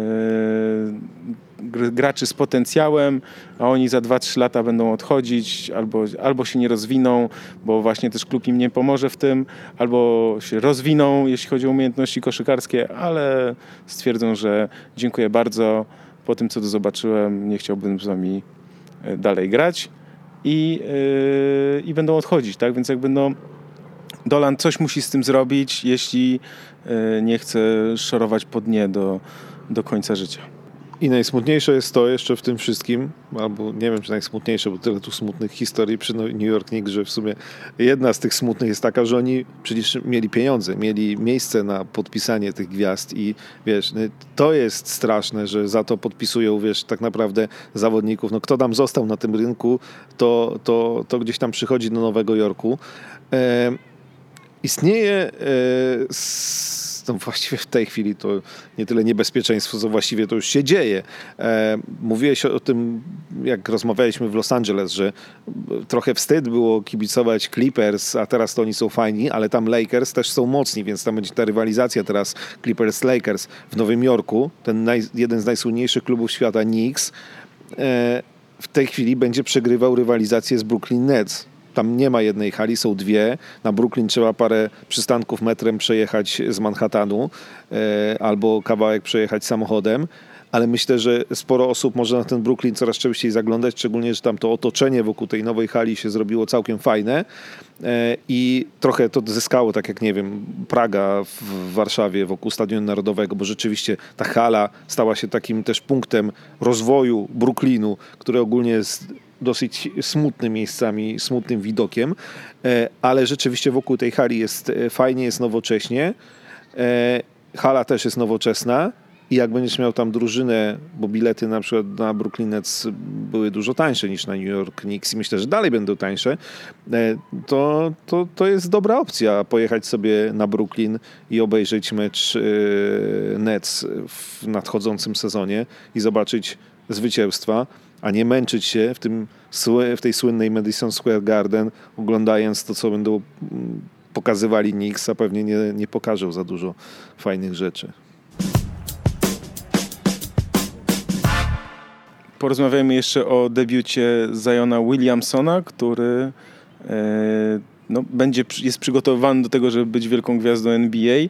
graczy z potencjałem, a oni za 2-3 lata będą odchodzić, albo się nie rozwiną, bo właśnie też klub im nie pomoże w tym, albo się rozwiną, jeśli chodzi o umiejętności koszykarskie, ale stwierdzą, że dziękuję bardzo, po tym co zobaczyłem, nie chciałbym z wami dalej grać i będą odchodzić, tak? Więc jakby Dolan coś musi z tym zrobić, jeśli nie chce szorować po dnie do końca życia. I najsmutniejsze jest to jeszcze w tym wszystkim, albo nie wiem, czy najsmutniejsze, bo tyle tu smutnych historii przy New York Knicks, że w sumie jedna z tych smutnych jest taka, że oni przecież mieli pieniądze, mieli miejsce na podpisanie tych gwiazd i wiesz, to jest straszne, że za to podpisują, wiesz, tak naprawdę zawodników. No kto tam został na tym rynku, to gdzieś tam przychodzi do Nowego Jorku. Istnieje no właściwie w tej chwili to nie tyle niebezpieczeństwo, co właściwie to już się dzieje. Mówiłeś o tym, jak rozmawialiśmy w Los Angeles, że trochę wstyd było kibicować Clippers, a teraz to oni są fajni, ale tam Lakers też są mocni, więc tam będzie ta rywalizacja teraz Clippers-Lakers w Nowym Jorku. Jeden z najsłynniejszych klubów świata, Knicks, w tej chwili będzie przegrywał rywalizację z Brooklyn Nets. Tam nie ma jednej hali, są dwie. Na Brooklyn trzeba parę przystanków metrem przejechać z Manhattanu albo kawałek przejechać samochodem, ale myślę, że sporo osób może na ten Brooklyn coraz częściej zaglądać, szczególnie, że tam to otoczenie wokół tej nowej hali się zrobiło całkiem fajne i trochę to zyskało, tak jak nie wiem, Praga w Warszawie wokół Stadionu Narodowego, bo rzeczywiście ta hala stała się takim też punktem rozwoju Brooklynu, który ogólnie jest dosyć smutnym miejscami, smutnym widokiem, ale rzeczywiście wokół tej hali jest fajnie, jest nowocześnie. Hala też jest nowoczesna i jak będziesz miał tam drużynę, bo bilety na przykład na Brooklyn Nets były dużo tańsze niż na New York Knicks i myślę, że dalej będą tańsze, to jest dobra opcja pojechać sobie na Brooklyn i obejrzeć mecz Nets w nadchodzącym sezonie i zobaczyć zwycięstwa, a nie męczyć się w tej słynnej Madison Square Garden, oglądając to, co będą pokazywali Knicks, a pewnie nie pokażą za dużo fajnych rzeczy. Porozmawiajmy jeszcze o debiucie Ziona Williamsona, który jest przygotowywany do tego, żeby być wielką gwiazdą NBA.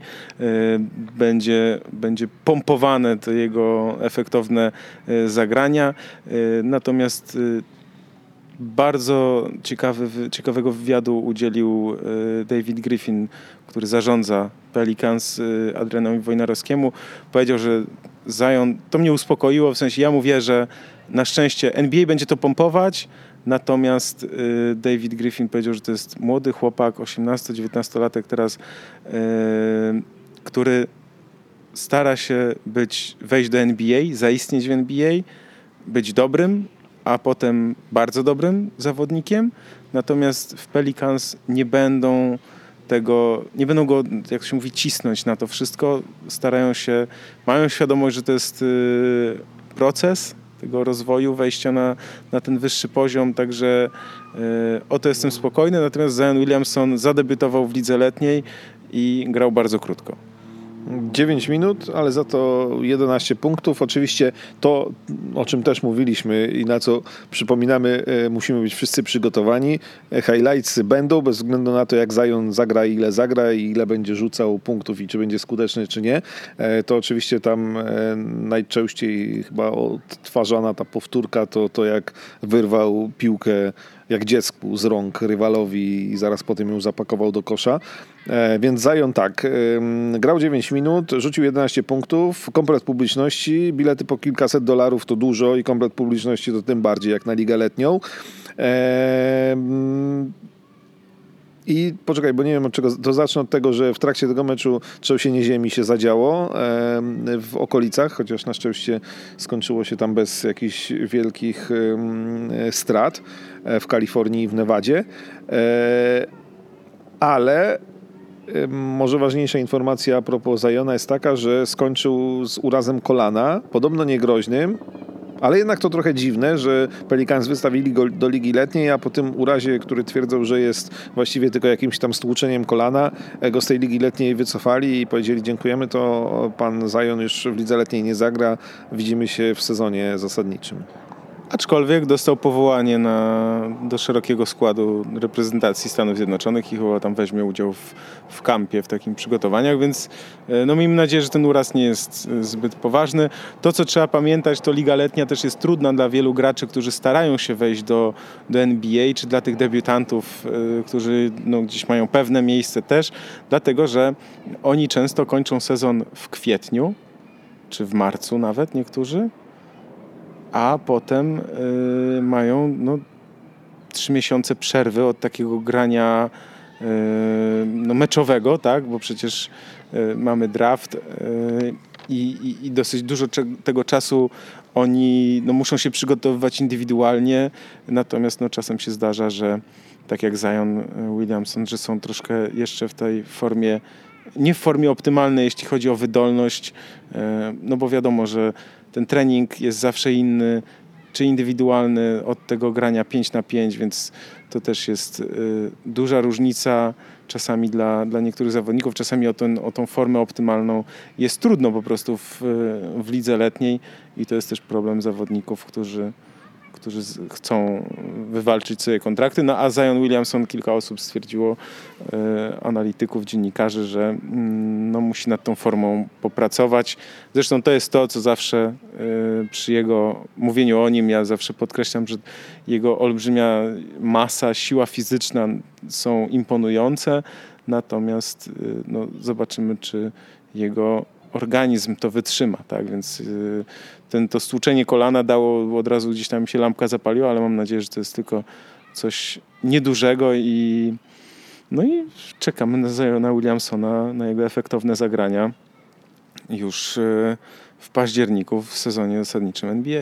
Będzie pompowane te jego efektowne zagrania. Natomiast bardzo ciekawego wywiadu udzielił David Griffin, który zarządza Pelicans, Adrianowi Wojnarowskiemu. Powiedział, że Zion, to mnie uspokoiło, w sensie ja mu wierzę, na szczęście NBA będzie to pompować, natomiast David Griffin powiedział, że to jest młody chłopak, 18-19-latek teraz, który stara się wejść do NBA, zaistnieć w NBA, być dobrym, a potem bardzo dobrym zawodnikiem, natomiast w Pelicans nie będą go, jak się mówi, cisnąć na to wszystko. Mają świadomość, że to jest proces tego rozwoju, wejścia na ten wyższy poziom, także o to jestem spokojny. Natomiast Zion Williamson zadebiutował w lidze letniej i grał bardzo krótko. 9 minut, ale za to 11 punktów. Oczywiście to, o czym też mówiliśmy i na co przypominamy, musimy być wszyscy przygotowani. Highlights będą, bez względu na to, jak Zion zagra i ile będzie rzucał punktów i czy będzie skuteczny, czy nie. To oczywiście tam najczęściej chyba odtwarzana ta powtórka to jak wyrwał piłkę jak dziecku z rąk rywalowi i zaraz potem ją zapakował do kosza. Więc Zion tak, grał 9 minut, rzucił 11 punktów, komplet publiczności, bilety po kilkaset dolarów to dużo i komplet publiczności to tym bardziej jak na ligę letnią. I poczekaj, bo nie wiem od czego, to zacznę od tego, że w trakcie tego meczu trzęsienie ziemi się zadziało w okolicach, chociaż na szczęście skończyło się tam bez jakichś wielkich strat w Kalifornii i w Nevadzie. Ale może ważniejsza informacja a propos Ziona jest taka, że skończył z urazem kolana, podobno niegroźnym, ale jednak to trochę dziwne, że Pelicans wystawili go do ligi letniej, a po tym urazie, który twierdzą, że jest właściwie tylko jakimś tam stłuczeniem kolana, go z tej ligi letniej wycofali i powiedzieli dziękujemy, to pan Zion już w lidze letniej nie zagra, widzimy się w sezonie zasadniczym. Aczkolwiek dostał powołanie do szerokiego składu reprezentacji Stanów Zjednoczonych i chyba tam weźmie udział w kampie, w takim przygotowaniach, więc miejmy nadzieję, że ten uraz nie jest zbyt poważny. To, co trzeba pamiętać, to liga letnia też jest trudna dla wielu graczy, którzy starają się wejść do NBA, czy dla tych debiutantów, którzy gdzieś mają pewne miejsce też, dlatego, że oni często kończą sezon w kwietniu, czy w marcu nawet niektórzy. a potem mają 3 miesiące przerwy od takiego grania meczowego, tak? Bo przecież mamy draft i dosyć dużo tego czasu oni muszą się przygotowywać indywidualnie, natomiast czasem się zdarza, że tak jak Zion Williamson, że są troszkę jeszcze w tej formie, nie w formie optymalnej, jeśli chodzi o wydolność, bo wiadomo, że ten trening jest zawsze inny, czy indywidualny od tego grania 5-5, więc to też jest duża różnica czasami dla niektórych zawodników, czasami o tą formę optymalną jest trudno po prostu w lidze letniej i to jest też problem zawodników, którzy chcą wywalczyć sobie kontrakty. A Zion Williamson, kilka osób stwierdziło, analityków, dziennikarzy, że musi nad tą formą popracować. Zresztą to jest to, co zawsze przy jego mówieniu o nim, ja zawsze podkreślam, że jego olbrzymia masa, siła fizyczna są imponujące, natomiast zobaczymy, czy jego organizm to wytrzyma, tak, więc to stłuczenie kolana dało, od razu gdzieś tam się lampka zapaliła, ale mam nadzieję, że to jest tylko coś niedużego i czekamy na Ziona Williamsona, na jego efektowne zagrania już w październiku w sezonie zasadniczym NBA.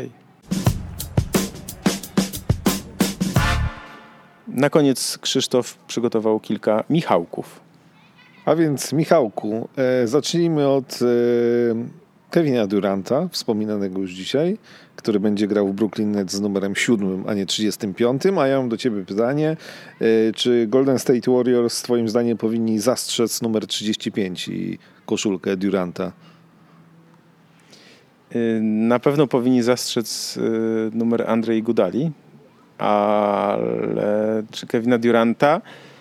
Na koniec Krzysztof przygotował kilka Michałków. A więc Michałku, zacznijmy od Kevina Duranta, wspominanego już dzisiaj, który będzie grał w Brooklyn Nets z numerem 7, a nie 35. A ja mam do ciebie pytanie, czy Golden State Warriors twoim zdaniem powinni zastrzec numer 35 i koszulkę Duranta? Na pewno powinni zastrzec numer Andrei Iguodali, ale czy Kevina Duranta?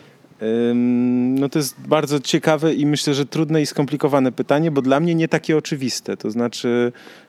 To jest bardzo ciekawe i myślę, że trudne i skomplikowane pytanie, bo dla mnie nie takie oczywiste. To znaczy,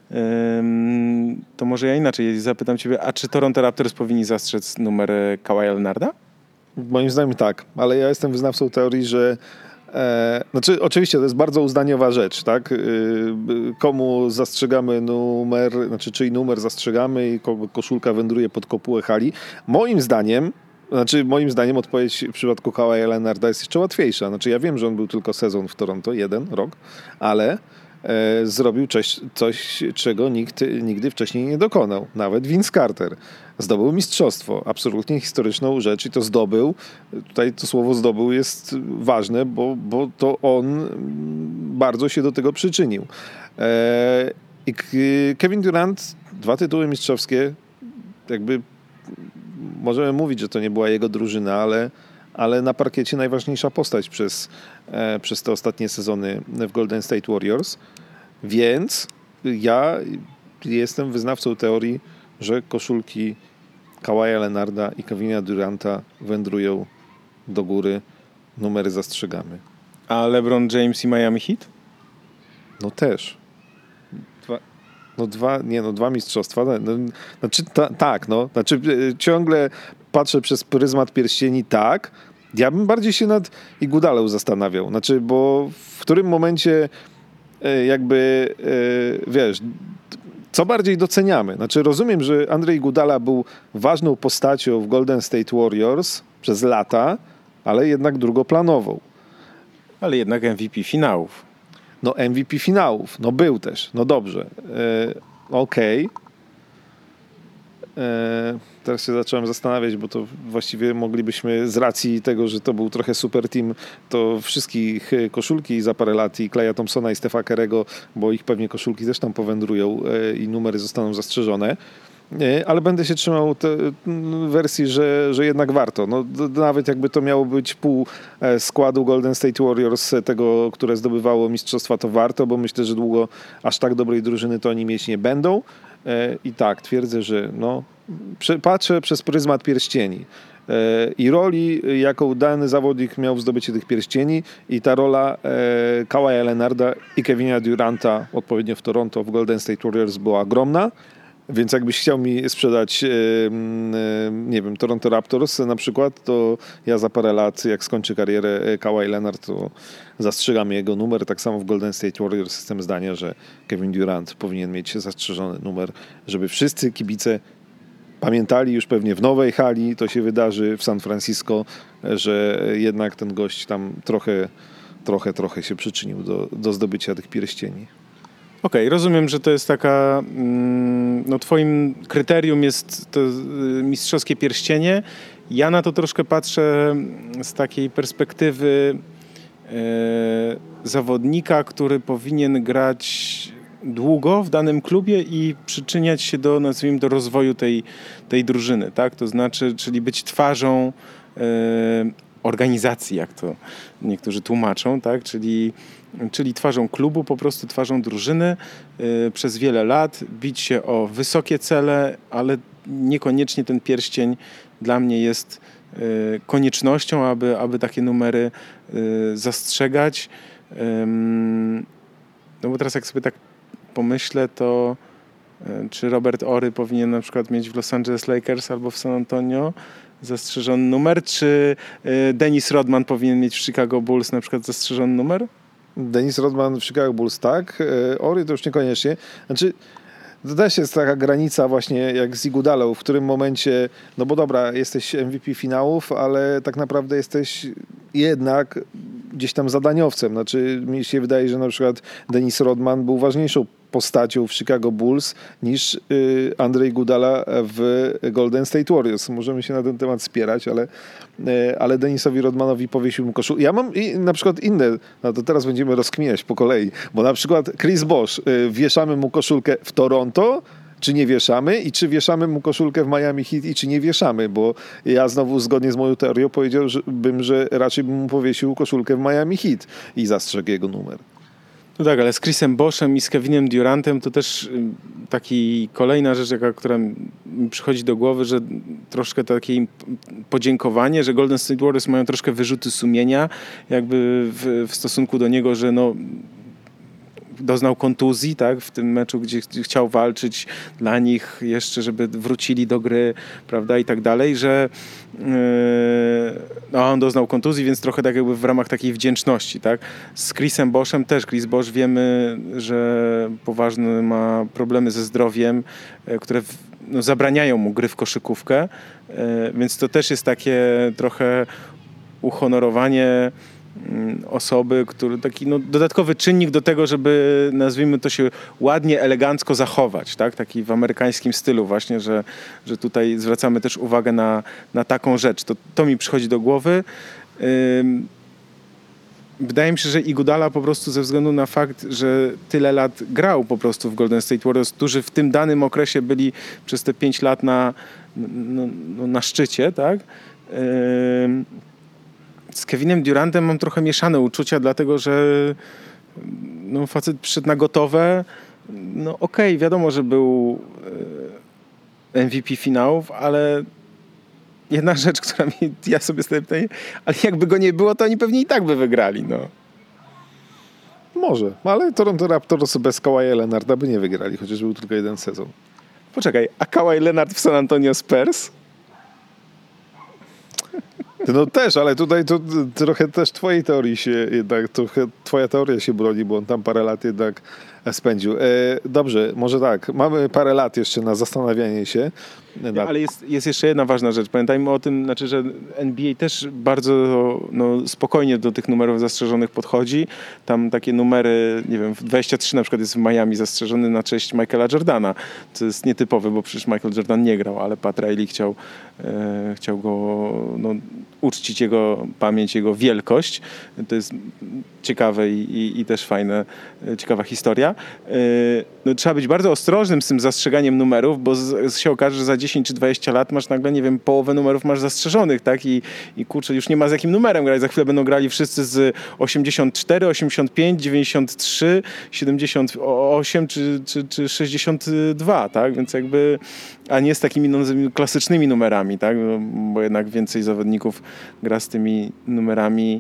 to może ja inaczej zapytam ciebie, a czy Toronto Raptors powinni zastrzec numer Kawaja Leonarda? Moim zdaniem tak, ale ja jestem wyznawcą teorii, że oczywiście to jest bardzo uznaniowa rzecz, tak? Komu zastrzegamy numer, czyj numer zastrzegamy i koszulka wędruje pod kopułę hali. Moim zdaniem odpowiedź w przypadku Kawaja Leonarda jest jeszcze łatwiejsza. Ja wiem, że on był tylko sezon w Toronto, 1 rok, ale zrobił coś, czego nikt nigdy wcześniej nie dokonał. Nawet Vince Carter. Zdobył mistrzostwo. Absolutnie historyczną rzecz i to zdobył. Tutaj to słowo zdobył jest ważne, bo to on bardzo się do tego przyczynił. I Kevin Durant, 2 tytuły mistrzowskie, jakby możemy mówić, że to nie była jego drużyna, ale na parkiecie najważniejsza postać przez te ostatnie sezony w Golden State Warriors. Więc ja jestem wyznawcą teorii, że koszulki Kawaja Leonarda i Kevina Duranta wędrują do góry. Numery zastrzegamy. A LeBron James i Miami Heat? No też. Dwa mistrzostwa. Ciągle patrzę przez pryzmat pierścieni, tak. Ja bym bardziej się nad Iguodalą zastanawiał. Bo w którym momencie co bardziej doceniamy? Rozumiem, że Andrzej Iguodala był ważną postacią w Golden State Warriors przez lata, ale jednak drugoplanową. Ale jednak MVP finałów. MVP finałów. Był też. Dobrze. Okej. Teraz się zacząłem zastanawiać, bo to właściwie moglibyśmy z racji tego, że to był trochę super team, to wszystkich koszulki za parę lat i Klaya Thompsona i Stefa Kerego, bo ich pewnie koszulki też tam powędrują i numery zostaną zastrzeżone. Ale będę się trzymał wersji, że jednak warto. Nawet jakby to miało być pół składu Golden State Warriors, tego, które zdobywało mistrzostwa, to warto, bo myślę, że długo aż tak dobrej drużyny to oni mieć nie będą. I tak, twierdzę, że patrzę przez pryzmat pierścieni i roli, jaką dany zawodnik miał w zdobyciu tych pierścieni i ta rola Kawaja Leonarda i Kevina Duranta odpowiednio w Toronto, w Golden State Warriors była ogromna. Więc jakbyś chciał mi sprzedać, nie wiem, Toronto Raptors na przykład, to ja za parę lat, jak skończy karierę Kawhi Leonard, to zastrzegam jego numer. Tak samo w Golden State Warriors jestem zdania, że Kevin Durant powinien mieć zastrzeżony numer, żeby wszyscy kibice pamiętali już pewnie w nowej hali, to się wydarzy w San Francisco, że jednak ten gość tam trochę się przyczynił do zdobycia tych pierścieni. Okej, rozumiem, że to jest taka, no twoim kryterium jest to mistrzowskie pierścienie. Ja na to troszkę patrzę z takiej perspektywy zawodnika, który powinien grać długo w danym klubie i przyczyniać się do, nazwijmy, do rozwoju tej drużyny, tak? To znaczy, czyli być twarzą organizacji, jak to niektórzy tłumaczą, tak? Czyli twarzą klubu, po prostu twarzą drużyny przez wiele lat, bić się o wysokie cele, ale niekoniecznie ten pierścień dla mnie jest koniecznością, aby takie numery zastrzegać. No bo teraz jak sobie tak pomyślę, to czy Robert Horry powinien na przykład mieć w Los Angeles Lakers albo w San Antonio zastrzeżony numer, czy Dennis Rodman powinien mieć w Chicago Bulls na przykład zastrzeżony numer? Dennis Rodman w Chicago Bulls tak, Horry to już niekoniecznie. Znaczy, to też jest taka granica właśnie jak z Iguodalą, w którym momencie, no bo dobra, jesteś MVP finałów, ale tak naprawdę jesteś jednak gdzieś tam zadaniowcem. Znaczy, mi się wydaje, że na przykład Dennis Rodman był ważniejszą postacią w Chicago Bulls niż Andrzej Iguodala w Golden State Warriors. Możemy się na ten temat spierać, ale Dennisowi Rodmanowi powiesił mu koszulkę. Ja mam na przykład inne, no to teraz będziemy rozkminiać po kolei, bo na przykład Chris Bosh, wieszamy mu koszulkę w Toronto, czy nie wieszamy i czy wieszamy mu koszulkę w Miami Heat i czy nie wieszamy, bo ja znowu zgodnie z moją teorią powiedziałbym, że raczej bym mu powiesił koszulkę w Miami Heat i zastrzegł jego numer. No tak, ale z Chrisem Boshem i z Kevinem Durantem to też taki kolejna rzecz, która mi przychodzi do głowy, że troszkę takie podziękowanie, że Golden State Warriors mają troszkę wyrzuty sumienia jakby w stosunku do niego, że no doznał kontuzji, tak, w tym meczu, gdzie chciał walczyć dla nich jeszcze, żeby wrócili do gry, prawda, i tak dalej, że no, on doznał kontuzji, więc trochę tak jakby w ramach takiej wdzięczności, tak. Z Chrisem Boshem też. Chris Bosh wiemy, że poważne ma problemy ze zdrowiem, które no, zabraniają mu gry w koszykówkę, więc to też jest takie trochę uhonorowanie osoby, który taki no, dodatkowy czynnik do tego, żeby nazwijmy to się ładnie, elegancko zachować, tak? Taki w amerykańskim stylu właśnie, że tutaj zwracamy też uwagę na taką rzecz. To mi przychodzi do głowy. Wydaje mi się, że Iguodala po prostu ze względu na fakt, że tyle lat grał po prostu w Golden State Warriors, którzy w tym danym okresie byli przez te 5 lat na szczycie, tak? Z Kevinem Durantem mam trochę mieszane uczucia, dlatego że no, facet przyszedł na gotowe. No okej, wiadomo, że był MVP finałów, ale jedna rzecz, która mi, ja sobie stawiam pytanie, ale jakby go nie było, to oni pewnie i tak by wygrali, no. Może, ale Toronto Raptors bez Kawhi Leonarda by nie wygrali, chociaż był tylko jeden sezon. Poczekaj, a Kawhi Leonard w San Antonio Spurs? No też, ale tutaj to trochę też twojej teorii się jednak, trochę twoja teoria się broni, bo on tam parę lat jednak spędził. Dobrze, może tak, mamy parę lat jeszcze na zastanawianie się. Ale jest jeszcze jedna ważna rzecz. Pamiętajmy o tym, znaczy, że NBA też bardzo no, spokojnie do tych numerów zastrzeżonych podchodzi. Tam takie numery, nie wiem, 23 na przykład jest w Miami zastrzeżony na cześć Michaela Jordana, co jest nietypowe, bo przecież Michael Jordan nie grał, ale Pat Riley chciał go no, uczcić jego pamięć, jego wielkość. To jest ciekawe i też fajne, ciekawa historia. No, trzeba być bardzo ostrożnym z tym zastrzeganiem numerów, bo się okaże, że za 10 czy 20 lat masz nagle, nie wiem, połowę numerów masz zastrzeżonych, tak? I kurczę, już nie ma z jakim numerem grać. Za chwilę będą grali wszyscy z 84, 85, 93, 78 czy 62, tak? Więc jakby, a nie z takimi klasycznymi numerami, tak? Bo jednak więcej zawodników gra z tymi numerami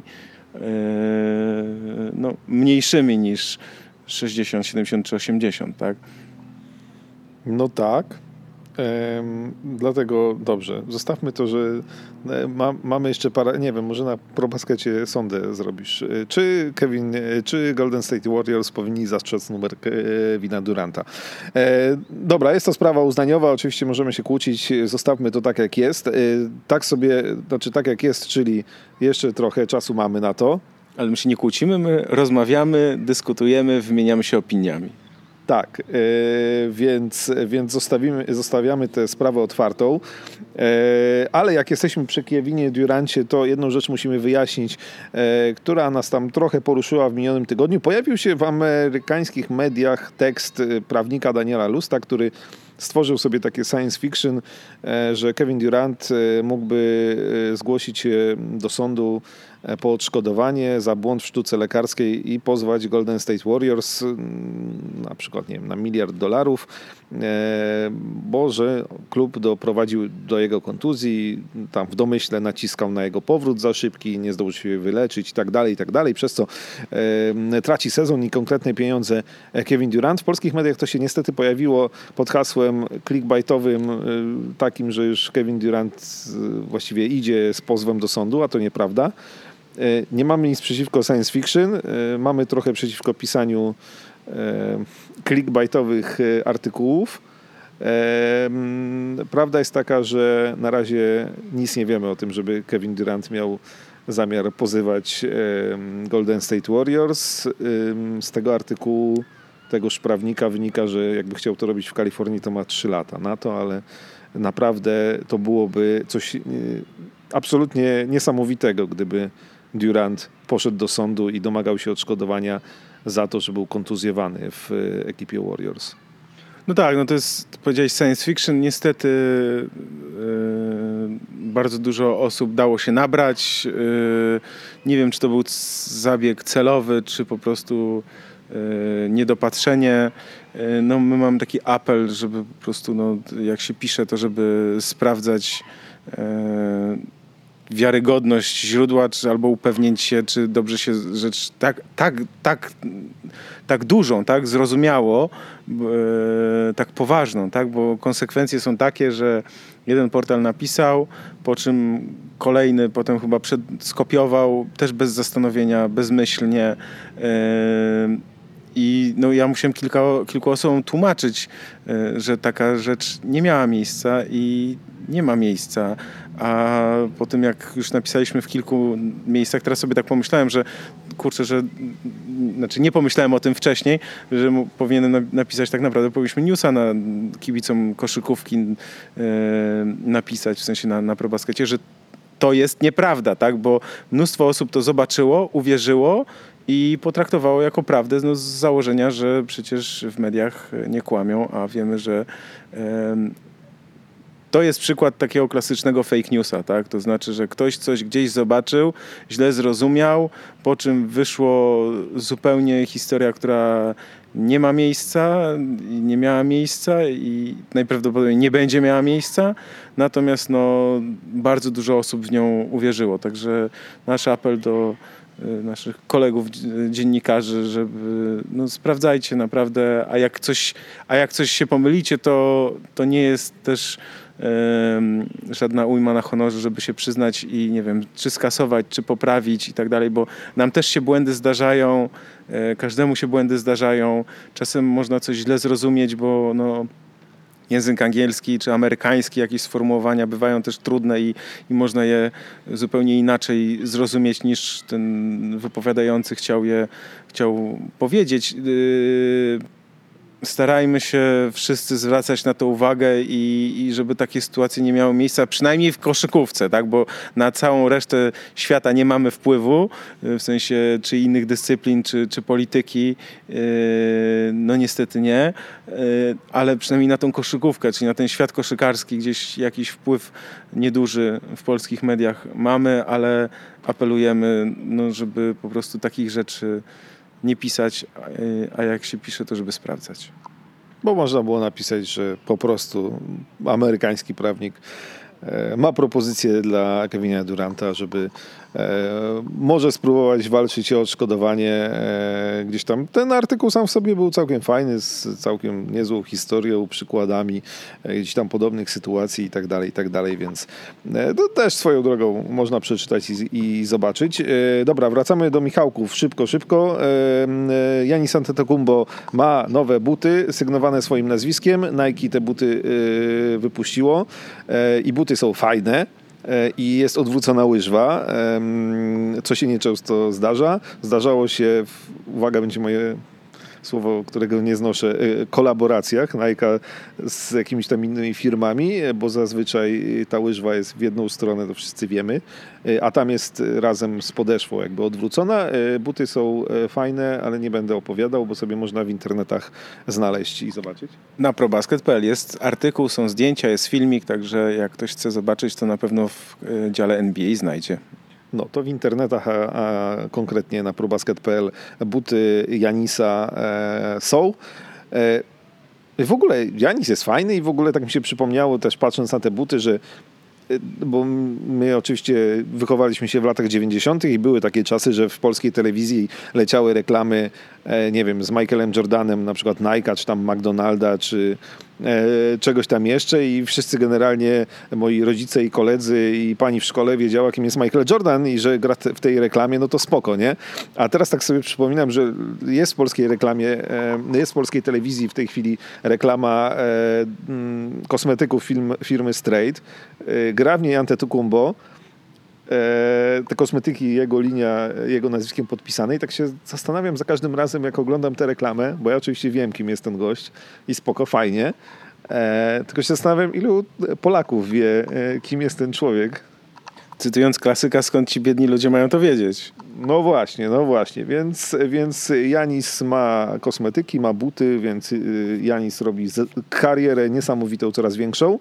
no, mniejszymi niż 60, 70 czy 80, tak? No tak. Dlatego dobrze, zostawmy to, że mamy jeszcze parę, nie wiem, może na ProBaskecie sondę zrobisz. Czy Golden State Warriors powinni zastrzec numer Kevina Duranta? Dobra, jest to sprawa uznaniowa, oczywiście możemy się kłócić, zostawmy to tak jak jest. Tak jak jest, czyli jeszcze trochę czasu mamy na to. Ale my się nie kłócimy, my rozmawiamy, dyskutujemy, wymieniamy się opiniami. Tak, więc zostawiamy tę sprawę otwartą, ale jak jesteśmy przy Kevinie Durancie, to jedną rzecz musimy wyjaśnić, która nas tam trochę poruszyła w minionym tygodniu. Pojawił się w amerykańskich mediach tekst prawnika Daniela Lusta, który stworzył sobie takie science fiction, że Kevin Durant mógłby zgłosić się do sądu po odszkodowanie za błąd w sztuce lekarskiej i pozwać Golden State Warriors na przykład, nie wiem, na $1 miliard, bo że klub doprowadził do jego kontuzji, tam w domyśle naciskał na jego powrót za szybki, nie zdążył się wyleczyć i tak dalej, przez co traci sezon i konkretne pieniądze Kevin Durant. W polskich mediach to się niestety pojawiło pod hasłem clickbaitowym takim, że już Kevin Durant właściwie idzie z pozwem do sądu, a to nieprawda. Nie mamy nic przeciwko science fiction, mamy trochę przeciwko pisaniu clickbaitowych artykułów. Prawda jest taka, że na razie nic nie wiemy o tym, żeby Kevin Durant miał zamiar pozywać Golden State Warriors. Z tego artykułu tegoż prawnika wynika, że jakby chciał to robić w Kalifornii, to ma 3 lata na to, ale naprawdę to byłoby coś absolutnie niesamowitego, gdyby Durant poszedł do sądu i domagał się odszkodowania za to, że był kontuzjowany w ekipie Warriors. No tak, no to jest, powiedziałeś science fiction, niestety bardzo dużo osób dało się nabrać. Nie wiem, czy to był zabieg celowy, czy po prostu niedopatrzenie. No my mamy taki apel, żeby po prostu, no, jak się pisze, to żeby sprawdzać wiarygodność źródła, czy albo upewnić się, czy dobrze się rzecz tak dużą, tak zrozumiało, tak poważną, tak, bo konsekwencje są takie, że jeden portal napisał, po czym kolejny potem chyba skopiował, też bez zastanowienia, bezmyślnie. I no, ja musiałem kilku osobom tłumaczyć, że taka rzecz nie miała miejsca i nie ma miejsca. A po tym, jak już napisaliśmy w kilku miejscach, teraz sobie tak pomyślałem, że kurczę, znaczy nie pomyślałem o tym wcześniej, że powinienem napisać tak naprawdę, powinniśmy newsa na kibicom koszykówki napisać, w sensie na ProBaskecie, że to jest nieprawda, tak? Bo mnóstwo osób to zobaczyło, uwierzyło i potraktowało jako prawdę, no, z założenia, że przecież w mediach nie kłamią, a wiemy, że to jest przykład takiego klasycznego fake newsa, tak? To znaczy, że ktoś coś gdzieś zobaczył, źle zrozumiał, po czym wyszło zupełnie historia, która nie ma miejsca i nie miała miejsca i najprawdopodobniej nie będzie miała miejsca, natomiast no, bardzo dużo osób w nią uwierzyło. Także nasz apel do naszych kolegów dziennikarzy, żeby no, sprawdzajcie naprawdę, a jak coś się pomylicie, to nie jest też żadna ujma na honorze, żeby się przyznać i nie wiem, czy skasować, czy poprawić i tak dalej, bo nam też się błędy zdarzają, każdemu się błędy zdarzają, czasem można coś źle zrozumieć, bo no, język angielski czy amerykański, jakieś sformułowania bywają też trudne i można je zupełnie inaczej zrozumieć niż ten wypowiadający chciał powiedzieć. Starajmy się wszyscy zwracać na to uwagę i żeby takie sytuacje nie miały miejsca, przynajmniej w koszykówce, tak? Bo na całą resztę świata nie mamy wpływu, w sensie czy innych dyscyplin, czy polityki, no niestety nie, ale przynajmniej na tą koszykówkę, czyli na ten świat koszykarski gdzieś jakiś wpływ nieduży w polskich mediach mamy, ale apelujemy, no, żeby po prostu takich rzeczy nie pisać, a jak się pisze, to żeby sprawdzać. Bo można było napisać, że po prostu amerykański prawnik ma propozycję dla Kevina Duranta, żeby może spróbować walczyć o odszkodowanie gdzieś tam. Ten artykuł sam w sobie był całkiem fajny, z całkiem niezłą historią, przykładami gdzieś tam podobnych sytuacji i tak dalej, więc to też swoją drogą można przeczytać i zobaczyć. Dobra, wracamy do Michałków. Szybko. Giannis Antetokounmpo ma nowe buty sygnowane swoim nazwiskiem. Nike te buty wypuściło i buty są fajne. I jest odwrócona łyżwa, co się nieczęsto zdarza. Zdarzało się, uwaga, będzie moje słowo, którego nie znoszę, kolaboracjach Nike'a z jakimiś tam innymi firmami, bo zazwyczaj ta łyżwa jest w jedną stronę, to wszyscy wiemy, a tam jest razem z podeszwą jakby odwrócona. Buty są fajne, ale nie będę opowiadał, bo sobie można w internetach znaleźć i zobaczyć. Na probasket.pl jest artykuł, są zdjęcia, jest filmik, także jak ktoś chce zobaczyć, to na pewno w dziale NBA znajdzie. No to w internetach, a konkretnie na probasket.pl buty Giannisa są. W ogóle Giannis jest fajny i w ogóle tak mi się przypomniało też patrząc na te buty, że bo my oczywiście wychowaliśmy się w latach 90. i były takie czasy, że w polskiej telewizji leciały reklamy, nie wiem, z Michaelem Jordanem, na przykład Nike'a, czy tam McDonalda, czy czegoś tam jeszcze i wszyscy generalnie, moi rodzice i koledzy i pani w szkole wiedziała, kim jest Michael Jordan i że gra w tej reklamie, no to spoko, nie? A teraz tak sobie przypominam, że jest w polskiej reklamie, jest w polskiej telewizji w tej chwili reklama kosmetyków firmy Straight. Gra w niej Antetokounmpo. Te kosmetyki, jego linia, jego nazwiskiem podpisane i tak się zastanawiam za każdym razem, jak oglądam tę reklamę, bo ja oczywiście wiem, kim jest ten gość i spoko, fajnie, tylko się zastanawiam, ilu Polaków wie, kim jest ten człowiek. Cytując klasyka, skąd ci biedni ludzie mają to wiedzieć? No właśnie, więc Giannis ma kosmetyki, ma buty, więc Giannis robi karierę niesamowitą, coraz większą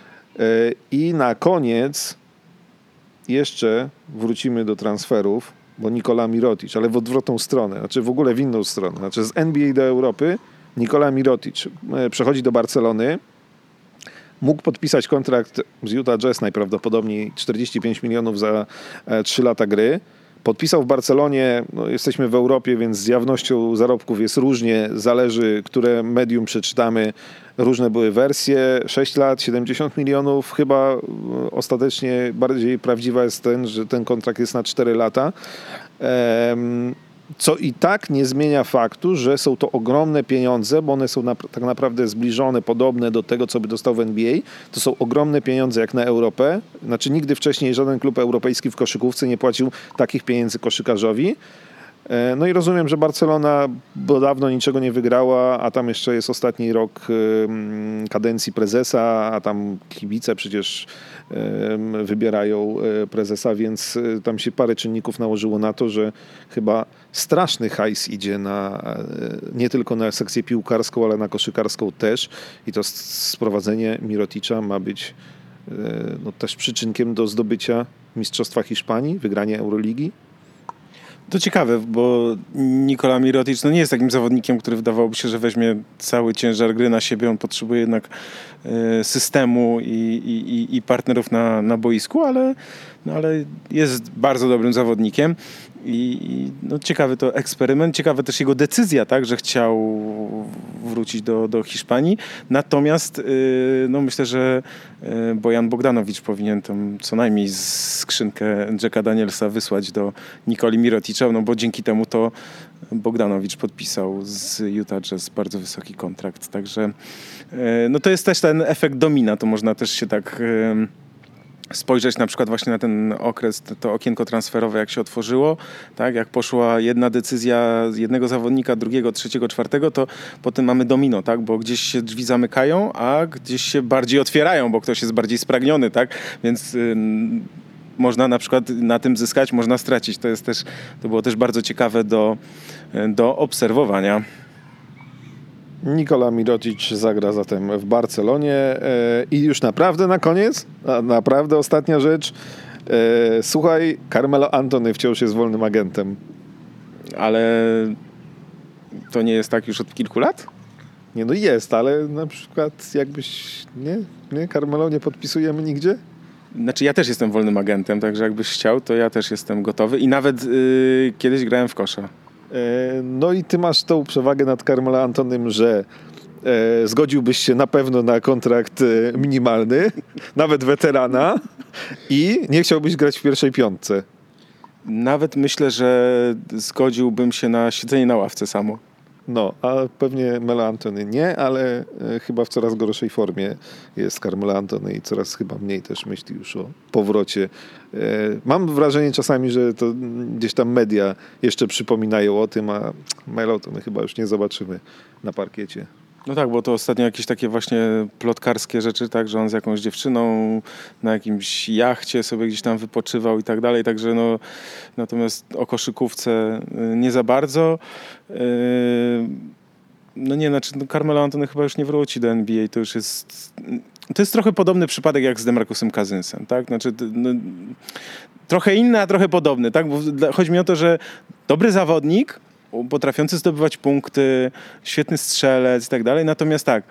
i na koniec jeszcze wrócimy do transferów, bo Nikola Mirotic, ale w odwrotną stronę, znaczy w ogóle w inną stronę. Znaczy z NBA do Europy Nikola Mirotic przechodzi do Barcelony, mógł podpisać kontrakt z Utah Jazz najprawdopodobniej 45 milionów za 3 lata gry. Podpisał w Barcelonie, no jesteśmy w Europie, więc z jawnością zarobków jest różnie, zależy, które medium przeczytamy. Różne były wersje, 6 lat, 70 milionów. Chyba ostatecznie bardziej prawdziwa jest że ten kontrakt jest na 4 lata. Co i tak nie zmienia faktu, że są to ogromne pieniądze, bo one są tak naprawdę zbliżone, podobne do tego, co by dostał w NBA. To są ogromne pieniądze jak na Europę. Znaczy nigdy wcześniej żaden klub europejski w koszykówce nie płacił takich pieniędzy koszykarzowi. No i rozumiem, że Barcelona, bo dawno niczego nie wygrała, a tam jeszcze jest ostatni rok kadencji prezesa, a tam kibice przecież wybierają prezesa, więc tam się parę czynników nałożyło na to, że chyba straszny hajs idzie nie tylko na sekcję piłkarską, ale na koszykarską też i to sprowadzenie Miroticza ma być też przyczynkiem do zdobycia Mistrzostwa Hiszpanii, wygrania Euroligi. To ciekawe, bo Nikola Mirotic nie jest takim zawodnikiem, który wydawałoby się, że weźmie cały ciężar gry na siebie. On potrzebuje jednak systemu i partnerów na boisku, ale jest bardzo dobrym zawodnikiem. I ciekawy to eksperyment, ciekawa też jego decyzja, tak, że chciał wrócić do Hiszpanii. Natomiast myślę, że Bojan Bogdanowicz powinien tam co najmniej skrzynkę Jacka Danielsa wysłać do Nikoli Miroticza, bo dzięki temu to Bogdanowicz podpisał z Utah Jazz bardzo wysoki kontrakt. Także to jest też ten efekt domina, to można też się tak spojrzeć na przykład właśnie na ten okres, to okienko transferowe, jak się otworzyło, tak, jak poszła jedna decyzja z jednego zawodnika, drugiego, trzeciego, czwartego, to potem mamy domino, tak, bo gdzieś się drzwi zamykają, a gdzieś się bardziej otwierają, bo ktoś jest bardziej spragniony, tak, więc można na przykład na tym zyskać, można stracić. To było też bardzo ciekawe do obserwowania. Nikola Mirotic zagra zatem w Barcelonie i już naprawdę na koniec, naprawdę ostatnia rzecz. Słuchaj, Carmelo Anthony wciąż jest wolnym agentem. Ale to nie jest tak już od kilku lat? Nie, jest, ale na przykład jakbyś, nie, Carmelo nie podpisujemy nigdzie? Znaczy ja też jestem wolnym agentem, także jakbyś chciał, to ja też jestem gotowy i nawet kiedyś grałem w kosza. No i ty masz tą przewagę nad Carmelo Antonym, że zgodziłbyś się na pewno na kontrakt minimalny, nawet weterana i nie chciałbyś grać w pierwszej piątce. Nawet myślę, że zgodziłbym się na siedzenie na ławce samo. No, a pewnie Melo Antony nie, ale chyba w coraz gorszej formie jest Carmelo Antony i coraz chyba mniej też myśli już o powrocie. Mam wrażenie czasami, że to gdzieś tam media jeszcze przypominają o tym, a Melo to my chyba już nie zobaczymy na parkiecie. No tak, bo to ostatnio jakieś takie właśnie plotkarskie rzeczy, tak, że on z jakąś dziewczyną na jakimś jachcie sobie gdzieś tam wypoczywał i tak dalej, także no natomiast o koszykówce nie za bardzo. No nie, znaczy Carmelo Anthony chyba już nie wróci do NBA, to już jest... To jest trochę podobny przypadek jak z DeMarcusem Cousinsem, tak? Znaczy, no, trochę inny, a trochę podobny, tak? Bo chodzi mi o to, że dobry zawodnik, potrafiący zdobywać punkty, świetny strzelec i tak dalej, natomiast tak,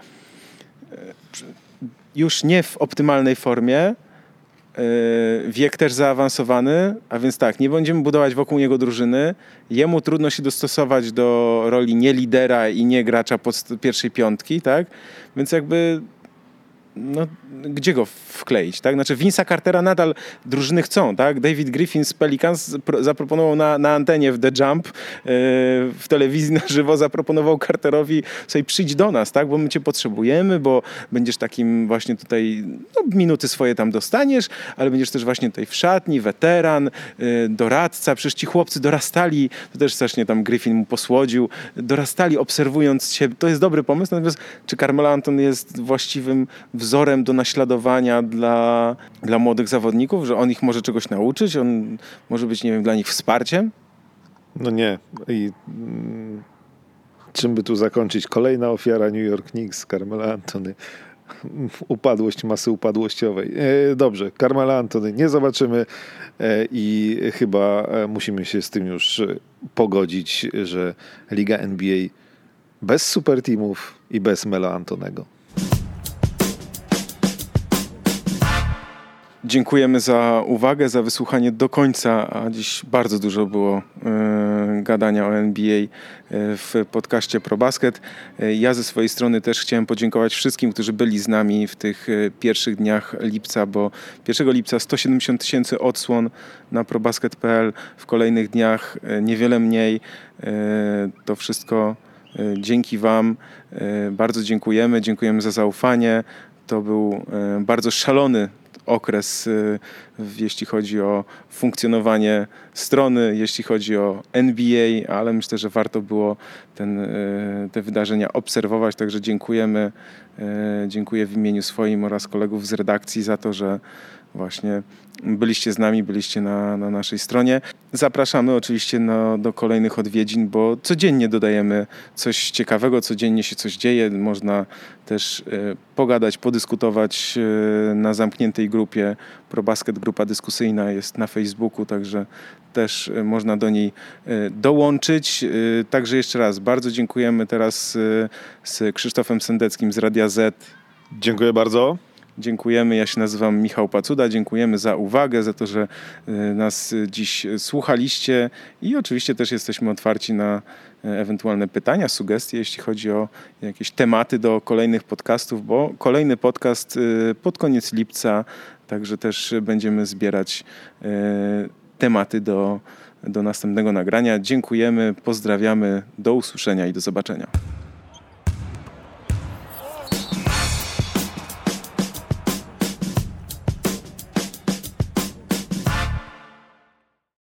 już nie w optymalnej formie, wiek też zaawansowany, a więc tak, nie będziemy budować wokół niego drużyny, jemu trudno się dostosować do roli nie lidera i nie gracza pierwszej piątki, tak? Więc jakby no, gdzie go wkleić, tak? Znaczy Vince'a Cartera nadal drużyny chcą, tak? David Griffin z Pelicans zaproponował na antenie w The Jump w telewizji na żywo, zaproponował Carterowi sobie przyjdź do nas, tak? Bo my cię potrzebujemy, bo będziesz takim właśnie tutaj, no, minuty swoje tam dostaniesz, ale będziesz też właśnie tutaj w szatni, weteran, doradca, przecież ci chłopcy dorastali, to też strasznie tam Griffin mu posłodził, dorastali obserwując cię, to jest dobry pomysł, natomiast czy Carmelo Anthony jest właściwym wzorem do naśladowania dla młodych zawodników, że on ich może czegoś nauczyć, on może być, nie wiem, dla nich wsparciem? No nie. I czym by tu zakończyć? Kolejna ofiara New York Knicks, Carmelo Anthony. Upadłość masy upadłościowej. Dobrze, Carmelo Anthony nie zobaczymy i chyba musimy się z tym już pogodzić, że Liga NBA bez super teamów i bez Melo Antonego. Dziękujemy za uwagę, za wysłuchanie do końca, a dziś bardzo dużo było gadania o NBA w podcaście ProBasket. Ja ze swojej strony też chciałem podziękować wszystkim, którzy byli z nami w tych pierwszych dniach lipca, bo 1 lipca 170 000 odsłon na probasket.pl, w kolejnych dniach niewiele mniej. To wszystko dzięki wam. Bardzo dziękujemy za zaufanie. To był bardzo szalony okres, jeśli chodzi o funkcjonowanie strony, jeśli chodzi o NBA, ale myślę, że warto było te wydarzenia obserwować, także dziękujemy. Dziękuję w imieniu swoim oraz kolegów z redakcji za to, że właśnie byliście z nami, byliście na naszej stronie. Zapraszamy oczywiście do kolejnych odwiedzin, bo codziennie dodajemy coś ciekawego, codziennie się coś dzieje. Można też pogadać, podyskutować na zamkniętej grupie. ProBasket, grupa dyskusyjna jest na Facebooku, także też można do niej dołączyć. Także jeszcze raz bardzo dziękujemy teraz z Krzysztofem Sendeckim z Radia Z. Dziękuję bardzo. Dziękujemy, ja się nazywam Michał Pacuda, dziękujemy za uwagę, za to, że nas dziś słuchaliście i oczywiście też jesteśmy otwarci na ewentualne pytania, sugestie, jeśli chodzi o jakieś tematy do kolejnych podcastów, bo kolejny podcast pod koniec lipca, także też będziemy zbierać tematy do następnego nagrania. Dziękujemy, pozdrawiamy, do usłyszenia i do zobaczenia.